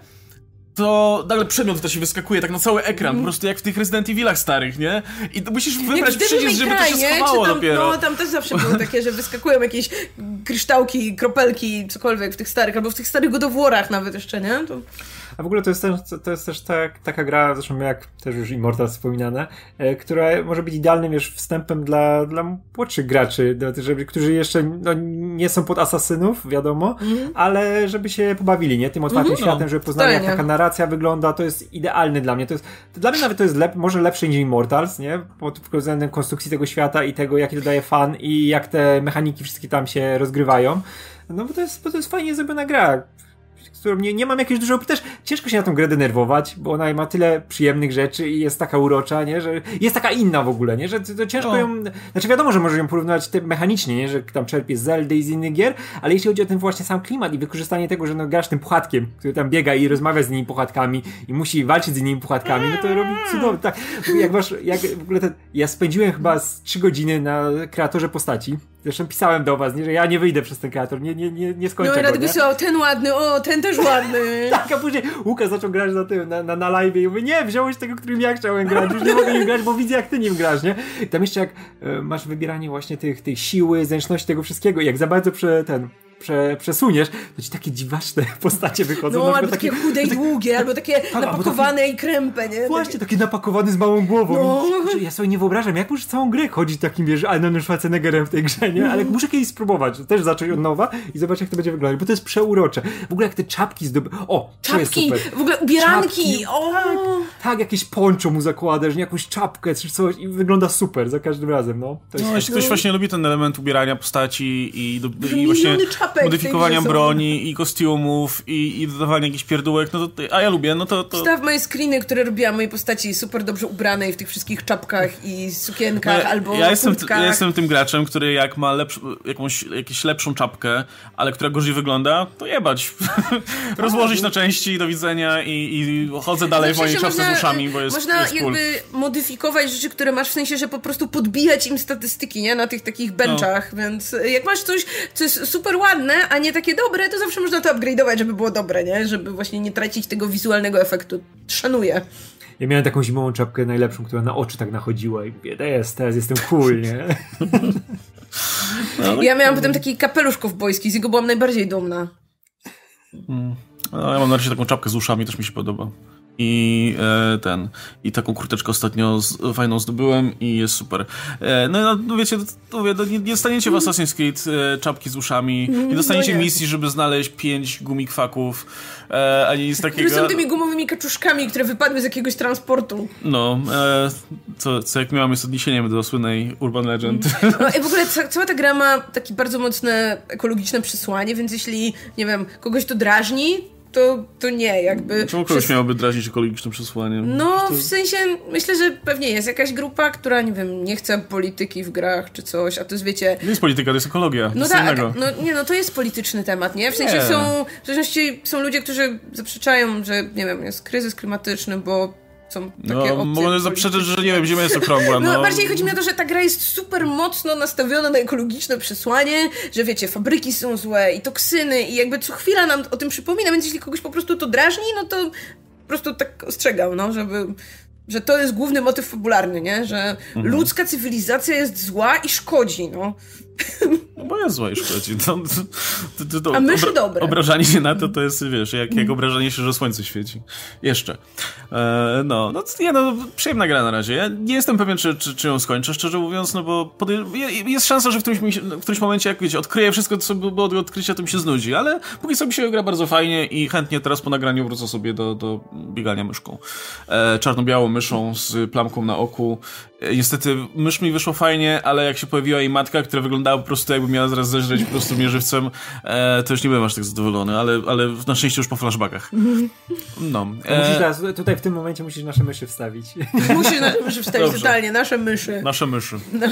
to nagle przedmiot to się wyskakuje tak na cały ekran, mm. po prostu jak w tych Resident Evilach starych, nie? I to musisz wybrać przycisk, żeby to się schowało tam, dopiero. No, tam też zawsze było takie, że wyskakują jakieś kryształki, kropelki, cokolwiek w tych starych, albo w tych starych God of War'ach nawet jeszcze, nie? To... A w ogóle to jest też, to jest też tak, taka gra, zresztą jak też już Immortals wspominane, e, która może być idealnym już wstępem dla, dla młodszych graczy, dla, żeby, którzy jeszcze no, nie są pod asasynów, wiadomo, mm. ale żeby się pobawili, nie? Tym otwartym mm, światem, no. żeby poznali, jak taka narracja wygląda, to jest idealny dla mnie. To jest, to dla mnie nawet to jest lep, może lepsze niż Immortals, nie? Pod względem konstrukcji tego świata i tego, jaki to daje fan i jak te mechaniki wszystkie tam się rozgrywają. No bo to jest, bo to jest fajnie zrobiona gra, którą nie, nie mam jakiegoś dużego... Też ciężko się na tą grę denerwować, bo ona ma tyle przyjemnych rzeczy i jest taka urocza, nie? Że jest taka inna w ogóle, nie? Że to, to ciężko no. ją... Znaczy wiadomo, że możesz ją porównywać mechanicznie, nie? Że tam czerpie z Zeldy i z innych gier, ale jeśli chodzi o ten właśnie sam klimat i wykorzystanie tego, że no grasz tym puchatkiem, który tam biega i rozmawia z innymi puchatkami i musi walczyć z innymi puchatkami, no to robi cudownie. Tak, jak masz... Jak w ogóle ten, ja spędziłem chyba z trzy godziny na kreatorze postaci, zresztą pisałem do was, nie, że ja nie wyjdę przez ten kreator, nie, nie, nie, nie skończę no, go, Radek nie? wysłał, ten ładny, o, ten też ładny. Tak, a później Łukasz zaczął grać na tym, na, na, na live i mówię, nie, wziąłeś tego, którym ja chciałem grać, już nie mogę nim grać, bo widzę, jak ty nim grasz, nie? I tam jeszcze jak e, masz wybieranie właśnie tych, tych siły, zręczności, tego wszystkiego i jak za bardzo prze, ten... Prze, przesuniesz, to ci takie dziwaczne postacie wychodzą. No, albo takie chude i długie, albo takie tak, napakowane taki, i krępe, nie? Właśnie, takie, takie napakowane z małą głową. No. Ja sobie nie wyobrażam, jak możesz całą grę chodzić takim, wiesz, Arnoldem Schwarzeneggerem w tej grze, nie? Ale muszę kiedyś spróbować, też zacząć od nowa i zobaczyć, jak to będzie wyglądać, bo to jest przeurocze. W ogóle jak te czapki zdoby... O, to jest czapki, super. w ogóle ubieranki, Czapki, o! Tak, tak, jakieś poncho mu zakładasz, nie? Jakąś czapkę czy coś i wygląda super za każdym razem, no. To jest no, jeśli ktoś no. właśnie lubi ten element ubierania postaci i, do, i Miliony właśnie czapek modyfikowania są. broni i kostiumów i, i dodawania jakichś pierdółek, no to, a ja lubię, no to... to... Wstaw moje screeny, które robiłam mojej postaci super dobrze ubranej w tych wszystkich czapkach i sukienkach no, albo ja jestem, kurtkach. ja jestem tym graczem, który jak ma lepsz, jakąś, jakąś lepszą czapkę, ale która gorzej wygląda, to jebać. Rozłożyć na części, do widzenia i, i chodzę dalej Znaczy, w mojej czapce można, z uszami, bo jest Można jest cool. jakby modyfikować rzeczy, które masz, w sensie, że po prostu podbijać im statystyki, nie? Na tych takich benchach, no. Więc jak masz coś, co jest super ładne, a nie takie dobre, to zawsze można to upgrade'ować, żeby było dobre, nie? Żeby właśnie nie tracić tego wizualnego efektu. Szanuję. Ja miałem taką zimową czapkę najlepszą, która na oczy tak nachodziła i mówię, teraz, teraz jestem cool, nie? No, ja miałam potem taki kapelusz kowbojski, z niego byłam najbardziej dumna. Hmm. No, ja mam na razie taką czapkę z uszami, też mi się podoba. I e, ten, i taką kurteczkę ostatnio z, fajną zdobyłem i jest super. E, no, no wiecie, to, to, nie, nie dostaniecie w Assassin's Creed e, czapki z uszami, nie dostaniecie no nie. misji, żeby znaleźć pięć gumikwaków, e, ani nic takiego. Które są tymi gumowymi kaczuszkami, które wypadły z jakiegoś transportu. No, e, co, co jak miałam jest odniesieniem do słynnej Urban Legend. No i w ogóle ca- cała ta gra ma takie bardzo mocne ekologiczne przesłanie, więc jeśli, nie wiem, kogoś to drażni, to, to nie, jakby... Czemu kogoś przez... miałoby drażnić ekologicznym przesłaniem? No, to... w sensie, myślę, że pewnie jest jakaś grupa, która, nie wiem, nie chce polityki w grach czy coś, a to jest, wiecie... Nie jest polityka, to jest ekologia. No to tak, innego. no nie, no to jest polityczny temat, nie? W sensie Nie. są, w rzeczywistości są ludzie, którzy zaprzeczają, że, nie wiem, jest kryzys klimatyczny, bo są takie no, opcje mogę zaprzeczać, że nie wiem, Ziemia jest okrągła. No, no bardziej chodzi mi o to, że ta gra jest super mocno nastawiona na ekologiczne przesłanie, że wiecie, fabryki są złe i toksyny i jakby co chwila nam o tym przypomina, więc jeśli kogoś po prostu to drażni, no to po prostu tak ostrzegam, no, żeby... że to jest główny motyw fabularny, nie? Że mhm. ludzka cywilizacja jest zła i szkodzi, no. No bo jest zła i szkodzi. To, to, to, to, A myszy obra- dobre. Obrażanie się na to, to jest, wiesz, jak, jak obrażanie się, że słońce świeci. Jeszcze. E, no, no, nie, no, przyjemna gra na razie. Ja nie jestem pewien, czy, czy, czy ją skończę, szczerze mówiąc, no bo podej- jest szansa, że w którymś, w którymś momencie, jak wiecie, odkryję wszystko, co było do odkrycia, to mi się znudzi, ale póki co mi się gra bardzo fajnie i chętnie teraz po nagraniu wrócę sobie do, do biegania myszką. E, czarno-białą myszą z plamką na oku. E, niestety mysz mi wyszło fajnie, ale jak się pojawiła jej matka, która wyglądała po prostu jakby miała zaraz zeżreć po prostu mnie żywcem, e, to już nie byłem aż tak zadowolony, ale, ale na szczęście już po flashbackach. No. E... Musisz teraz, tutaj w tym momencie musisz nasze myszy wstawić. Musisz nasze myszy wstawić, Dobrze. totalnie, nasze myszy. Nasze myszy. No.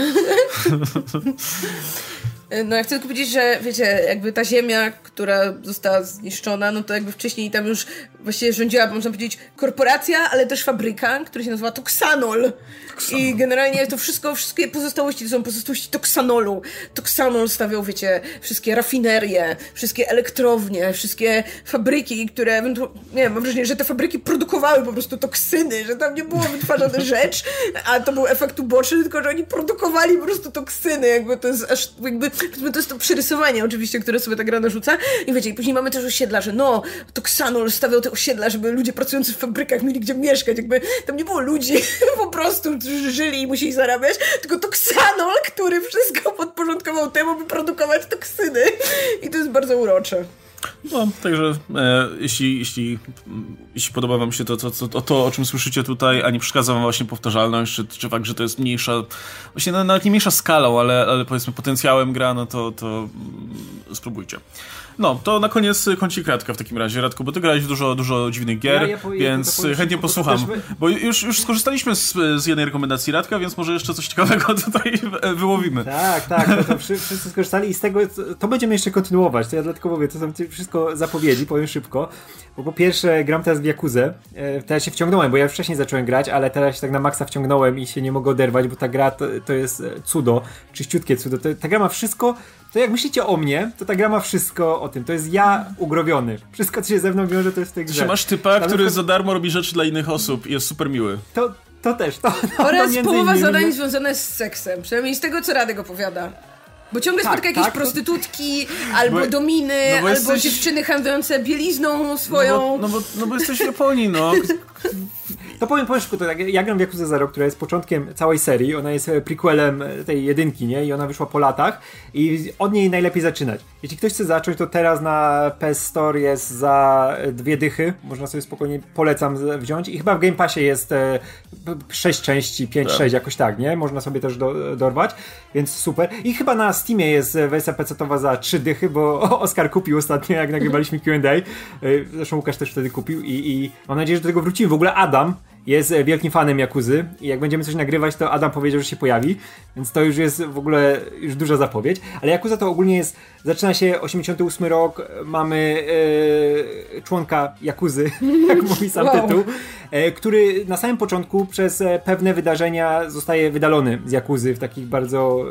No ja chcę tylko powiedzieć, że wiecie, jakby ta ziemia, która została zniszczona, no to jakby wcześniej tam już właściwie rządziła, można powiedzieć, korporacja, ale też fabryka, która się nazywa Toxanol. Toxanol. I generalnie to wszystko, wszystkie pozostałości to są pozostałości Toxanolu. Toxanol stawiał, wiecie, wszystkie rafinerie, wszystkie elektrownie, wszystkie fabryki, które, nie wiem, mam wrażenie, że te fabryki produkowały po prostu toksyny, że tam nie było wytwarzana rzecz, a to był efekt uboczny, tylko że oni produkowali po prostu toksyny, jakby to jest aż, jakby to jest to przerysowanie oczywiście, które sobie ta gra narzuca. I wiecie, i później mamy też osiedla, że no, Toxanol stawiał te osiedla, żeby ludzie pracujący w fabrykach mieli gdzie mieszkać. Jakby tam nie było ludzi po prostu, którzy żyli i musieli zarabiać, tylko Toxanol, który wszystko podporządkował temu, by produkować toksyny. I to jest bardzo urocze. No, także e, jeśli, jeśli, jeśli podoba wam się to, to, to, to, o czym słyszycie tutaj, a nie przeszkadza wam właśnie powtarzalność, czy, czy fakt, że to jest mniejsza, właśnie no, nawet nie mniejsza skalą, ale, ale powiedzmy potencjałem gra, no to, to spróbujcie. No, to na koniec kącik Radka w takim razie, Radku, bo ty grałeś w dużo, dużo dziwnych gier, ja, ja po, więc ja chętnie posłucham. Też... Bo już, już skorzystaliśmy z, z jednej rekomendacji Radka, więc może jeszcze coś ciekawego tutaj wyłowimy. Tak, tak, to, to wszyscy skorzystali i z tego to będziemy jeszcze kontynuować. To ja dlatego mówię, to są wszystko zapowiedzi, powiem szybko. Bo po pierwsze gram teraz w Yakuzę. Teraz się wciągnąłem, bo ja już wcześniej zacząłem grać, ale teraz się tak na maksa wciągnąłem i się nie mogę oderwać, bo ta gra to, to jest cudo, czyściutkie cudo. To, ta gra ma wszystko. To jak myślicie o mnie, to ta gra ma wszystko o tym. To jest ja ugrowiony. Wszystko, co się ze mną wiąże, to jest w tej grze. Czy masz typa, Tam który to... za darmo robi rzeczy dla innych osób i jest super miły. To, to też. To, to, Oraz to połowa innymi... zadań związane z seksem. Przynajmniej z tego, co Radek opowiada. Bo ciągle tak, spotyka jakieś tak, prostytutki, to... albo bo, dominy, no albo jesteś... dziewczyny handlujące bielizną swoją. No bo, no bo, no bo jesteś w Japonii, no. To powiem, powiem szybko, to tak, ja gram w Yakuza Zero, która jest początkiem całej serii, ona jest prequelem tej jedynki, nie? I ona wyszła po latach i od niej najlepiej zaczynać. Jeśli ktoś chce zacząć, to teraz na P S Store jest za dwie dychy, można sobie spokojnie, polecam wziąć i chyba w Game Passie jest e, sześć części, pięć, sześć, jakoś tak, nie? Można sobie też do, dorwać, więc super. I chyba na Steamie jest wersja pecetowa za trzy dychy, bo Oskar kupił ostatnio, jak nagrywaliśmy Q and A, zresztą Łukasz też wtedy kupił i, i mam nadzieję, że do tego wrócimy. W ogóle Adam jest wielkim fanem Yakuzy i jak będziemy coś nagrywać, to Adam powiedział, że się pojawi, więc to już jest w ogóle już duża zapowiedź. Ale Yakuza to ogólnie jest, zaczyna się osiemdziesiąty ósmy rok, mamy e, członka Yakuzy, jak mówi sam wow. tytuł, e, który na samym początku przez pewne wydarzenia zostaje wydalony z Yakuzy w takich bardzo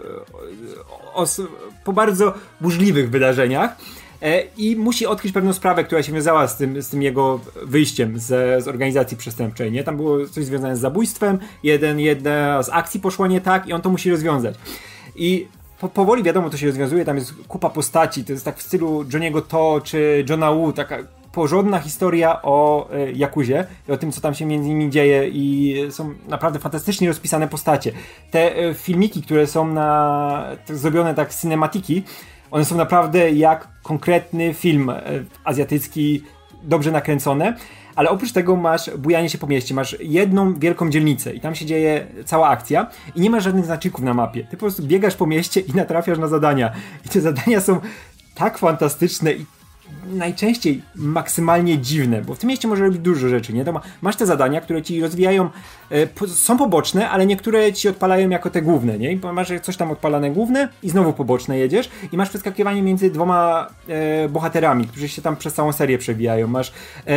os, po bardzo burzliwych wydarzeniach. I musi odkryć pewną sprawę, która się wiązała z tym, z tym jego wyjściem z, z organizacji przestępczej, nie? Tam było coś związane z zabójstwem, jeden, jedna z akcji poszła nie tak i on to musi rozwiązać. I po, powoli wiadomo, to się rozwiązuje, tam jest kupa postaci, to jest tak w stylu Johnny'ego To czy Johna Woo, taka porządna historia o e, Yakuzie i o tym, co tam się między nimi dzieje i są naprawdę fantastycznie rozpisane postacie. Te e, filmiki, które są na, tak zrobione tak cinematiki, one są naprawdę jak konkretny film e, azjatycki, dobrze nakręcone, ale oprócz tego masz bujanie się po mieście, masz jedną wielką dzielnicę i tam się dzieje cała akcja i nie masz żadnych znaczyków na mapie. Ty po prostu biegasz po mieście i natrafiasz na zadania. I te zadania są tak fantastyczne i najczęściej maksymalnie dziwne, bo w tym mieście możesz robić dużo rzeczy, nie? To ma, masz te zadania, które ci rozwijają, e, po, są poboczne, ale niektóre ci odpalają jako te główne, nie? I masz coś tam odpalane główne i znowu poboczne jedziesz i masz przeskakiwanie między dwoma e, bohaterami, którzy się tam przez całą serię przewijają. Masz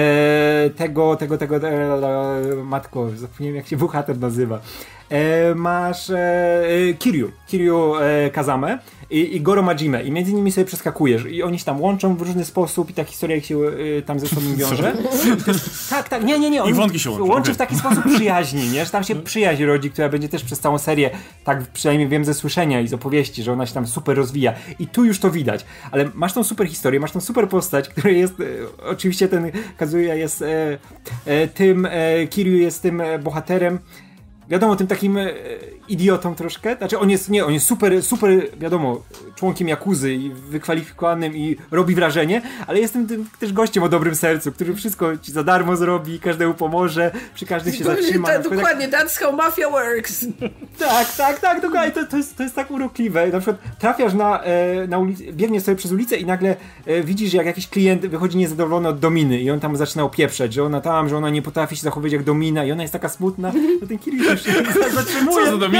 e, tego, tego, tego, e, matko, zapomniałem jak się bohater nazywa. E, masz e, Kiryu, Kiryu e, Kazame i, i Goro Majime i między nimi sobie przeskakujesz i oni się tam łączą w różny sposób i ta historia jak się y, tam ze sobą wiąże. tak, tak, nie, nie, nie. I wątki się łączą. Łączy okay. w taki sposób przyjaźni, nie? Że tam się przyjaźń rodzi, która będzie też przez całą serię, tak przynajmniej wiem ze słyszenia i z opowieści, że ona się tam super rozwija. I tu już to widać. Ale masz tą super historię, masz tą super postać, która jest, e, oczywiście ten Kazuya jest e, e, tym, e, Kiryu jest tym e, bohaterem, wiadomo, tym takim e, idiotą troszkę. Znaczy on jest, nie, on jest super, super, wiadomo, członkiem Yakuzy i wykwalifikowanym i robi wrażenie, ale jestem tym też gościem o dobrym sercu, który wszystko ci za darmo zrobi, każdemu pomoże, przy każdym się zatrzyma. Ta, dokładnie, tak, that's how mafia works. Tak, tak, tak, dokładnie, to, to, jest, to jest tak urokliwe. Na przykład trafiasz na, e, na ulicę, biegniesz sobie przez ulicę i nagle e, widzisz, jak jakiś klient wychodzi niezadowolony od dominy i on tam zaczyna opieprzeć, że ona tam, że ona nie potrafi się zachowywać jak domina i ona jest taka smutna, to ten Kiryu się zatrzymuje. Co za domina?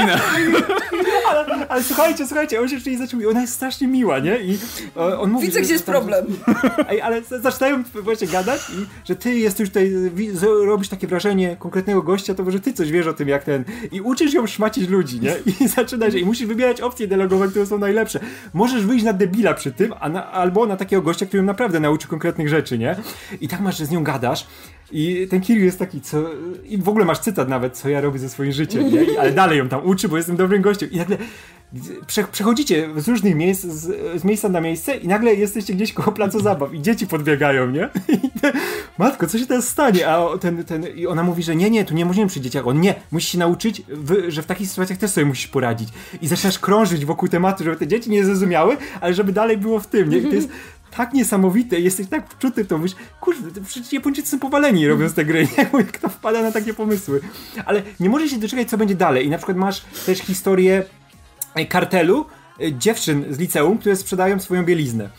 ale, ale słuchajcie, słuchajcie, on się jeszcze nie zatrzymuje, ona jest strasznie miła, nie? I o, on mówi, widzę, gdzie jest tam, problem. Ej, ale zaczynają właśnie gadać i że ty jesteś tutaj, robisz takie wrażenie konkretnego gościa, to że ty coś wiesz o tym, jak ten... I uczysz ją szmacić ludzi, nie? I zaczynasz, i musisz wybierać opcje dialogowe, które są najlepsze. Możesz wyjść na debila przy tym, a na, albo na takiego gościa, który ją naprawdę nauczy konkretnych rzeczy, nie? I tak masz, że z nią gadasz i ten Kiryu jest taki, co... I w ogóle masz cytat nawet, co ja robię ze swoim życiem, nie? I, ale dalej ją tam uczy, bo jestem dobrym gościem. I nagle prze, przechodzicie z różnych miejsc, z, z miejsca na miejsce i nagle jesteście gdzieś koło placu zabaw i dzieci podbiegają, nie? I te, matko, co się teraz stanie? A ten, ten, i ona mówi, że nie, nie, tu nie możemy przy dzieciach. On nie, musisz się nauczyć, w, że w takich sytuacjach też sobie musisz poradzić. I zaczynasz krążyć wokół tematu, żeby te dzieci nie zrozumiały, ale żeby dalej było w tym, nie? I to jest tak niesamowite, jesteś tak wczuty w to, mówisz, kurde, przecież Japończycy są powaleni robiąc te gry, nie? Jak kto wpada na takie pomysły. Ale nie możesz się doczekać, co będzie dalej. I na przykład masz też historię kartelu dziewczyn z liceum, które sprzedają swoją bieliznę.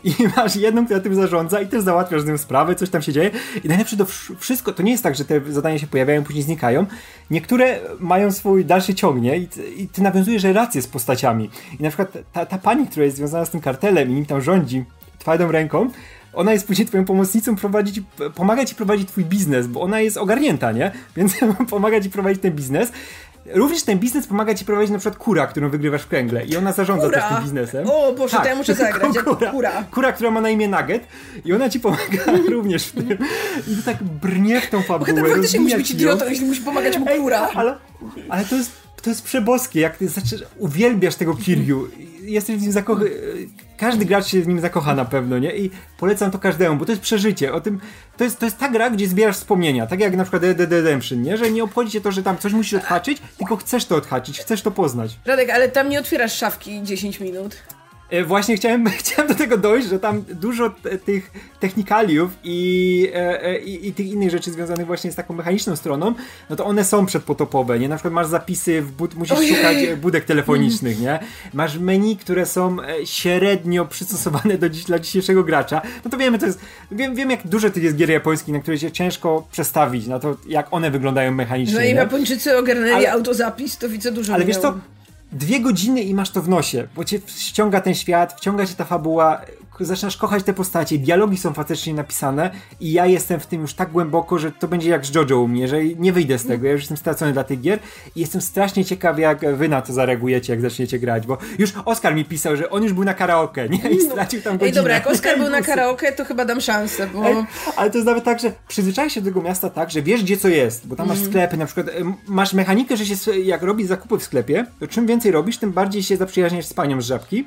i masz jedną, która tym zarządza i też załatwiasz z nią sprawę, coś tam się dzieje i najlepsze to wszystko, to nie jest tak, że te zadania się pojawiają, później znikają. Niektóre mają swój dalszy ciąg, nie? I ty, i ty nawiązujesz relacje z postaciami. I na przykład ta, ta pani, która jest związana z tym kartelem i nim tam rządzi twardą ręką, ona jest później twoją pomocnicą, prowadzi ci, pomaga ci prowadzić twój biznes, bo ona jest ogarnięta, nie? Więc pomaga ci prowadzić ten biznes. Również ten biznes pomaga ci prowadzić na przykład kura, którą wygrywasz w kręgle i ona zarządza kura. też tym biznesem. O Boże, tak. To ja muszę zagrać. Kura, kura. kura, która ma na imię Nugget i ona ci pomaga również w tym. I to tak brnie w tą fabułę. Bo faktycznie musi być idiotą, jeśli musi pomagać mu kura. Ej, ale, ale to jest to jest przeboskie, jak ty zaczynasz, uwielbiasz tego Kiryu. Jesteś w nim zakochany. Każdy gracz się w nim zakocha na pewno, nie? I polecam to każdemu, bo to jest przeżycie. O tym, to jest, to jest ta gra, gdzie zbierasz wspomnienia. Tak jak na przykład Red Dead Redemption, nie? Że nie obchodzi cię to, że tam coś musisz odhaczyć, tylko chcesz to odhaczyć, chcesz to poznać. Radek, ale tam nie otwierasz szafki dziesięć minut. Właśnie chciałem, chciałem do tego dojść, że tam dużo t- tych technikaliów i, e, i, i tych innych rzeczy związanych właśnie z taką mechaniczną stroną, no to one są przedpotopowe, nie? Na przykład masz zapisy, w bud- musisz Ojej. szukać budek telefonicznych, nie? Masz menu, które są średnio przystosowane do dziś, dla dzisiejszego gracza. No to wiemy, to jest, wiem, wiem jak dużo tych jest gier japońskich, na które się ciężko przestawić, na to jak one wyglądają mechanicznie. No i Japończycy ogarnęli ale, autozapis, to widzę dużo. Ale wiesz co? Dwie godziny i masz to w nosie, bo cię ściąga ten świat, wciąga cię ta fabuła, zaczynasz kochać te postacie, dialogi są faktycznie napisane i ja jestem w tym już tak głęboko, że to będzie jak z JoJo u mnie, że nie wyjdę z tego, ja już jestem stracony dla tych gier i jestem strasznie ciekaw, jak wy na to zareagujecie, jak zaczniecie grać, bo już Oskar mi pisał, że on już był na karaoke, nie? I stracił tam godzinę. Ej, dobra, jak Oskar był na karaoke, to chyba dam szansę, bo... Ej, ale to jest nawet tak, że przyzwyczaisz się do tego miasta tak, że wiesz, gdzie co jest, bo tam masz sklepy, na przykład masz mechanikę, że się, jak robisz zakupy w sklepie, to czym więcej robisz, tym bardziej się zaprzyjaźniasz z panią z Żabki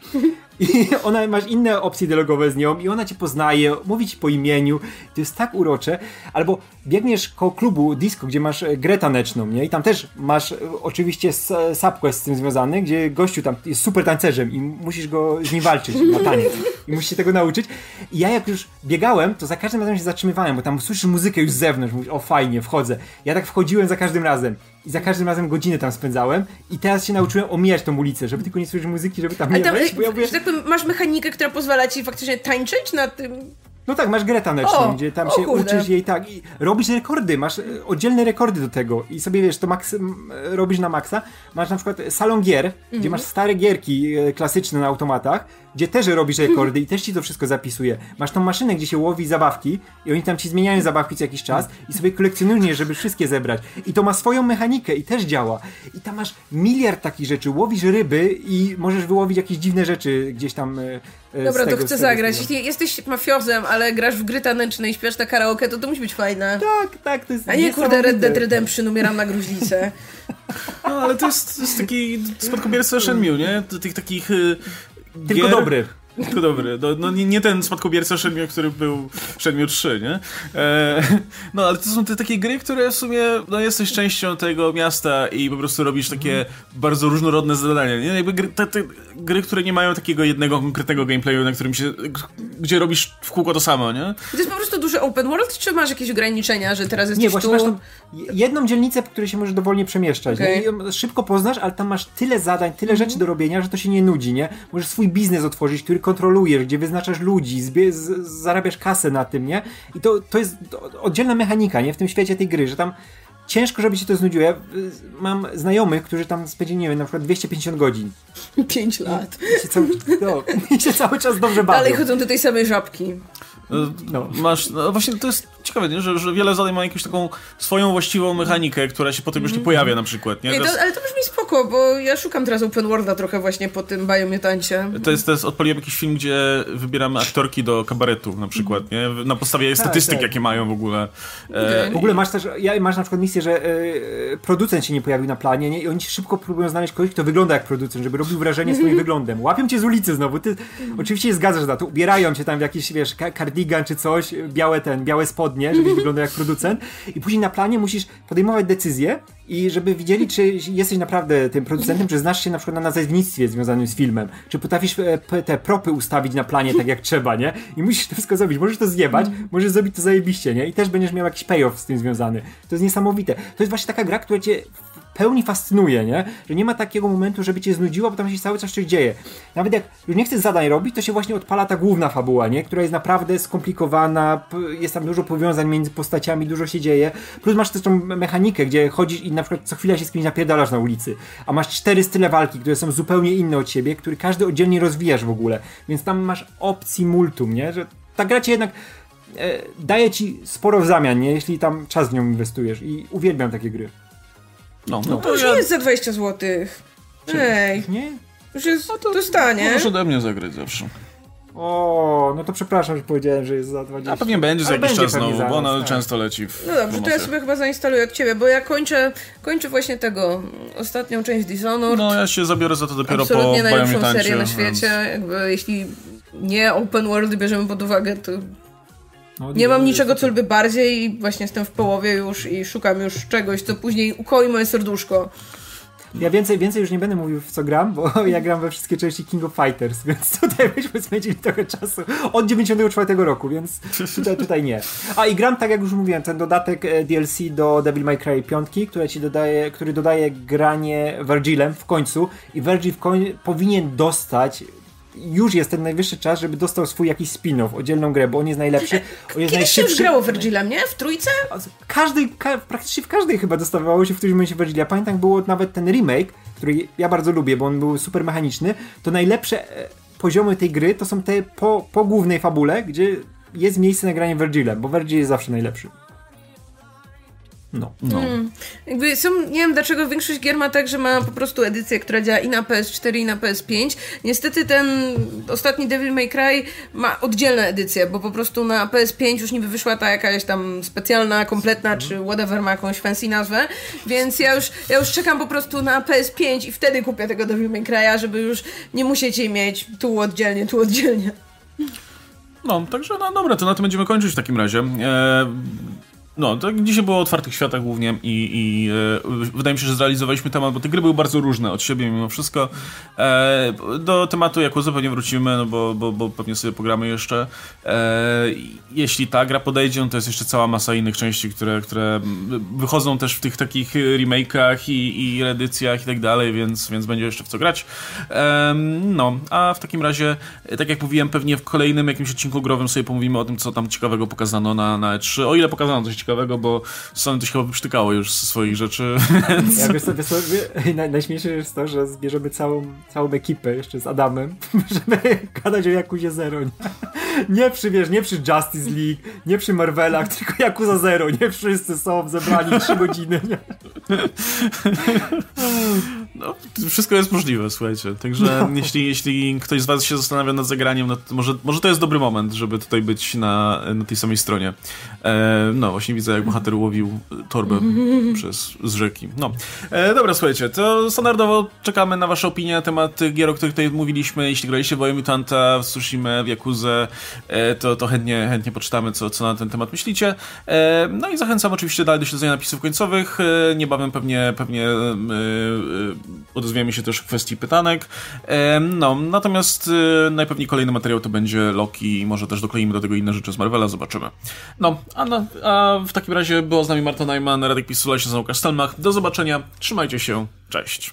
i ona, masz inne opcje dialogowe z nią i ona cię poznaje, mówi ci po imieniu, to jest tak urocze, albo biegniesz koło klubu disco, gdzie masz grę taneczną, nie? I tam też masz oczywiście subquest z tym związany, gdzie gościu tam jest super tancerzem i musisz go z nim walczyć na taniec i musisz się tego nauczyć. I ja jak już biegałem, to za każdym razem się zatrzymywałem, bo tam słyszysz muzykę już z zewnątrz, mówisz, o fajnie, wchodzę. Ja tak wchodziłem za każdym razem i za każdym razem godzinę tam spędzałem i teraz się nauczyłem omijać tą ulicę, żeby tylko nie słyszeć muzyki, żeby tam nie tam, wejść, bo ja mówię... że tak powiem, masz mechanikę, która pozwala ci faktycznie tańczyć na tym... No tak, masz grę taneczną, o, gdzie tam się kurde. uczysz jej tak i robisz rekordy, masz oddzielne rekordy do tego i sobie wiesz, to maks- robisz na maksa. Masz na przykład salon gier, mm-hmm. gdzie masz stare gierki klasyczne na automatach, gdzie też robisz rekordy i też ci to wszystko zapisuje. Masz tą maszynę, gdzie się łowi zabawki i oni tam ci zmieniają zabawki co jakiś czas i sobie kolekcjonujesz, żeby wszystkie zebrać. I to ma swoją mechanikę i też działa. I tam masz miliard takich rzeczy. Łowisz ryby i możesz wyłowić jakieś dziwne rzeczy gdzieś tam e, Dobra, z tego, to chcę zagrać. Jeśli jesteś mafiozem, ale grasz w gry taneczne i śpiewasz na karaoke, to to musi być fajne. Tak, tak, to jest a nie kurde Red Dead Redemption, umieram na gruźlicę. No, ale to jest, to jest taki spadkobierca Shenmue, nie? Tych takich y, Tylko gier... dobry. To dobry. No, no nie, nie ten spadkobierca Shenmue, który był w Shenmue trzy, nie? E, no ale to są te takie gry, które w sumie, no jesteś częścią tego miasta i po prostu robisz takie mm. bardzo różnorodne zadania, nie? Jakby gry, te, te gry, które nie mają takiego jednego konkretnego gameplayu, na którym się, gdzie robisz w kółko to samo, nie? To jest po prostu duży open world, czy masz jakieś ograniczenia, że teraz jesteś nie, właśnie tu? Masz tam jedną dzielnicę, w której się możesz dowolnie przemieszczać, okay. nie? I szybko poznasz, ale tam masz tyle zadań, tyle mm. rzeczy do robienia, że to się nie nudzi, nie? Możesz swój biznes otworzyć, który kontrolujesz, gdzie wyznaczasz ludzi, zbie- z- zarabiasz kasę na tym, nie? I to, to jest oddzielna mechanika, nie? W tym świecie tej gry, że tam ciężko, żeby się to znudziło. Ja mam znajomych, którzy tam spędzili, nie wiem, na przykład dwieście pięćdziesiąt godzin. Pięć lat. I się cały, no, i się cały czas dobrze bawią. Dalej chodzą do tej samej Żabki. No. Masz, no właśnie to jest ciekawe, nie? Że, że wiele zadań ma jakąś taką swoją właściwą mechanikę, która się potem już nie pojawia na przykład, nie? Ej, to, jest... ale to brzmi spoko, bo ja szukam teraz open worlda trochę właśnie po tym biomutancie. To jest, to jest, odpaliłem jakiś film, gdzie wybieramy aktorki do kabaretu na przykład, nie? Na podstawie tak, statystyk, tak. jakie mają w ogóle. E... W ogóle masz też, ja, masz na przykład misję, że e, producent się nie pojawił na planie, nie? I oni szybko próbują znaleźć kogoś, kto wygląda jak producent, żeby robił wrażenie swoim wyglądem. Łapią cię z ulicy znowu, ty oczywiście się zgadzasz na to, ubierają cię tam w jakiś, wiesz, kardigan czy coś, białe ten, białe spodnie, żebyś wyglądał jak producent i później na planie musisz podejmować decyzje i żeby widzieli, czy jesteś naprawdę tym producentem, czy znasz się na przykład na nazewnictwie związanym z filmem, czy potrafisz te propy ustawić na planie tak jak trzeba, nie? I musisz to wszystko zrobić. Możesz to zjebać, możesz zrobić to zajebiście, nie? I też będziesz miał jakiś payoff z tym związany. To jest niesamowite. To jest właśnie taka gra, która cię pełni fascynuje, nie? Że nie ma takiego momentu, żeby cię znudziło, bo tam się cały czas coś dzieje. Nawet jak już nie chcesz zadań robić, to się właśnie odpala ta główna fabuła, nie? Która jest naprawdę skomplikowana, jest tam dużo powiązań między postaciami, dużo się dzieje. Plus masz też tą mechanikę, gdzie chodzisz i na przykład co chwila się z kimś napierdalasz na ulicy, a masz cztery style walki, które są zupełnie inne od siebie, który każdy oddzielnie rozwijasz w ogóle. Więc tam masz opcji multum, nie? Że ta gra ci jednak e, daje ci sporo w zamian, nie? Jeśli tam czas w nią inwestujesz i uwielbiam takie gry. No, no, no to już ja... jest za dwadzieścia złotych. Ej, nie? Już jest, no to, to stanie. Możesz ode mnie zagrać zawsze. O, no to przepraszam, że powiedziałem, że jest za dwadzieścia. A pewnie będzie za jakiś będzie czas znowu, bo ona tak. często leci w No dobrze, to ja sobie chyba zainstaluję od ciebie, bo ja kończę, kończę właśnie tego, ostatnią część Dishonored. No ja się zabiorę za to dopiero Absolutnie po najlepszą Biomutancie, serię na więc... świecie, jakby jeśli nie open world bierzemy pod uwagę, to no, nie mam niczego, co lubię bardziej i właśnie jestem w połowie już i szukam już czegoś, co później ukoi moje serduszko. Ja więcej, więcej już nie będę mówił, w co gram, bo ja gram we wszystkie części King of Fighters, więc tutaj byśmy spędzili trochę czasu od dziewięćdziesiątego czwartego roku, więc tutaj, tutaj nie. A i gram, tak jak już mówiłem, ten dodatek D L C do Devil May Cry pięć, który ci dodaje, który dodaje granie Virgilem w końcu i Virgil w koń powinien dostać, już jest ten najwyższy czas, żeby dostał swój jakiś spin-off, oddzielną grę, bo on jest najlepszy. On jest Kiedyś się już grało Virgilem, nie? W trójce? Każdej, ka- praktycznie w każdej chyba dostawało się w którymś momencie Virgilia. Pamiętam, było nawet ten remake, który ja bardzo lubię, bo on był super mechaniczny. To najlepsze e, poziomy tej gry to są te po, po głównej fabule, gdzie jest miejsce na granie Virgilem, bo Virgil jest zawsze najlepszy. No. no. Hmm. Jakby są, nie wiem dlaczego większość gier ma tak, że ma po prostu edycję, która działa i na P S cztery i na P S pięć. Niestety ten ostatni Devil May Cry ma oddzielne edycje, bo po prostu na P S pięć już niby wyszła ta jakaś tam specjalna, kompletna, czy whatever ma jakąś fancy nazwę, więc ja już, ja już czekam po prostu na P S pięć i wtedy kupię tego Devil May Cry'a, żeby już nie musieć jej mieć tu oddzielnie, tu oddzielnie. No, także no dobra, to na tym będziemy kończyć w takim razie. Eee... No, to dzisiaj było o otwartych światach głównie i, i e, wydaje mi się, że zrealizowaliśmy temat, bo te gry były bardzo różne od siebie mimo wszystko. E, do tematu Yakuza pewnie wrócimy, no bo, bo, bo pewnie sobie pogramy jeszcze. E, jeśli ta gra podejdzie, no to jest jeszcze cała masa innych części, które, które wychodzą też w tych takich remake'ach i, i edycjach i tak dalej, więc, więc będzie jeszcze w co grać. E, no, a w takim razie, tak jak mówiłem, pewnie w kolejnym jakimś odcinku growym sobie pomówimy o tym, co tam ciekawego pokazano na, na E trzy, o ile pokazano coś ciekawego, bo Sony to się chyba wyprztykało już ze swoich rzeczy. Więc... Ja wiesz co, wiesz co, naj, najśmieszniejsze jest to, że zbierzemy całą, całą ekipę jeszcze z Adamem, żeby gadać o Jakuzie Zero. Nie, nie przy, wiesz, nie przy Justice League, nie przy Marvelach, tylko Yakuza Zero. Nie wszyscy są zebrani trzy godziny. Nie? No, wszystko jest możliwe, słuchajcie. Także no. jeśli, jeśli ktoś z was się zastanawia nad zagraniem, no to może, może to jest dobry moment, żeby tutaj być na, na tej samej stronie. E, no, właśnie widzę, jak bohater łowił torbę przez, z rzeki. No. E, dobra, słuchajcie, to standardowo czekamy na wasze opinie na temat gier, o których tutaj mówiliśmy. Jeśli graliście w Biomutanta, w Tsushima, w Yakuzę, e, to, to chętnie, chętnie poczytamy, co, co na ten temat myślicie. E, no i zachęcam oczywiście dalej do śledzenia napisów końcowych. E, niebawem pewnie, pewnie e, e, odezwiemy się też w kwestii pytanek. E, no, natomiast e, najpewniej kolejny materiał to będzie Loki i może też dokleimy do tego inne rzeczy z Marvela, zobaczymy. No, a, na, a w takim razie była z nami Marta Najman, Radek Pisula, się z Łukasz Stelmach. Do zobaczenia, trzymajcie się, cześć.